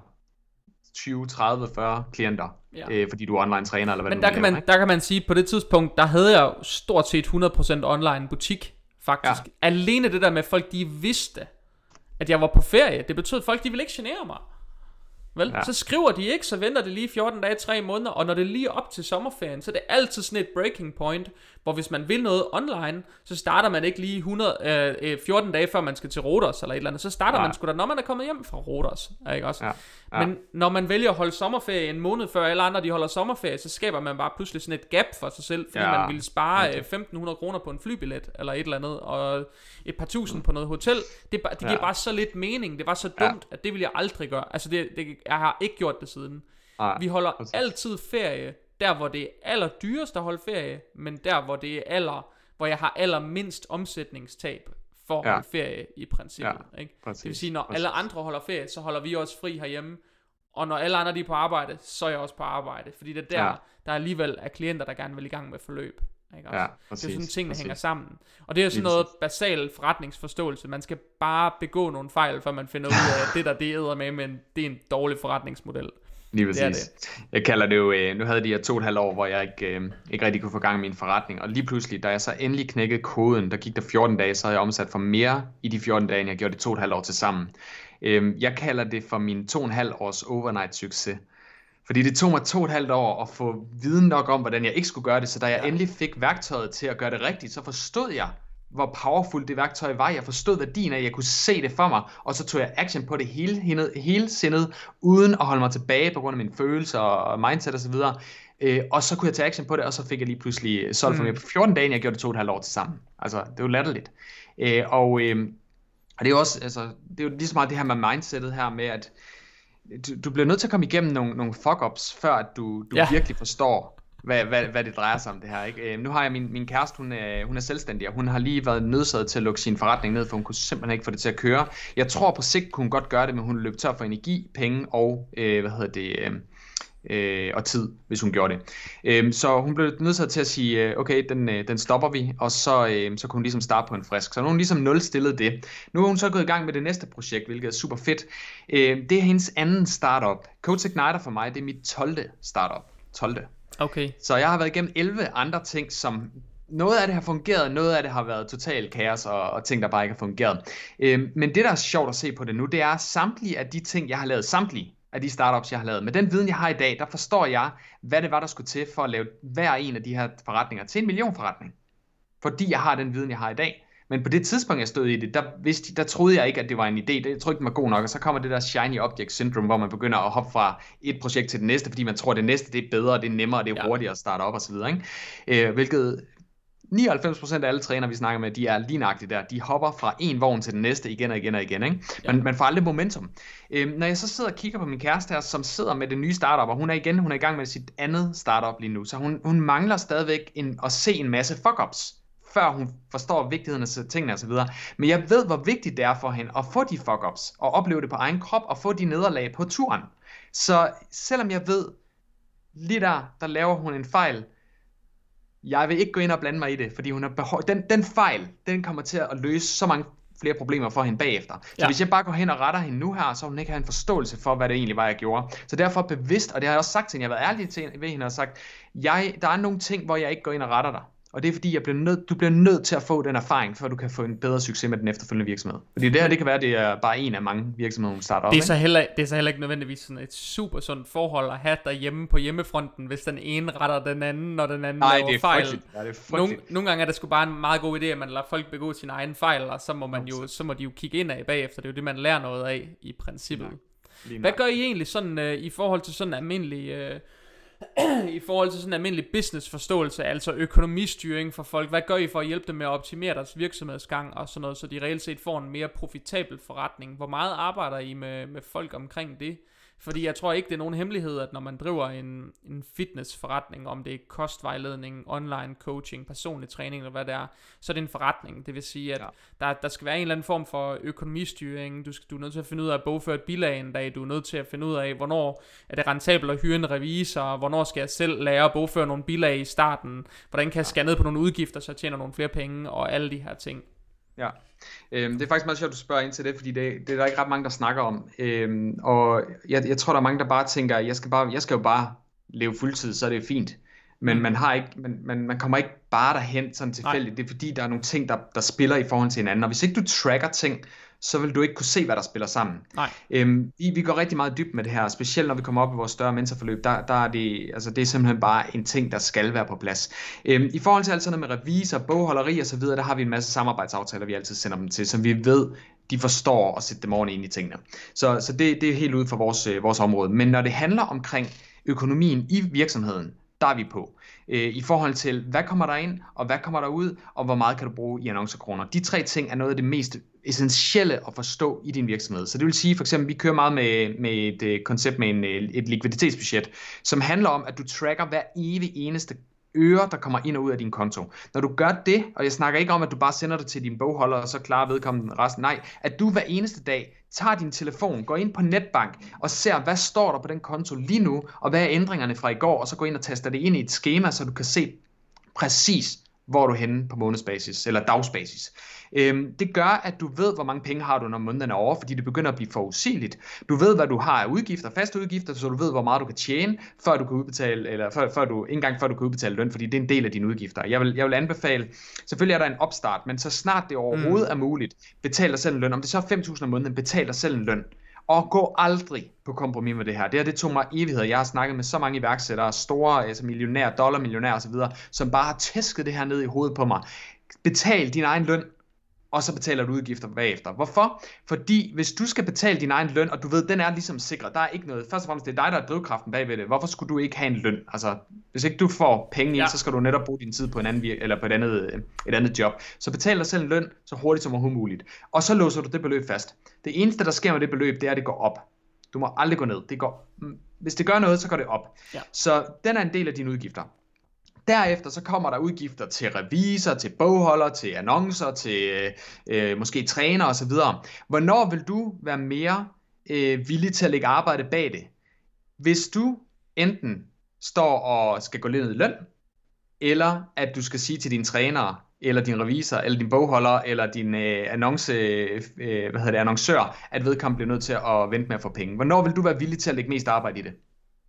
tyve, tredive, fyrre klienter, Ja. øh, fordi du er online træner eller hvad Men du der nu kan, laver, man, ikke? der kan man sige, at på det tidspunkt, der havde jeg stort set hundrede procent online butik, faktisk. Ja. Alene det der med, at folk de vidste, at jeg var på ferie, det betød, at folk de ville ikke genere mig. Vel? Ja. Ja. Så skriver de ikke, så venter det lige fjorten dage, tre måneder, og når det er lige op til sommerferien, så er det altid sådan et breaking point, hvor hvis man vil noget online, så starter man ikke lige hundrede, øh, fjorten dage før man skal til Rhodos eller et eller andet, så starter Nej. man sgu da, når man er kommet hjem fra Rhodos, ikke også? Ja. Ja. Men når man vælger at holde sommerferie en måned før alle andre de holder sommerferie, så skaber man bare pludselig sådan et gap for sig selv, fordi Ja. man ville spare øh, femten hundrede kroner på en flybillet eller et eller andet, og et par tusind på noget hotel. Det, er bare- det giver Ja. bare så lidt mening. Det var så Ja. dumt, at det vil jeg aldrig gøre. Altså det, det, jeg har ikke gjort det siden. Nej, Vi holder præcis. altid ferie der, hvor det er aller dyrest at holde ferie, men der, hvor det er aller, hvor jeg har allermindst omsætningstab for at Ja. holde ferie i princippet. Ja, Ikke? præcis, Det vil sige, når præcis. alle andre holder ferie, så holder vi også fri herhjemme. Og når alle andre de er på arbejde, så er jeg også på arbejde. Fordi det er der, Ja. der alligevel er klienter, der gerne vil i gang med forløb. Ikke også? Ja, Det er jo præcis, sådan, tingene præcis. hænger sammen. Og det er jo sådan Lige noget basal forretningsforståelse. Man skal bare begå nogle fejl, før man finder ud af, at det der det æder med, men det er en dårlig forretningsmodel. Lige Det er præcis. Jeg kalder det jo, øh, nu havde de her to og et halvt år, hvor jeg ikke, øh, ikke rigtig kunne få gang i min forretning, og lige pludselig, da jeg så endelig knækkede koden, der gik der fjorten dage, så havde jeg omsat for mere i de fjorten dage, end jeg gjorde de to og et halvt år til sammen. Øh, jeg kalder det for min to og et halvt års overnight succes. Fordi det tog mig to og et halvt år at få viden nok om, hvordan jeg ikke skulle gøre det, så da jeg Ja. endelig fik værktøjet til at gøre det rigtigt, så forstod jeg, hvor powerful det værktøj var. Jeg forstod værdien af, at jeg kunne se det for mig, og så tog jeg action på det hele, hele sindet, uden at holde mig tilbage på grund af mine følelser og mindset osv. Øh, og så kunne jeg tage action på det, og så fik jeg lige pludselig solgt for Mm. mig på fjorten dage, end jeg gjorde det to og et halvt år til sammen. Altså, det var latterligt. Øh, og, øh, og det er jo også, altså, det er jo lige så meget det her med mindsetet her med, at du, du bliver nødt til at komme igennem nogle, nogle fuck-ups, før at du, du Ja. ja. virkelig forstår, hvad, hvad, hvad det drejer sig om det her, ikke? Øh, nu har jeg min, min kæreste, hun er, hun er selvstændig, og hun har lige været nødsaget til at lukke sin forretning ned, for hun kunne simpelthen ikke få det til at køre. Jeg tror på sigt kunne hun godt gøre det, men hun løb tør for energi, penge og, øh, hvad hedder det, øh, øh, og tid, hvis hun gjorde det. Øh, så hun blev nødsaget til at sige, øh, okay, den, øh, den stopper vi, og så, øh, så kunne hun ligesom starte på en frisk. Så nu har hun ligesom nulstillet det. Nu er hun så gået i gang med det næste projekt, hvilket er super fedt. Øh, det er hendes anden startup. Coach Igniter for mig, det er mit tolvte startup. tolvte. Okay. Så jeg har været igennem elleve andre ting, som noget af det har fungeret, noget af det har været total kaos og, og ting, der bare ikke har fungeret. Øhm, men det, der er sjovt at se på det nu, det er samtlige af de ting, jeg har lavet, samtlige af de startups, jeg har lavet. Med den viden, jeg har i dag, der forstår jeg, hvad det var, der skulle til for at lave hver en af de her forretninger til en millionforretning. Fordi jeg har den viden, jeg har i dag. Men på det tidspunkt, jeg stod i det, der, vidste, der troede jeg ikke, at det var en idé. Det, jeg troede ikke, den var god nok. Og så kommer det der shiny object syndrome, hvor man begynder at hoppe fra et projekt til det næste, fordi man tror, at det næste det er bedre, det er nemmere, det er Ja. hurtigere at starte op osv. Øh, hvilket nioghalvfems procent af alle trænere, vi snakker med, de er lige nøjagtigt der. De hopper fra en vogn til den næste igen og igen og igen. Ikke? Man, ja. man får aldrig momentum. Øhm, når jeg så sidder og kigger på min kæreste her, som sidder med det nye startup, og hun er igen, hun er i gang med sit andet startup lige nu, så hun, hun mangler stadigvæk en, at se en masse fuck-ups, før hun forstår vigtigheden af tingene og så videre. Men jeg ved, hvor vigtigt det er for hende at få de fuck-ups, og opleve det på egen krop, og få de nederlag på turen. Så selvom jeg ved, lige der, der laver hun en fejl, jeg vil ikke gå ind og blande mig i det, fordi hun har behov... den, den fejl, den kommer til at løse så mange flere problemer for hende bagefter. Så ja. Hvis jeg bare går hen og retter hende nu her, så hun ikke har en forståelse for, hvad det egentlig var, jeg gjorde. Så derfor bevidst, og det har jeg også sagt til hende, jeg har været ærlig til ved hende og sagt, jeg, der er nogle ting, hvor jeg ikke går ind og retter dig. Og det er fordi, jeg bliver nød, du bliver nødt til at få den erfaring, før du kan få en bedre succes med den efterfølgende virksomhed. Fordi det her, det kan være, det er bare en af mange virksomheder, hun starter op. Det er, så heller, det er så heller ikke nødvendigvis sådan et super sundt forhold at have derhjemme på hjemmefronten, hvis den ene retter den anden, og den anden Nej, laver det er fejl. Ja, det er nogle, nogle gange er det sgu bare en meget god idé, at man lader folk begå sin egen fejl, og så må, man jo, så må de jo kigge ind af bagefter. Det er jo det, man lærer noget af i princippet. Ja, hvad gør I egentlig sådan uh, i forhold til sådan almindelig... Uh, i forhold til sådan en almindelig businessforståelse, altså økonomistyring for folk? Hvad gør I for at hjælpe dem med at optimere deres virksomhedsgang og sådan noget, så de reelt set får en mere profitabel forretning? Hvor meget arbejder I med, med folk omkring det? Fordi jeg tror ikke, det er nogen hemmelighed, at når man driver en, en fitnessforretning, om det er kostvejledning, online coaching, personlig træning eller hvad det er, så er det en forretning. Det vil sige, at ja. der, der skal være en eller anden form for økonomistyring. Du, skal, du er nødt til at finde ud af at bogføre et bilag en dag. Du er nødt til at finde ud af, hvornår er det rentabelt at hyre en revisor, hvornår skal jeg selv lære at bogføre nogle bilag i starten, hvordan kan jeg skære ned på nogle udgifter, så jeg tjener nogle flere penge, og alle de her ting. Ja, øhm, det er faktisk meget sjovt, at du spørger ind til det, fordi det, det er der ikke ret mange, der snakker om. Øhm, og jeg, jeg tror, der er mange, der bare tænker, jeg skal, bare, jeg skal jo bare leve fuldtid, så er det fint. Men man, har ikke, man, man, man kommer ikke bare derhen sådan tilfældigt. Nej. Det er fordi, der er nogle ting, der, der spiller i forhold til hinanden. Og hvis ikke du tracker ting, så vil du ikke kunne se, hvad der spiller sammen. Nej. Øhm, vi, vi går rigtig meget dybt med det her, specielt når vi kommer op i vores større mentorforløb, der, der er det, altså det er simpelthen bare en ting, der skal være på plads. Øhm, I forhold til alt sådan noget med revisor, bogholderi og så videre, der har vi en masse samarbejdsaftaler, vi altid sender dem til, som vi ved, de forstår at sætte dem ordentligt ind i tingene. Så, så det, det er helt ude for vores, øh, vores område. Men når det handler omkring økonomien i virksomheden, der er vi på. Øh, I forhold til, hvad kommer der ind, og hvad kommer der ud, og hvor meget kan du bruge i annoncekroner. De tre ting er noget af det mest essentielle at forstå i din virksomhed. Så det vil sige, for eksempel, vi kører meget med, med et uh, koncept med en, et likviditetsbudget, som handler om, at du tracker hver evig eneste øre, der kommer ind og ud af din konto. Når du gør det, og jeg snakker ikke om, at du bare sender det til din bogholder, og så klarer vedkommende resten. Nej, at du hver eneste dag tager din telefon, går ind på netbank og ser, hvad står der på den konto lige nu, og hvad er ændringerne fra i går, og så går ind og taster det ind i et skema, så du kan se præcis, hvor du er henne på månedsbasis, eller dagsbasis. Øhm, det gør, at du ved, hvor mange penge har du, når måneden er over, fordi det begynder at blive forudsigeligt. Du ved, hvad du har af udgifter, faste udgifter, så du ved, hvor meget du kan tjene, før du kan udbetale, eller før, før du, ikke engang før du kan udbetale løn, fordi det er en del af dine udgifter. Jeg vil, jeg vil anbefale, selvfølgelig er der en opstart, men så snart det overhovedet mm. er muligt, betal dig selv en løn. Om det så er fem tusind om måneden, betal dig selv en løn. Og gå aldrig på kompromis med det her. Det her, det tog mig evigheder. Jeg har snakket med så mange iværksættere, store altså millionærer, dollarmillionærer osv., som bare har tæsket det her ned i hovedet på mig. Betal din egen løn, og så betaler du udgifter bagefter. Hvorfor? Fordi hvis du skal betale din egen løn, og du ved, den er ligesom sikret, der er ikke noget. Først og fremmest, det er dig, der er drivkraften bagved det. Hvorfor skulle du ikke have en løn? Altså, hvis ikke du får penge ind, ja. så skal du netop bruge din tid på en anden vir- eller på et andet, et andet job. Så betal dig selv en løn, så hurtigt som overhovedet muligt. Og så låser du det beløb fast. Det eneste, der sker med det beløb, det er, at det går op. Du må aldrig gå ned. Det går, hvis det gør noget, så går det op. Ja. Så den er en del af dine udgifter. Derefter så kommer der udgifter til revisor, til bogholder, til annoncer, til øh, måske træner osv. Hvornår vil du være mere øh, villig til at lægge arbejde bag det? Hvis du enten står og skal gå lidt ned i løn, eller at du skal sige til dine trænere, eller din revisor, eller din bogholder, eller din øh, annonce, øh, hvad hedder det, annoncør, at vedkommende bliver nødt til at vente med at få penge. Hvornår vil du være villig til at lægge mest arbejde i det?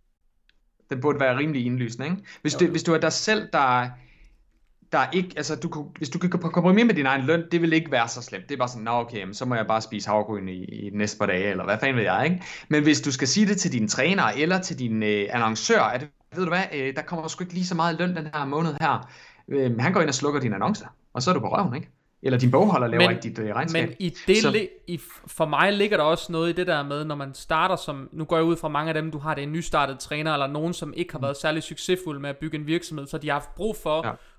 Den burde være rimelig indlysende, ikke? Hvis du, hvis du er dig selv, der, der ikke, altså du, hvis du kan på kompromis med din egen løn, det vil ikke være så slemt. Det er bare sådan, nå okay, så må jeg bare spise havregryn i, i de næste par dage, eller hvad fanden ved jeg, ikke? Men hvis du skal sige det til dine træner, eller til din øh, annoncør, at ved du hvad, øh, der kommer sgu ikke lige så meget løn den her måned her. Øh, han går ind og slukker dine annoncer, og så er du på røven, ikke? Eller din bogholder laver men, ikke dit øh, regnskab. Men i det så... i, for mig ligger der også noget i det der med, når man starter som, nu går jeg ud fra mange af dem, du har det en nystartet træner, eller nogen, som ikke har været særlig succesfulde med at bygge en virksomhed, så de har haft brug for ja.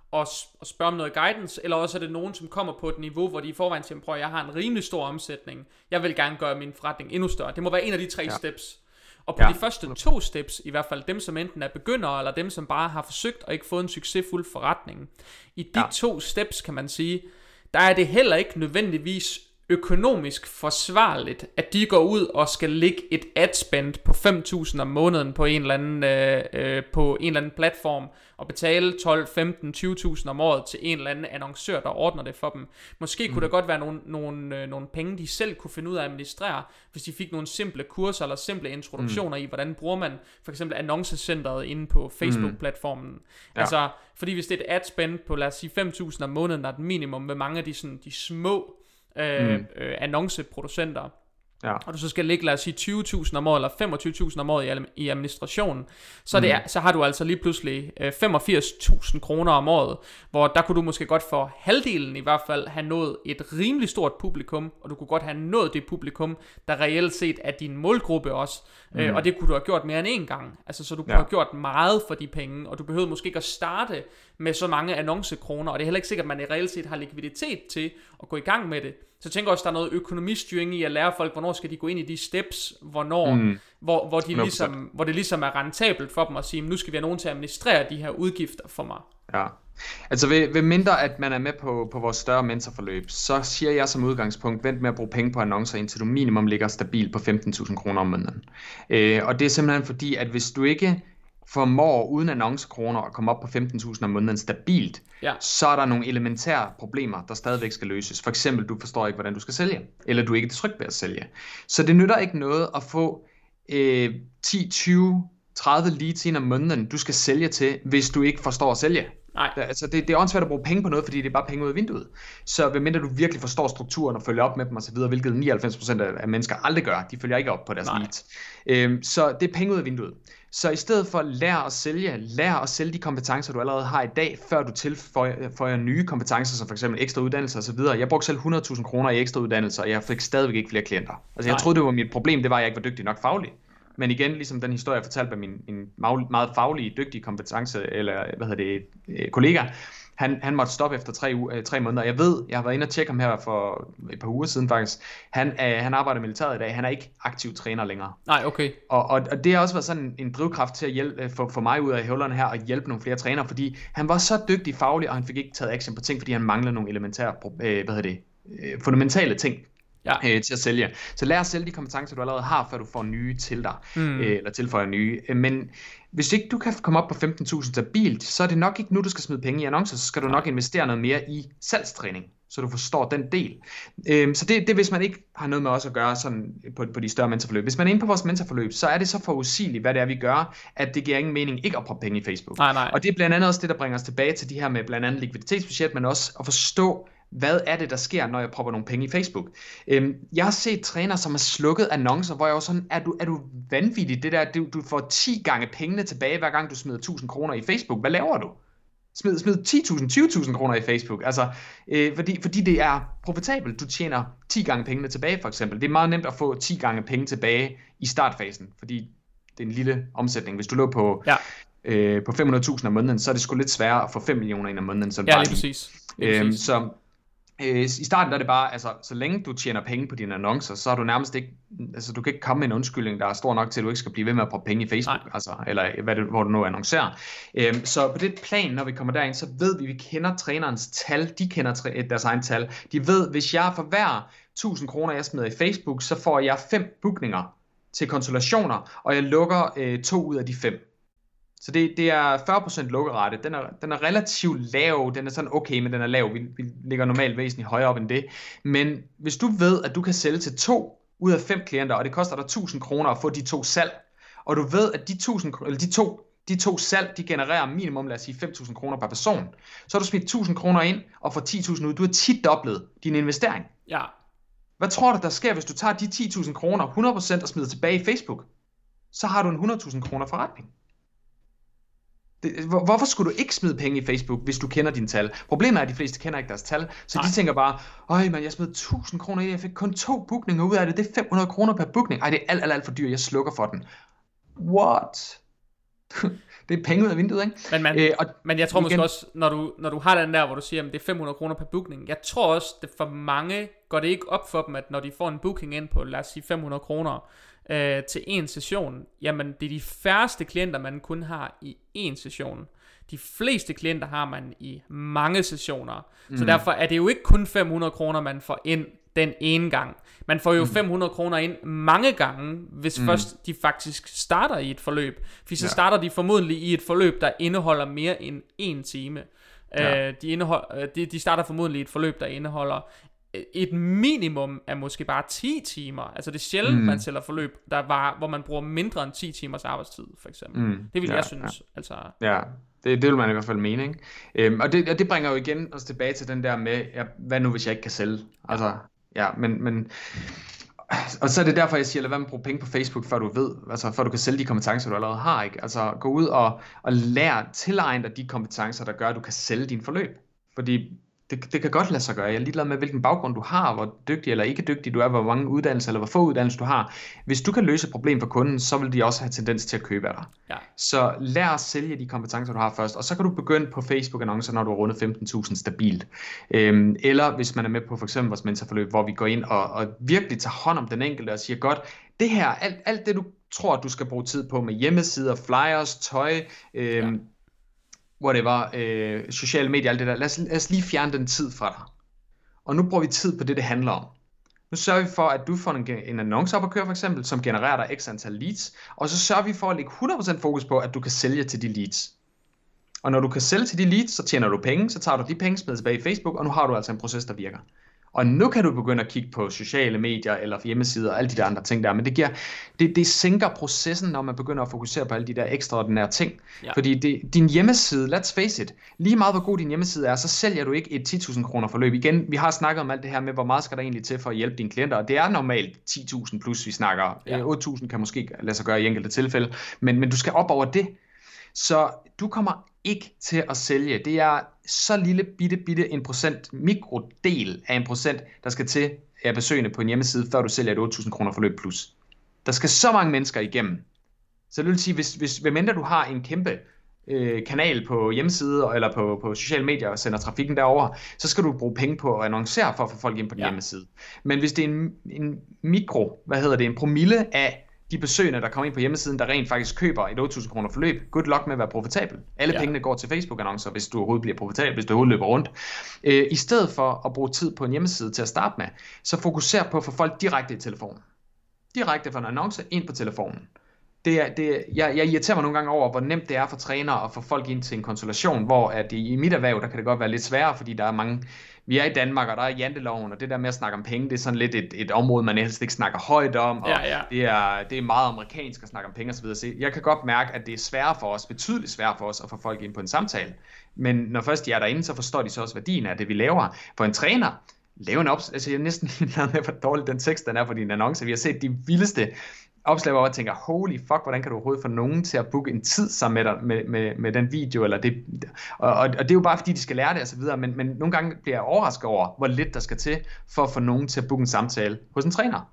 og, og spørge om noget guidance, eller også er det nogen, som kommer på et niveau, hvor de i forvejen siger, prøv, jeg har en rimelig stor omsætning, jeg vil gerne gøre min forretning endnu større. Det må være en af de tre ja. steps. Og på ja. de første to steps, i hvert fald dem, som enten er begyndere, eller dem, som bare har forsøgt og ikke fået en succesfuld forretning, i de ja. to steps, kan man sige, der er det heller ikke nødvendigvis økonomisk forsvarligt, at de går ud og skal lægge et adspend på fem tusind om måneden på en eller anden øh, øh, på en eller anden platform og betale tolv, femten, tyve tusind om året til en eller anden annoncør, der ordner det for dem. Måske mm. kunne der godt være nogle, nogle, øh, nogle penge, de selv kunne finde ud af at administrere, hvis de fik nogle simple kurser eller simple introduktioner mm. i, hvordan bruger man for eksempel annoncecenteret inde på Facebook-platformen. Mm. Ja. Altså, fordi hvis det er et adspend på, lad os sige, fem tusind om måneden, der er et minimum med mange af de, sådan, de små Øh, mm. øh, annonceproducenter, ja. og du så skal lægge, lad os sige, tyve tusind om året eller femogtyve tusind om året i, i administration, så, mm. det er, så har du altså lige pludselig øh, femogfirs tusind kroner om året, hvor der kunne du måske godt for halvdelen i hvert fald have nået et rimelig stort publikum, og du kunne godt have nået det publikum, der reelt set er din målgruppe også, mm. øh, og det kunne du have gjort mere end en gang, altså så du kunne ja. have gjort meget for de penge, og du behøvede måske ikke at starte med så mange annoncekroner, og det er heller ikke sikkert, at man i reelt set har likviditet til at gå i gang med det. Så jeg tænker også, der er noget økonomistyring i at lære folk, hvornår skal de gå ind i de steps, hvornår, mm. hvor, hvor, de ligesom, hvor det ligesom er rentabelt for dem at sige, nu skal vi have nogen til at administrere de her udgifter for mig. Ja, altså ved, ved mindre at man er med på, på vores større mentorforløb, så siger jeg som udgangspunkt, vent med at bruge penge på annoncer, indtil du minimum ligger stabilt på femten tusind kroner om måneden. Øh, og det er simpelthen fordi, at hvis du ikke formår uden annoncekroner at komme op på femten tusind om måneden stabilt, ja. så er der nogle elementære problemer, der stadigvæk skal løses. For eksempel, du forstår ikke, hvordan du skal sælge, eller du er ikke tryg ved at sælge. Så det nytter ikke noget at få øh, ti, tyve, tredive leads ind om måneden, du skal sælge til, hvis du ikke forstår at sælge. Nej. Altså det, det er åndssvært at bruge penge på noget, fordi det er bare penge ud af vinduet. Så medmindre du virkelig forstår strukturen og følger op med dem osv., hvilket nioghalvfems procent af mennesker aldrig gør, de følger ikke op på deres leads. Øhm, så det er penge ud af vinduet. Så i stedet for lær at sælge, lær at sælge de kompetencer, du allerede har i dag, før du tilføjer nye kompetencer, som for eksempel ekstra uddannelse osv. Jeg brugte selv hundrede tusind kroner i ekstra uddannelser, og jeg fik stadigvæk ikke flere klienter. Altså jeg Nej. troede, det var mit problem, det var, at jeg ikke var dygtig nok fagligt. Men igen, ligesom den historie, jeg fortalte med min, min meget faglige, dygtige kompetence, eller hvad hedder det, kollega, han, han måtte stoppe efter tre, uge, tre måneder. Jeg ved, jeg har været inde og tjekke ham her for et par uger siden faktisk. Han, øh, han arbejder i militæret i dag, han er ikke aktiv træner længere. Nej, okay. Og, og, og det har også været sådan en drivkraft til at hjælpe, for, for mig ud af hullerne her, og hjælpe nogle flere trænere, fordi han var så dygtig faglig, og han fik ikke taget action på ting, fordi han manglede nogle elementære, øh, hvad hedder det, øh, fundamentale ting. Ja. Øh, til at sælge. Så lær at sælge de kompetencer, du allerede har, før du får nye til dig, mm. øh, eller tilføjer nye. Men hvis ikke du kan komme op på femten tusind stabilt, så er det nok ikke nu, du skal smide penge i annoncer, så skal du nok investere noget mere i salgstræning, så du forstår den del. Øh, så det, det hvis man ikke har noget med os at gøre sådan på, på de større mentorforløb. Hvis man er inde på vores mentorforløb, så er det så forudsigeligt, hvad det er, vi gør, at det giver ingen mening ikke at proppe penge i Facebook. Nej, nej. Og det er blandt andet også det, der bringer os tilbage til de her med blandt andet likviditetsbudget, men også at forstå, hvad er det, der sker, når jeg propper nogle penge i Facebook? Øhm, jeg har set trænere, som har slukket annoncer, hvor jeg var sådan, er du, er du vanvittig? Det der, du, du får ti gange pengene tilbage, hver gang du smider tusind kroner i Facebook. Hvad laver du? Smid, smid ti tusind, tyve tusind kroner i Facebook. Altså, øh, fordi, fordi det er profitabelt. Du tjener ti gange pengene tilbage, for eksempel. Det er meget nemt at få ti gange penge tilbage i startfasen, fordi det er en lille omsætning. Hvis du lå på... Ja. Øh, på fem hundrede tusind om måneden, så er det sgu lidt sværere at få fem millioner ind om måneden. Så ja, lige præcis. Lige øhm, præcis. Så I starten er det bare, altså så længe du tjener penge på dine annoncer, så er du nærmest ikke, altså du kan ikke komme med en undskyldning, der er stor nok til, at du ikke skal blive ved med at prøve penge i Facebook, Nej. altså, eller hvad det, hvor du nu annoncerer. Øhm, så på det plan, når vi kommer derind, så ved vi, vi kender trænerens tal, de kender træ, deres egen tal. De ved, hvis jeg for hver tusind kroner, jeg smider i Facebook, så får jeg fem bookninger til konsultationer, og jeg lukker øh, to ud af de fem. Så det, det er fyrre procent lukkerate. Den er, den er relativt lav. Den er sådan okay, men den er lav. Vi, vi ligger normalt væsentligt højere op end det. Men hvis du ved, at du kan sælge til to ud af fem klienter, og det koster dig tusind kroner at få de to salg, og du ved, at de, tusind, eller de, to, de to salg, de genererer minimum, lad os sige, fem tusind kroner per person, så har du smidt tusind kroner ind og får ti tusind ud. Du har ti-doblet din investering. Ja. Hvad tror du, der sker, hvis du tager de ti tusind kroner hundrede procent og smider tilbage i Facebook? Så har du en hundrede tusind kroner forretning. Det, hvor, hvorfor skulle du ikke smide penge i Facebook, hvis du kender dine tal? Problemet er, at de fleste kender ikke deres tal, så Nej. de tænker bare, øj man, jeg smed tusind kroner i, jeg fik kun to bookninger ud af det, det er fem hundrede kroner per booking. Ej, det er alt, alt, alt for dyrt, jeg slukker for den. What? det er penge ud af vinduet, ikke? Men, man, øh, og men jeg tror igen, måske også, når du, når du har den der, hvor du siger, at det er fem hundrede kroner per booking, jeg tror også, det for mange går det ikke op for dem, at når de får en booking ind på, lad os sige fem hundrede kroner øh, til en session, jamen det er de færreste klienter, man kun har i en session. De fleste klienter har man i mange sessioner. Mm. Så derfor er det jo ikke kun fem hundrede kroner, man får ind den ene gang. Man får jo mm. fem hundrede kroner ind mange gange, hvis mm. først de faktisk starter i et forløb. For så ja. starter de formodentlig i et forløb, der indeholder mere end en time. Ja. Uh, de, indehold, de, de starter formodentlig i et forløb, der indeholder et minimum af måske bare ti timer. Altså det er sjældent, mm. man sælger forløb, der var, hvor man bruger mindre end ti timers arbejdstid, for eksempel. Mm. Det vil ja, jeg synes. Ja. Altså. Ja. Det, det vil man i hvert fald mene, ikke? Øhm, og, det, og det bringer jo igen os tilbage til den der med, ja, hvad nu hvis jeg ikke kan sælge? Altså, ja, men, men og så er det derfor, jeg siger, lad være med at bruge penge på Facebook, før du ved, altså før du kan sælge de kompetencer, du allerede har, ikke? Altså, gå ud og, og lær, tilegne dig de kompetencer, der gør, at du kan sælge din forløb. Fordi det, det kan godt lade sig gøre. Jeg er ligeglad med, hvilken baggrund du har, hvor dygtig eller ikke dygtig du er, hvor mange uddannelser eller hvor få uddannelser du har. Hvis du kan løse et problem for kunden, så vil de også have tendens til at købe af dig. Ja. Så lær at sælge de kompetencer, du har først, og så kan du begynde på Facebook-annoncer, når du har rundet femten tusind stabilt. Øhm, eller hvis man er med på for eksempel vores mentorforløb, hvor vi går ind og, og virkelig tager hånd om den enkelte og siger, godt, det her, alt, alt det du tror, du skal bruge tid på med hjemmesider, flyers, tøj, øhm, ja. whatever, øh, sociale medier, alt det der. Lad os, lad os lige fjerne den tid fra dig. Og nu bruger vi tid på det, det handler om. Nu sørger vi for, at du får en, en annonce op at køre for eksempel, som genererer dig x antal leads, og så sørger vi for at lægge hundrede procent fokus på, at du kan sælge til de leads. Og når du kan sælge til de leads, så tjener du penge, så tager du de penge, smider tilbage i Facebook, og nu har du altså en proces, der virker. Og nu kan du begynde at kigge på sociale medier eller hjemmesider og alle de der andre ting der, men det giver det, det sænker processen, når man begynder at fokusere på alle de der ekstraordinære ting. Ja. Fordi det, din hjemmeside, let's face it, lige meget hvor god din hjemmeside er, så sælger du ikke et ti tusind kroner forløb. Igen, vi har snakket om alt det her med, hvor meget skal der egentlig til for at hjælpe dine klienter, og det er normalt ti tusind plus, vi snakker. Ja. otte tusind kan måske lade sig gøre i enkelte tilfælde, men, men du skal op over det. Så du kommer ikke til at sælge. Det er så lille bitte bitte en procent, mikrodel af en procent, der skal til af besøgende på en hjemmeside, før du sælger et otte tusind kroner forløb plus. Der skal så mange mennesker igennem. Så det vil sige, hvis, hvis hvem mindre du har en kæmpe øh, kanal på hjemmeside eller på, på sociale medier og sender trafikken derover, så skal du bruge penge på at annoncere for at få folk ind på din ja. hjemmeside. Men hvis det er en, en mikro, hvad hedder det, en promille af de besøgende, der kommer ind på hjemmesiden, der rent faktisk køber et otte tusind kroner forløb, good luck med at være profitabel. Alle ja. pengene går til Facebook-annoncer, hvis du overhovedet bliver profitabel, hvis du overhovedet løber rundt. Øh, I stedet for at bruge tid på en hjemmeside til at starte med, så fokuser på at få folk direkte i telefonen. Direkte fra en annonce ind på telefonen. Det er, det er, jeg, jeg irriterer mig nogle gange over, hvor nemt det er for trænere at få folk ind til en konsultation, hvor at i mit erhverv, der kan det godt være lidt sværere, fordi der er mange, vi er i Danmark, og der er janteloven, og det der med at snakke om penge, det er sådan lidt et, et område, man helst ikke snakker højt om, og ja, ja. Det, er, det er meget amerikansk at snakke om penge osv. Så jeg kan godt mærke, at det er sværere for os, betydeligt sværere for os at få folk ind på en samtale. Men når først de er derinde, så forstår de så også værdien af det, vi laver. For en træner, lave en ops, altså jeg er næsten ligeglad med, hvor dårlig den tekst den er på din annonce. Vi har set de vildeste opslag, hvor jeg tænker, holy fuck, hvordan kan du overhovedet få nogen til at booke en tid sammen med dig, med, med, med den video, eller det, og, og, og det er jo bare fordi, de skal lære det og så videre, men, men nogle gange bliver jeg overrasket over, hvor lidt der skal til, for at få nogen til at booke en samtale hos en træner.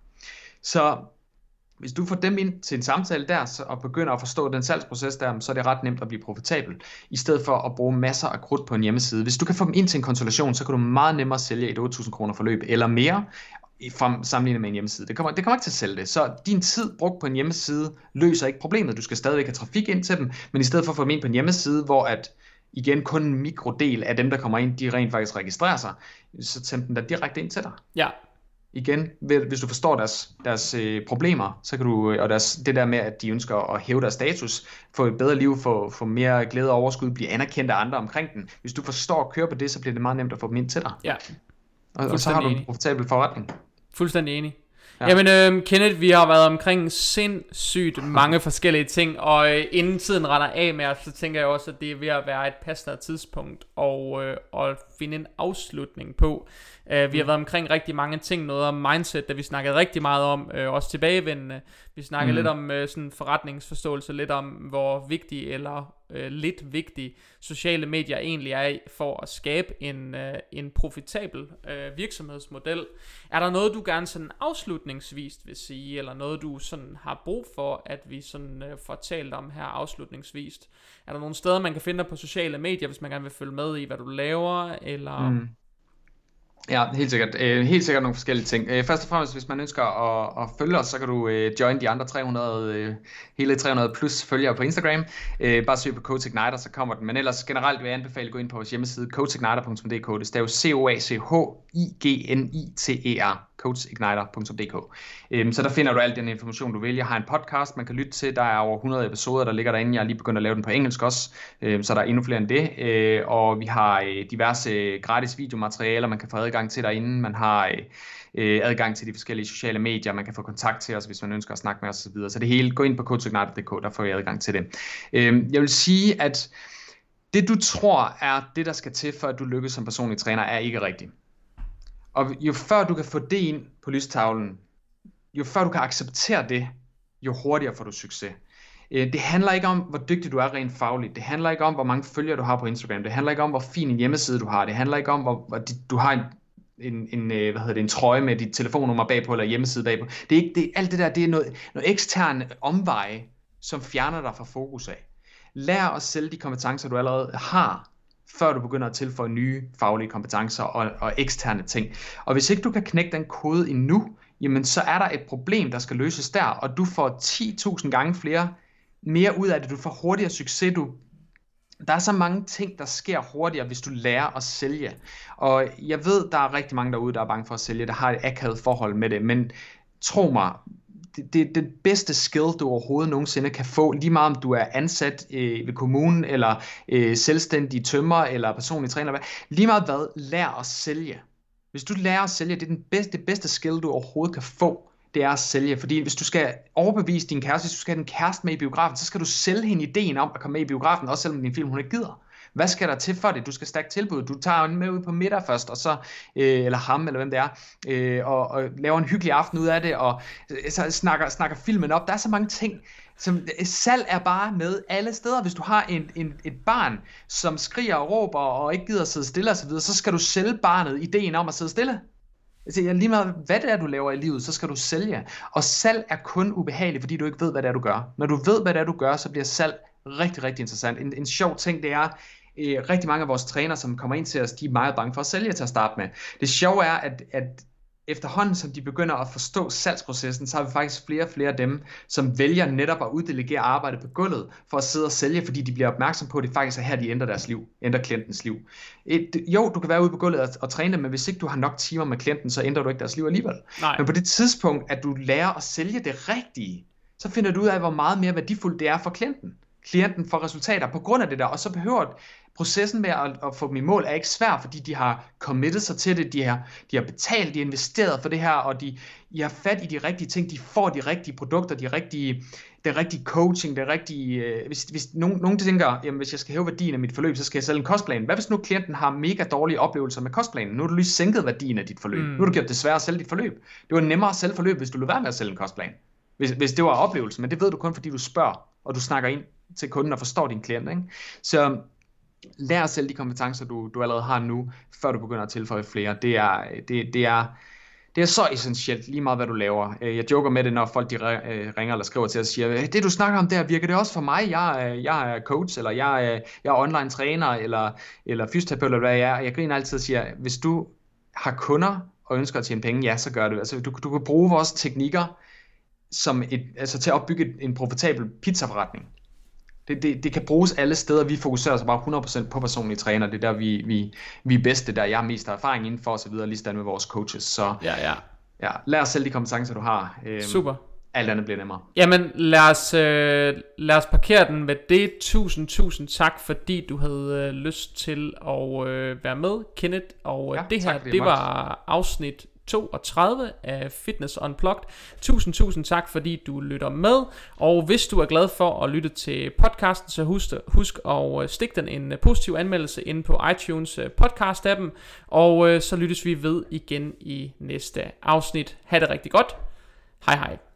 Så hvis du får dem ind til en samtale der, så, og begynder at forstå den salgsproces der, så er det ret nemt at blive profitabel, i stedet for at bruge masser af krudt på en hjemmeside. Hvis du kan få dem ind til en konsultation, så kan du meget nemmere sælge et otte tusind kroner forløb, eller mere, fra sammenlignet med en hjemmeside. Det kommer, det kommer ikke til at sælge det. Så din tid brugt på en hjemmeside løser ikke problemet. Du skal stadigvæk have trafik ind til dem, men i stedet for at få dem ind på en hjemmeside, hvor at igen kun en mikrodel af dem, der kommer ind, de rent faktisk registrerer sig, så send dem der direkte ind til dig. Ja. Igen, hvis du forstår deres, deres øh, problemer, så kan du, og deres, det der med, at de ønsker at hæve deres status, få et bedre liv, få, få mere glæde og overskud, blive anerkendt af andre omkring den. Hvis du forstår at køre på det, så bliver det meget nemt at få dem ind til dig. Ja. Og, og så har du en profitabel forretning. Fuldstændig enig. Ja. Jamen øh, Kenneth, vi har været omkring sindssygt mange forskellige ting, og øh, inden tiden retter af med os, så tænker jeg også, at det er ved at være et passende tidspunkt og, øh, og finde en afslutning på. uh, Vi mm. har været omkring rigtig mange ting, noget om mindset, der vi snakkede rigtig meget om, uh, også tilbagevendende. Vi snakkede mm. lidt om uh, sådan forretningsforståelse, lidt om hvor vigtig eller uh, lidt vigtig sociale medier egentlig er for at skabe en, uh, en profitabel uh, virksomhedsmodel. Er der noget du gerne sådan afslutningsvis vil sige, eller noget du sådan har brug for at vi sådan uh, får talt om her afslutningsvis? Er der nogle steder man kan finde dig på sociale medier, hvis man gerne vil følge med i hvad du laver, eller mm. Ja, helt sikkert. Øh, helt sikkert nogle forskellige ting. Øh, først og fremmest, hvis man ønsker at, at følge os, så kan du øh, join de andre tre hundrede, øh, hele tre hundrede plus følgere på Instagram. Øh, bare søg på Coach Igniter, så kommer den. Men ellers generelt vil jeg anbefale at gå ind på vores hjemmeside, coach igniter punktum d k. Det staves C O A C H I G N I T E R. coach igniter punktum d k. Øhm, så der finder du al den information du vil. Jeg har en podcast man kan lytte til. Der er over hundrede episoder der ligger derinde. Jeg har lige begyndt at lave den på engelsk også, øhm, så der er endnu flere end det. Øh, og vi har øh, diverse gratis videomaterialer man kan få adgang til derinde. Man har øh, adgang til de forskellige sociale medier. Man kan få kontakt til os hvis man ønsker at snakke med os og så videre. Så det hele, gå ind på coach igniter punktum d k. Der får I adgang til det. Øhm, jeg vil sige at det du tror er det der skal til for at du lykkes som personlig træner er ikke rigtigt. Og jo før du kan få det ind på lystavlen, jo før du kan acceptere det, jo hurtigere får du succes. Det handler ikke om, hvor dygtig du er rent fagligt. Det handler ikke om, hvor mange følgere du har på Instagram. Det handler ikke om, hvor fin en hjemmeside du har. Det handler ikke om, hvor, hvor du har en, en, en, hvad hedder det, en trøje med dit telefonnummer bagpå, eller hjemmeside bagpå. Det er ikke, det, alt det der, det er noget, noget eksterne omveje, som fjerner dig fra fokus af. Lær at sælge de kompetencer, du allerede har, før du begynder at tilføje nye faglige kompetencer og, og eksterne ting. Og hvis ikke du kan knække den kode endnu, jamen så er der et problem, der skal løses der, og du får ti tusind gange flere, mere ud af det. Du får hurtigere succes. Du, der er så mange ting, der sker hurtigere, hvis du lærer at sælge. Og jeg ved, der er rigtig mange derude, der er bange for at sælge, der har et akavet forhold med det, men tro mig, det er det bedste skill, du overhovedet nogensinde kan få, lige meget om du er ansat øh, ved kommunen, eller øh, selvstændig tømrer, eller personlig træner, hvad. Lige meget hvad, lær at sælge. Hvis du lærer at sælge, det er den bedste, det bedste skill, du overhovedet kan få, det er at sælge. Fordi hvis du skal overbevise din kæreste, hvis du skal have din kæreste med i biografen, så skal du sælge hende ideen om at komme med i biografen, også selvom din film hun ikke gider. Hvad skal der til for det? Du skal stærke tilbud. Du tager hende med ud på middag først, og så, øh, eller ham, eller hvem det er, øh, og, og laver en hyggelig aften ud af det, og så snakker, snakker filmen op. Der er så mange ting, som salg er bare med alle steder. Hvis du har en, en, et barn, som skriger og råber, og ikke gider at sidde stille osv., så, så skal du sælge barnet ideen om at sidde stille. Altså, lige meget hvad det er, du laver i livet, så skal du sælge. Og salg er kun ubehageligt, fordi du ikke ved, hvad det er, du gør. Når du ved, hvad det er, du gør, så bliver salg rigtig, rigtig interessant. En, en sjov ting, det er, øh, rigtig mange af vores trænere, som kommer ind til os, de er meget bange for at sælge til at starte med. Det sjove er, at, at efterhånden, som de begynder at forstå salgsprocessen, så har vi faktisk flere og flere af dem, som vælger netop at uddelegere arbejdet på gulvet, for at sidde og sælge, fordi de bliver opmærksom på, at det faktisk er her, de ændrer deres liv, ændrer klientens liv. Et, jo, du kan være ude på gulvet og, og træne dem, men hvis ikke du har nok timer med klienten, så ændrer du ikke deres liv alligevel. Nej. Men på det tidspunkt, at du lærer at sælge det rigtige, så finder du ud af, hvor meget mere værdifuldt det er for klienten. Klienten får resultater på grund af det der, og så behøver processen med at, at få dem i mål er ikke svær, fordi de har committet sig til det, de har, de har betalt, de har investeret for det her, og de, de har fat i de rigtige ting, de får de rigtige produkter, de rigtige, det rigtige coaching, det rigtige, øh, hvis, hvis nogen, nogen tænker, jamen hvis jeg skal hæve værdien af mit forløb, så skal jeg sælge en kostplan. Hvad hvis nu klienten har mega dårlige oplevelser med kostplanen? Nu har du lige sænket værdien af dit forløb. Mm. Nu har du gjort det sværere at sælge dit forløb. Det var nemmere at sælge forløb, hvis du lød være med at sælge en kostplan. Hvis, hvis det var oplevelsen, men det ved du kun, fordi du spørger, og du snakker ind til kunden og forstår din klient, ikke? Så lær at sælge de kompetencer, du, du allerede har nu, før du begynder at tilføje flere. Det er, det, det er, det er så essentielt, lige meget hvad du laver. Jeg joker med det, når folk de ringer eller skriver til os og siger, det du snakker om der, virker det også for mig? Jeg er, jeg er coach, eller jeg er, jeg er online træner, eller, eller fysioterapeut, eller hvad jeg er. Jeg griner altid og siger, hvis du har kunder og ønsker at tjene penge, ja, så gør det. Altså, du, du kan bruge vores teknikker som et, altså til at opbygge en profitabel pizzaforretning. Det, det, det kan bruges alle steder. Vi fokuserer så bare hundrede procent på personlige træner. Det er der, vi, vi, vi er bedste, der jeg har mest erfaring inden for, og så videre, lige sådan med vores coaches. Så ja, ja. Ja, lær os selv de kompetencer, du har. Øhm, Super. Alt andet bliver nemmere. Jamen, lad os, øh, lad os parkere den med det. Tusind, tusind tak, fordi du havde øh, lyst til at øh, være med, Kenneth. Og øh, ja, det her, det, det var afsnit toogtredive af Fitness Unplugged. Tusind, tusind tak, fordi du lytter med. Og hvis du er glad for at lytte til podcasten, så husk, husk at stikke den en positiv anmeldelse inde på iTunes podcast-appen. Og så lyttes vi ved igen i næste afsnit. Ha' det rigtig godt. Hej hej.